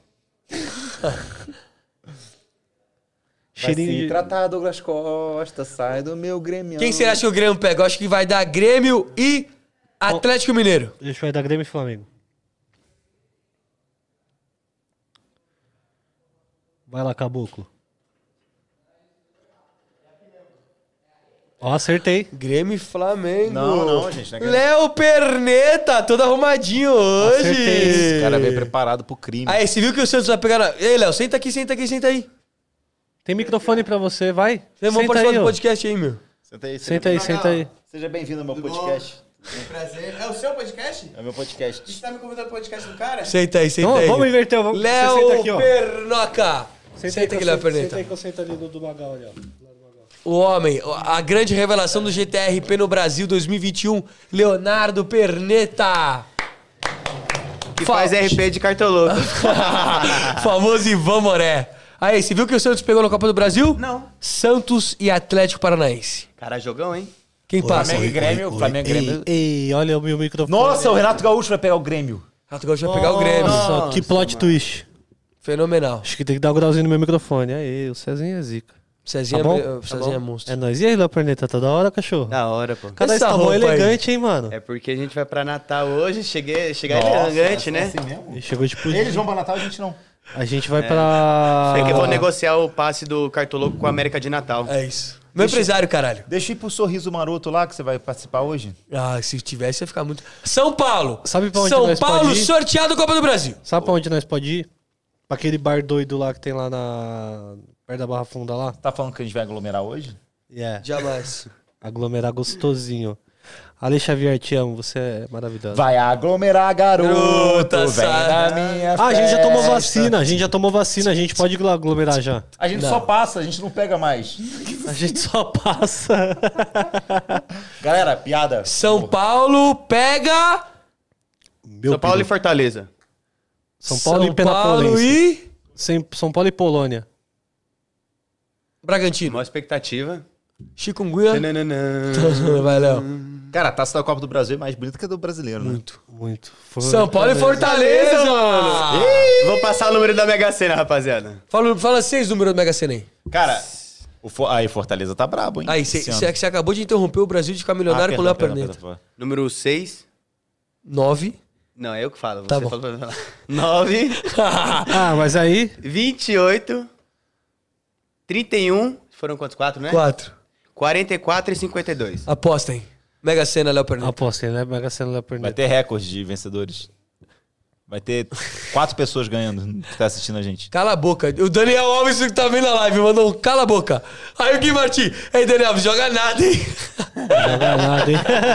Vai Cheirinho se de... tratar, Douglas Costa, sai do meu Grêmio. Quem será que o Grêmio pega? Eu acho que vai dar Grêmio e Atlético Mineiro. Deixa eu ir da Grêmio e Flamengo. Vai lá, caboclo. Ó, acertei. Grêmio e Flamengo. Não, não, gente, não é Grêmio. Léo Perneta, todo arrumadinho hoje. Acertei. O cara veio preparado pro crime. Aí, você viu que o Santos vai pegar na... Ei, Léo, senta aqui, senta aqui, senta aí. Tem microfone pra você, vai. Vamos Senta participar aí, do ó. podcast aí, meu. Senta aí, Senta aí, senta aí. Seja bem-vindo ao meu podcast. Prazer. É o seu podcast? É o meu podcast. Você tá me convidando pro podcast do cara? Senta aí, senta Então, aí. vamos inverter. Vamos... Você senta Léo aqui, ó. Pernoca. Senta, Senta aí, aqui, que eu Léo sento- Senta Perneta. aí que eu sento ali do, do Magal, ali, ó. O homem, a grande revelação do G T R P no Brasil dois mil e vinte e um, Leonardo Perneta. Que Fa- faz R P de cartoloco. Famoso Ivan Moré. Aí, você viu que o Santos pegou na Copa do Brasil? Não. Santos e Atlético Paranaense. Cara, jogão, hein? Quem passa? Flamengo e Grêmio. Flamengo e Grêmio. Ei, ei, olha o meu microfone. Nossa, o Renato Gaúcho vai pegar o Grêmio. Rato Gaúcho vai pegar o Grêmio. Nossa, que plot twist. Fenomenal. Acho que tem que dar um grauzinho no meu microfone. Aí, o Cezinho é zica. Cezinha, Tá bom? é, Tá Cezinha é bom? monstro. É nóis. E aí, Léo Perneta, tá da hora, cachorro? Da hora, pô. Cada Essa essa roupa roupa aí. elegante, hein, mano? É porque a gente vai pra Natal hoje, cheguei, chegar Nossa, elegante, é né? assim mesmo? E chegou tipo... Eles vão pra Natal, a gente não. A gente vai pra... É que eu vou negociar o passe do cartoloco com a América de Natal. É isso. Meu empresário, caralho. Deixa eu ir pro Sorriso Maroto lá, que você vai participar hoje. Ah, se tivesse ia ficar muito... São Paulo. Sabe pra onde São nós Paulo pode ir? sorteado Copa do Brasil. Sabe pra onde nós pode ir? Pra aquele bar doido lá que tem lá na... perto da Barra Funda lá. Tá falando que a gente vai aglomerar hoje? Yeah. Jamais. Aglomerar gostosinho. Ale Xavier, te amo, você é maravilhoso. Vai aglomerar, garoto. Garota, vem sai. na minha Ah, a gente já tomou festa. vacina, a gente já tomou vacina, a gente pode aglomerar já. A gente Não. só passa, a gente não pega mais. A gente só passa. Galera, piada. São Paulo pega... Meu São Paulo peru. e Fortaleza. São Paulo São e Penapolense. Paulo e... Sem- São Paulo e Polônia. Bragantino. Maior expectativa. Chikungunya. Tananana. Vai, Léo. Cara, a taça da Copa do Brasil é mais bonita que a do brasileiro, né? Muito. Muito. Foi- São Paulo e Fortaleza, mano. Vou passar o número da Mega Sena, rapaziada. Fala, fala seis números do Mega Sena aí. Cara, o For... aí Fortaleza tá brabo, hein? Aí, Esse ano. você acabou de interromper o Brasil de ficar milionário Ah, com o Léo perdão, Perneta. perdão, perdão. Número seis. Nove. Não, é eu que falo. Você Tá bom. falou pra falar. nove, Ah, mas aí... vinte e oito, trinta e um. Foram quantos? Quatro, né? Quatro. quarenta e quatro e cinquenta e dois. Apostem. Mega Sena, Léo Perneta. Aposta, né? Mega Sena Léo Vai Perneta. ter recorde de vencedores. Vai ter quatro pessoas ganhando que tá assistindo a gente. Cala a boca. O Daniel Alves que tá vendo a live mandou um cala a boca. Aí o Gui Martins. Ei, Daniel Alves, joga nada, hein? Não é nada, hein?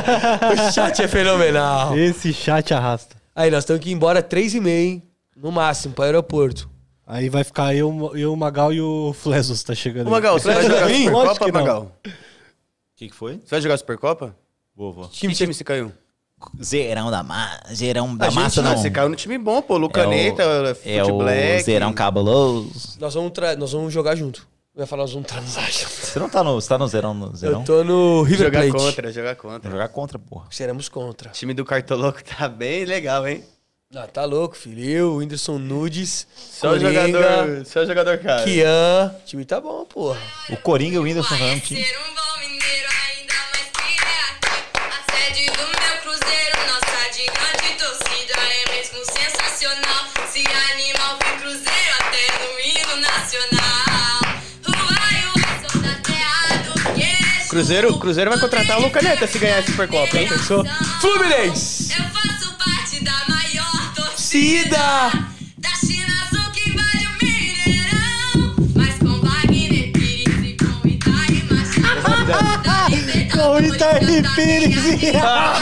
O chat é fenomenal. Esse chat arrasta. Aí, nós temos que ir embora três e meia, hein? No máximo, pro aeroporto. Aí vai ficar eu, eu o Magal e o Flesos tá chegando. Ô, Magal, você vai Lógico jogar que não. Supercopa, Lógico que não. Magal? O que, que foi? Você vai jogar Supercopa? Vou, vou. Que time você caiu? Zerão da massa. Zerão da A gente, massa, né, não. Você caiu no time bom, pô. Lucaneta, É Fute o Black. Zerão cabuloso. Nós vamos, tra- nós vamos jogar junto. Eu ia falar, nós vamos transar junto. Você não tá no, você tá no Zerão? No Zerão? Eu tô no River Jogar Plate. contra, jogar contra. Vou jogar contra, porra. Seremos contra. O time do Cartoloco tá bem legal, hein? Ah, tá louco, filho. Eu, o Whindersson Nudes, Só Coringa, jogador, só jogador caro. Kian. O time tá bom, porra. O Coringa e o Whindersson fazendo um time. Ser um bom mineiro, ainda mais que é aqui. A sede do meu cruzeiro, nossa gigante torcida é mesmo sensacional. Se anima ao vir cruzeiro até no hino nacional. Uai, o som da teado, yes. Cruzeiro, Cruzeiro vai contratar o Lucaneta se ganhar a Supercopa, hein? Pensou? Fluminense. Eu faço parte da maior torcida Cida. da China Azul que invade o Mineirão. Mas com Wagner Pires e com Itaí Machado. Com Itaí Pires.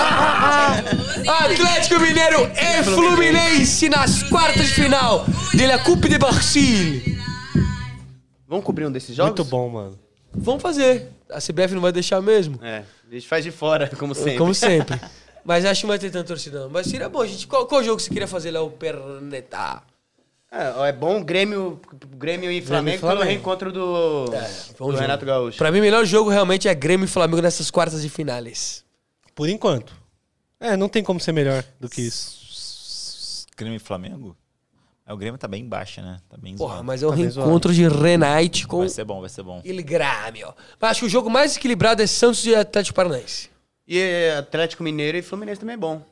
Atlético Mineiro e Fluminense nas quartas de final de La Coupe de Brasil. Vamos cobrir um desses jogos? Muito bom, mano. Vamos fazer. A C B F não vai deixar mesmo. É, a gente faz de fora, como sempre. Como sempre. Mas acho que não vai ter tanta torcida não. Mas seria bom, gente. Qual, qual jogo você queria fazer, Léo Perneta? É, ó, é bom Grêmio, Grêmio e Flamengo, pelo Flamengo. reencontro do, Bom do jogo. Renato Gaúcho. Pra mim, o melhor jogo realmente é Grêmio e Flamengo nessas quartas de finais. Por enquanto. É, não tem como ser melhor do que isso. Grêmio e Flamengo? É, o Grêmio tá bem embaixo, né? Tá bem Porra, zoado. mas é o Tá bem reencontro de Renate com Vai ser bom, vai ser bom. Il Grêmio. Mas acho que o jogo mais equilibrado é Santos e Atlético Paranaense. E é, Atlético Mineiro e Fluminense também é bom.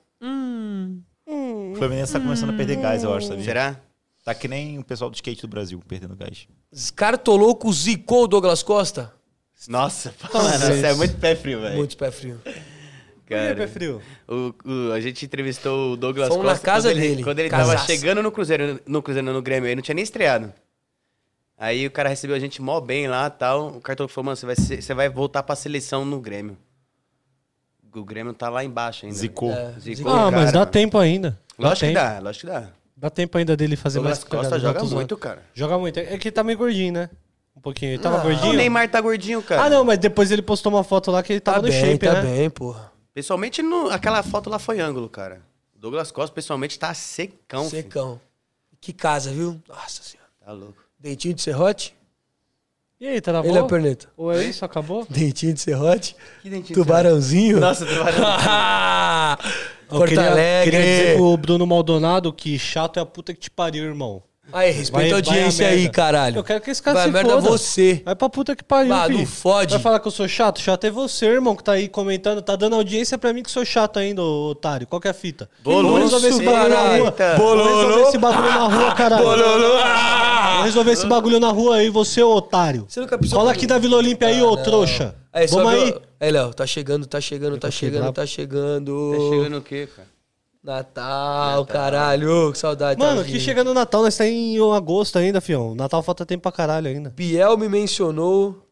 O Fluminense tá começando a perder gás, eu acho, sabia? Será? Tá que nem o pessoal do skate do Brasil, perdendo gás. Cartoloco zicou o Douglas Costa? Nossa, mano, você é muito pé frio, velho. Muito pé frio. Cara, pé frio? O, o- a gente entrevistou o Douglas Fomos na Costa casa quando ele, dele, quando ele casaço. tava chegando no Cruzeiro, no Cruzeiro, no Grêmio, ele não tinha nem estreado. Aí o cara recebeu a gente mó bem lá e tal. O cartoloco falou, mano, você vai, ser- você vai voltar pra seleção no Grêmio. O Grêmio tá lá embaixo ainda. Zicou. É, Zicou, Ah, cara, mas dá mano. tempo ainda. Dá Lógico que tempo. dá, lógico que dá. Dá tempo ainda dele fazer Douglas mais Costa cagada. joga Não, tô zoando. muito, cara. Joga muito. É que ele tá meio gordinho, né? Um pouquinho. Ele tava Não, gordinho? O Neymar tá gordinho, cara. Ah, não, mas depois ele postou uma foto lá que ele tava Tá no bem, shape, tá né? bem, porra. Pessoalmente, no- aquela foto lá foi ângulo, cara. O Douglas Costa, pessoalmente, tá secão. filho. Secão. Que casa, viu? Nossa senhora. Tá louco. Dentinho de serrote? E aí, tá na Ele é o perneta. Ou é isso? Acabou? Dentinho de serrote? Que dentinho Tubarãozinho? Nossa, tubarão. Eu Porto queria, Alegre. queria dizer pro Bruno Maldonado que chato é a puta que te pariu, irmão. Aí, respeita Vai- a audiência vai a aí, merda. caralho. Eu quero que esse cara Vai se a merda foda. você. Vai pra puta que pariu, Ah, filho. não fode. Vai falar que eu sou chato? Chato é você, irmão, que tá aí comentando. Tá dando audiência pra mim que sou chato ainda, ô otário. Qual que é a fita? Bololô, Vamos resolver esse bagulho na rua. eita. Vamos resolver esse bagulho na rua, caralho. Bololô. Vamos resolver esse bagulho na rua aí, você, ô otário. Você nunca pisou Cola comigo? aqui da Vila Olímpia aí, ô não. trouxa. Aí, só Vamos viu- aí. Aí, Léo, tá chegando, tá chegando, tá Eu fiquei chegando, bravo. tá chegando. Tá chegando o quê, cara? Natal, caralho. Que saudade. Mano, Tadinho. que chega no Natal, nós tá em agosto ainda, fião. Natal falta tempo pra caralho ainda. Biel me mencionou.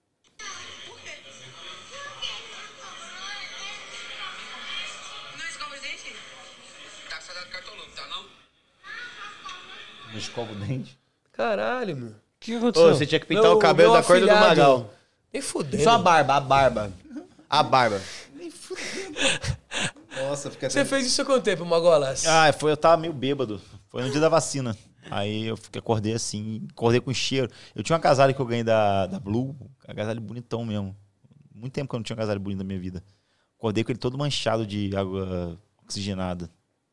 Não escova o dente? Tá com saudade do cartoloco, tá não? Não escova o dente. Caralho, meu. O que Ô, aconteceu? você tinha que pintar Meu- o cabelo meu da cor do afilhado. Magal. Nem fudendo. Só a barba, a barba. A barba. Nossa, fica Você fez isso há quanto tempo, Magolas? Ah, foi, eu tava meio bêbado. Foi no dia da vacina. Aí eu fiquei, acordei assim, acordei com cheiro. Eu tinha um agasalho que eu ganhei da, da Blue, um agasalho bonitão mesmo. Muito tempo que eu não tinha um agasalho bonito na minha vida. Acordei com ele todo manchado de água oxigenada.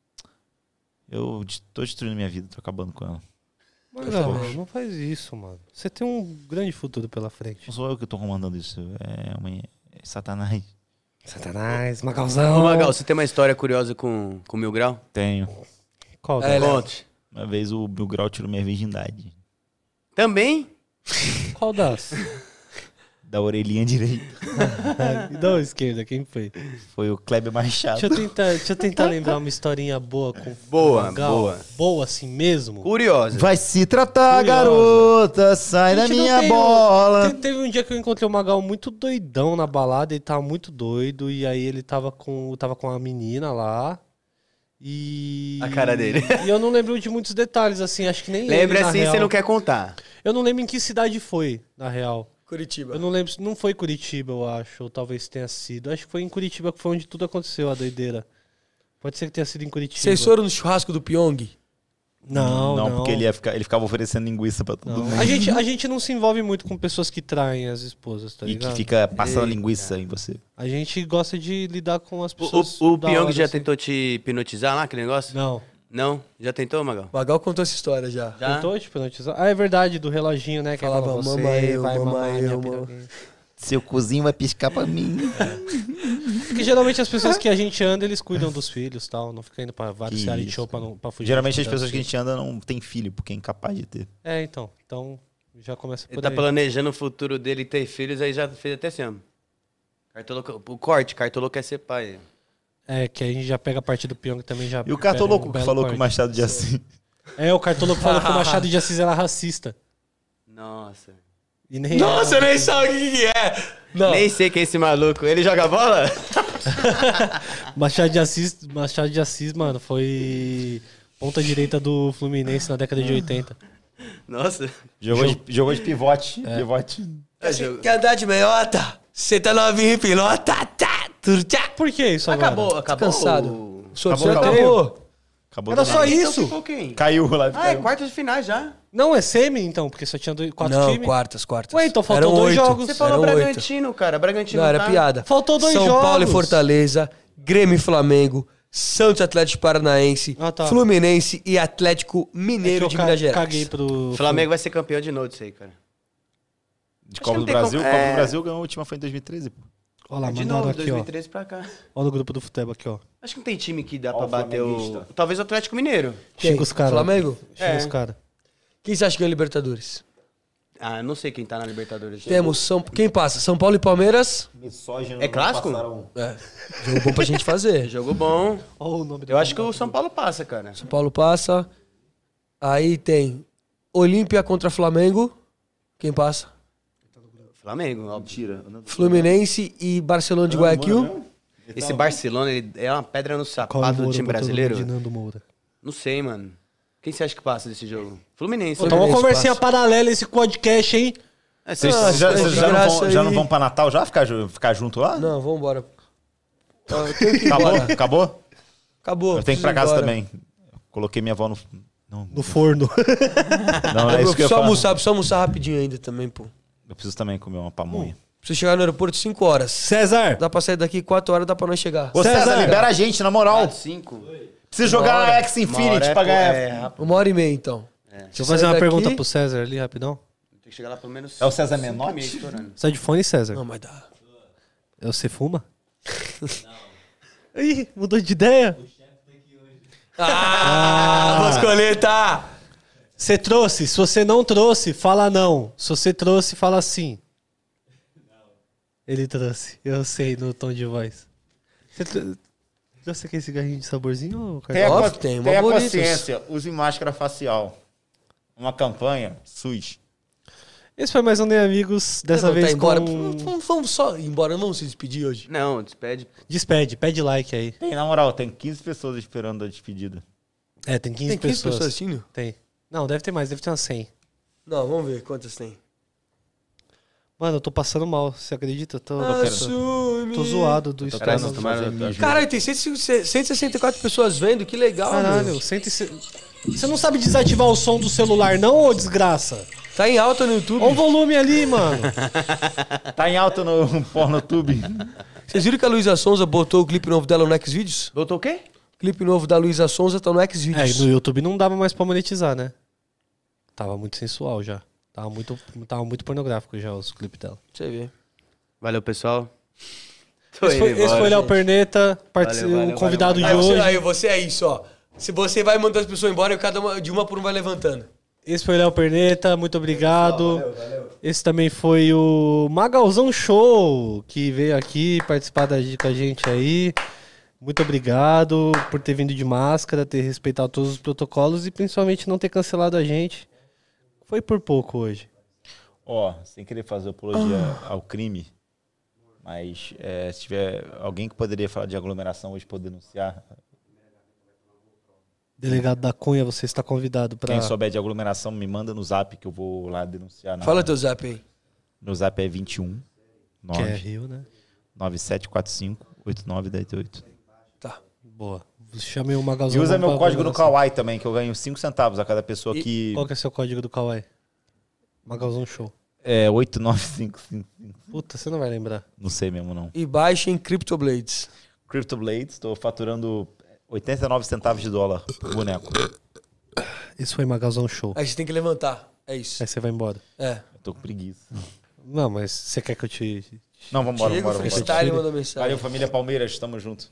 Eu de- tô destruindo minha vida, tô acabando com ela. Mas, não, não faz isso, mano. Você tem um grande futuro pela frente. Não sou eu que tô comandando isso, é, uma, é Satanás. Satanás, Ô, Magalzão. Magal, você tem uma história curiosa com o Mil Grau? Tenho. Qual É, delas? Léo. Conte. Uma vez o Mil Grau tirou minha virgindade. Também? Qual das? Da orelhinha direita. E da esquerda, quem foi? Foi o Kleber Machado. Deixa eu tentar, deixa eu tentar lembrar uma historinha boa com Boa, Magal. boa. Boa assim mesmo. Curiosa. Vai se tratar, Curiosa. garota, sai da Gente, não minha tem- bola. te- Teve um dia que eu encontrei o Magal muito doidão na balada, ele tava muito doido, e aí ele tava com, tava com a menina lá. E. A cara dele. E eu não lembro de muitos detalhes, assim, acho que nem ele, Lembra na assim, real. você não quer contar. Eu não lembro em que cidade foi, na real. Curitiba. Eu não lembro, se- não foi Curitiba, eu acho, ou talvez tenha sido. Acho que foi em Curitiba que foi onde tudo aconteceu, a doideira. Pode ser que tenha sido em Curitiba. Vocês foram no churrasco do Pyong? Não, não. porque ele, ia ficar, ele ficava oferecendo linguiça pra todo Não. mundo. A gente, a gente não se envolve muito com pessoas que traem as esposas, tá E ligado? que fica passando linguiça em você. A gente gosta de lidar com as O, pessoas. o, o da Pyong hora, já assim. tentou te hipnotizar lá, aquele negócio? Não. Não? Já tentou, Magal? Magal contou essa história já. Já? Tentou te hipnotizar? Ah, é verdade, do reloginho, né? Que Falava, falava, você "Mama eu, vai mama mamar eu, minha mama". piroguinha. Seu cozinho vai piscar pra mim. Porque geralmente as pessoas que a gente anda, eles cuidam dos filhos e tal. Não fica indo pra vários Que reality isso. show pra, não, pra fugir. Geralmente de as cuidar pessoas dos que a gente anda não tem filho, porque é incapaz de ter. filhos. É, então. Então, já começa por Ele tá aí. planejando o futuro dele ter filhos, aí já fez até esse ano. Cartoloco, o corte, Cartoloco quer ser pai. É, que a gente já pega a parte do Pyong também já. E o pega Cartoloco um que belo falou que corte. o Machado de Assis. É, o Cartoloco falou que o Machado de Assis era racista. Nossa. E nem Nossa, eu era. nem sabe o que, que é. Não. Nem sei quem é esse maluco. Ele joga bola? Machado de Assis, Machado de Assis, mano, foi ponta direita do Fluminense na década de oitenta. Nossa. Jogou, de, jogou de pivote. Pivote. É, jogo- Quer andar de meiota? Você tá novinho em pilota? Tá, tudo tchá. Por que isso agora? Acabou, acabou. Cansado. o- Sou Acabou, acabou. acabou. acabou. Acabou Era do só nada. isso? Então ficou quem? Caiu lá. Ah, é caiu. quartas de finais já. Não, é semi então, porque só tinha dois, quatro Não, times. quartas, quartas. Ué, então faltou Eram dois oito. jogos. Você falou Eram oito. Bragantino, cara. Bragantino Não, era tá. piada. Faltou dois São jogos. Paulo e Fortaleza, Grêmio e Flamengo, Santos e Atlético Paranaense, Ah, tá. Fluminense e Atlético É Mineiro que de eu ca- Minas Gerais. Caguei pro... O Flamengo vai ser campeão de novo disso aí, cara. De Acho Copa que não do tem Brasil. como- Copa é. do Brasil ganhou a última, foi em dois mil e treze, pô. Olha lá, de mandaram novo, aqui, dois mil e ó. treze pra cá. Olha o grupo do futebol aqui, ó. Acho que não tem time que dá Ó, pra o bater o... flamenguista. Talvez o Atlético Mineiro. Quem? Xinga os caras. Flamengo? Xinga É. os caras. Quem você acha que ganha Libertadores? Ah, eu não sei quem tá na Libertadores. Temos São... Quem passa? São Paulo e Palmeiras. Misógino, É não clássico? passaram- É. Jogo bom pra gente fazer. Jogo bom. Olha o nome do Eu acho que o São Paulo passa, cara. São Paulo passa. Aí tem Olímpia contra Flamengo. Quem passa? Flamengo, óbvio. Mentira. eu não- Fluminense e Barcelona de Guayaquil. Esse Barcelona, ele é uma pedra no Qual sapato do Moura time botando brasileiro. o Nando Moura? Não sei, mano. Quem você acha que passa desse jogo? Fluminense. Pô, tá uma Fluminense conversinha passa. paralela esse podcast, hein? É, Vocês vocês- já, Ah, vocês já, não desgraça vão, já não aí. vão pra Natal já? Ficar, ju- ficar junto lá? Não, vambora. Ó, eu tenho que ir Acabou? embora. Acabou? Acabou. Eu tenho que ir preciso pra casa embora. também. Coloquei minha avó no... Não, No forno. não é Eu isso que eu preciso falo. almoçar, preciso almoçar rapidinho ainda também, pô. Eu preciso também comer uma pamonha. Preciso chegar no aeroporto cinco horas. César, Dá pra sair daqui quatro horas, dá pra nós chegar. Ô, César, César. libera a gente, na moral. Ah, cinco. Precisa jogar hora. a X Uma Infinity hora é, pra pô, ganhar. é rápido. Uma hora e meia, então. deixa eu fazer uma Sai daqui. pergunta pro César ali, rapidão. Tem que chegar lá pelo menos... É o César cinco e Menotti? meia estourando. Sai de fone, César. Não, mas dá. Você fuma? Ih, mudou de ideia? Ah, Moscoleta! Você trouxe. Se você não trouxe, fala não. Se você trouxe, fala sim. Ele trouxe. Eu sei no tom de voz. Você tro- trouxe aquele cigarrinho de saborzinho, Tenha, Carlos? Óbvio cons- que tem, uma tenha bonita. consciência, use máscara facial. Uma campanha SUS. Esse foi mais um Nem Amigos, dessa Tá vez embora. com... Vamos, vamos só ir embora, não vamos se despedir hoje. Não, despede. Despede, pede like aí. Tem, na moral, tem quinze pessoas esperando a despedida. É, tem quinze Tem quinze pessoas. pessoas assistindo? Tem. Não, deve ter mais, deve ter umas cem. Não, vamos ver quantas tem. Mano, eu tô passando mal, você acredita? Eu tô, Assume. tô zoado do Tô estômago. querendo tomaram- fazer mídia. Caralho, tem cento e sessenta e quatro pessoas vendo, que legal, Caralho, meu. cento e se- você não sabe desativar o som do celular não, ô desgraça? Tá em alta no YouTube. Olha o volume ali, mano. Tá em alta no PornoTube. Vocês viram que a Luísa Sonza botou o clipe novo dela no Xvideos? Botou o quê? O clipe novo da Luísa Sonza tá no É, Xvideos. no YouTube não dava mais pra monetizar, né? Tava muito sensual já. Tava muito, tava muito pornográfico já os clipes dela. Você vê. Valeu, pessoal. Tô Esse indo foi, esse embora, foi o Léo gente. Perneta, partici- Valeu, valeu, o convidado valeu, Aí de você, hoje. aí você é isso, ó. Se você vai mandando as pessoas embora, eu cada uma, de uma por uma vai levantando. Esse foi o Léo Perneta, muito obrigado. Esse também foi o Magalzão Show, que veio aqui participar da, com a gente aí. Muito obrigado por ter vindo de máscara, ter respeitado todos os protocolos e principalmente não ter cancelado a gente. Foi por pouco hoje. Ó, sem querer fazer apologia ao crime, mas é, se tiver alguém que poderia falar de aglomeração hoje pode denunciar, Delegado da Cunha, você está convidado para... quem souber de aglomeração me manda no zap que eu vou lá denunciar. na- Fala teu zap aí. Meu zap é vinte e um Que é nove Rio, né? nove sete quatro cinco oito nove um oito. Tá. Boa. Chamei o E Magalzão. usa pra meu código no aglomeração. Kawaii também, que eu ganho cinco centavos a cada pessoa E que... Qual que é seu código do Kawaii? Magalzão Show. É oito nove cinco cinco. Puta, você não vai lembrar. Não sei mesmo, não. E baixem Cryptoblades. CryptoBlades, estou faturando oitenta e nove centavos de dólar por boneco. Esse foi Magalzão Show. Aí você tem que levantar. É isso. Aí você vai embora. É. Eu tô com preguiça. Não, mas você quer que eu te... Não, vambora, Diego vambora, vambora. Freestyle mandou mensagem. Valeu, família Palmeiras, tamo junto.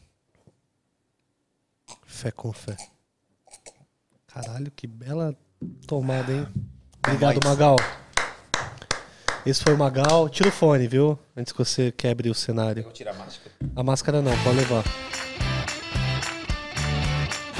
Fé com fé. Caralho, que bela tomada, hein? Obrigado, Magal. Esse foi o Magal. Tira o fone, viu? Antes que você quebre o cenário. Vou tirar a máscara. A máscara não, pode levar.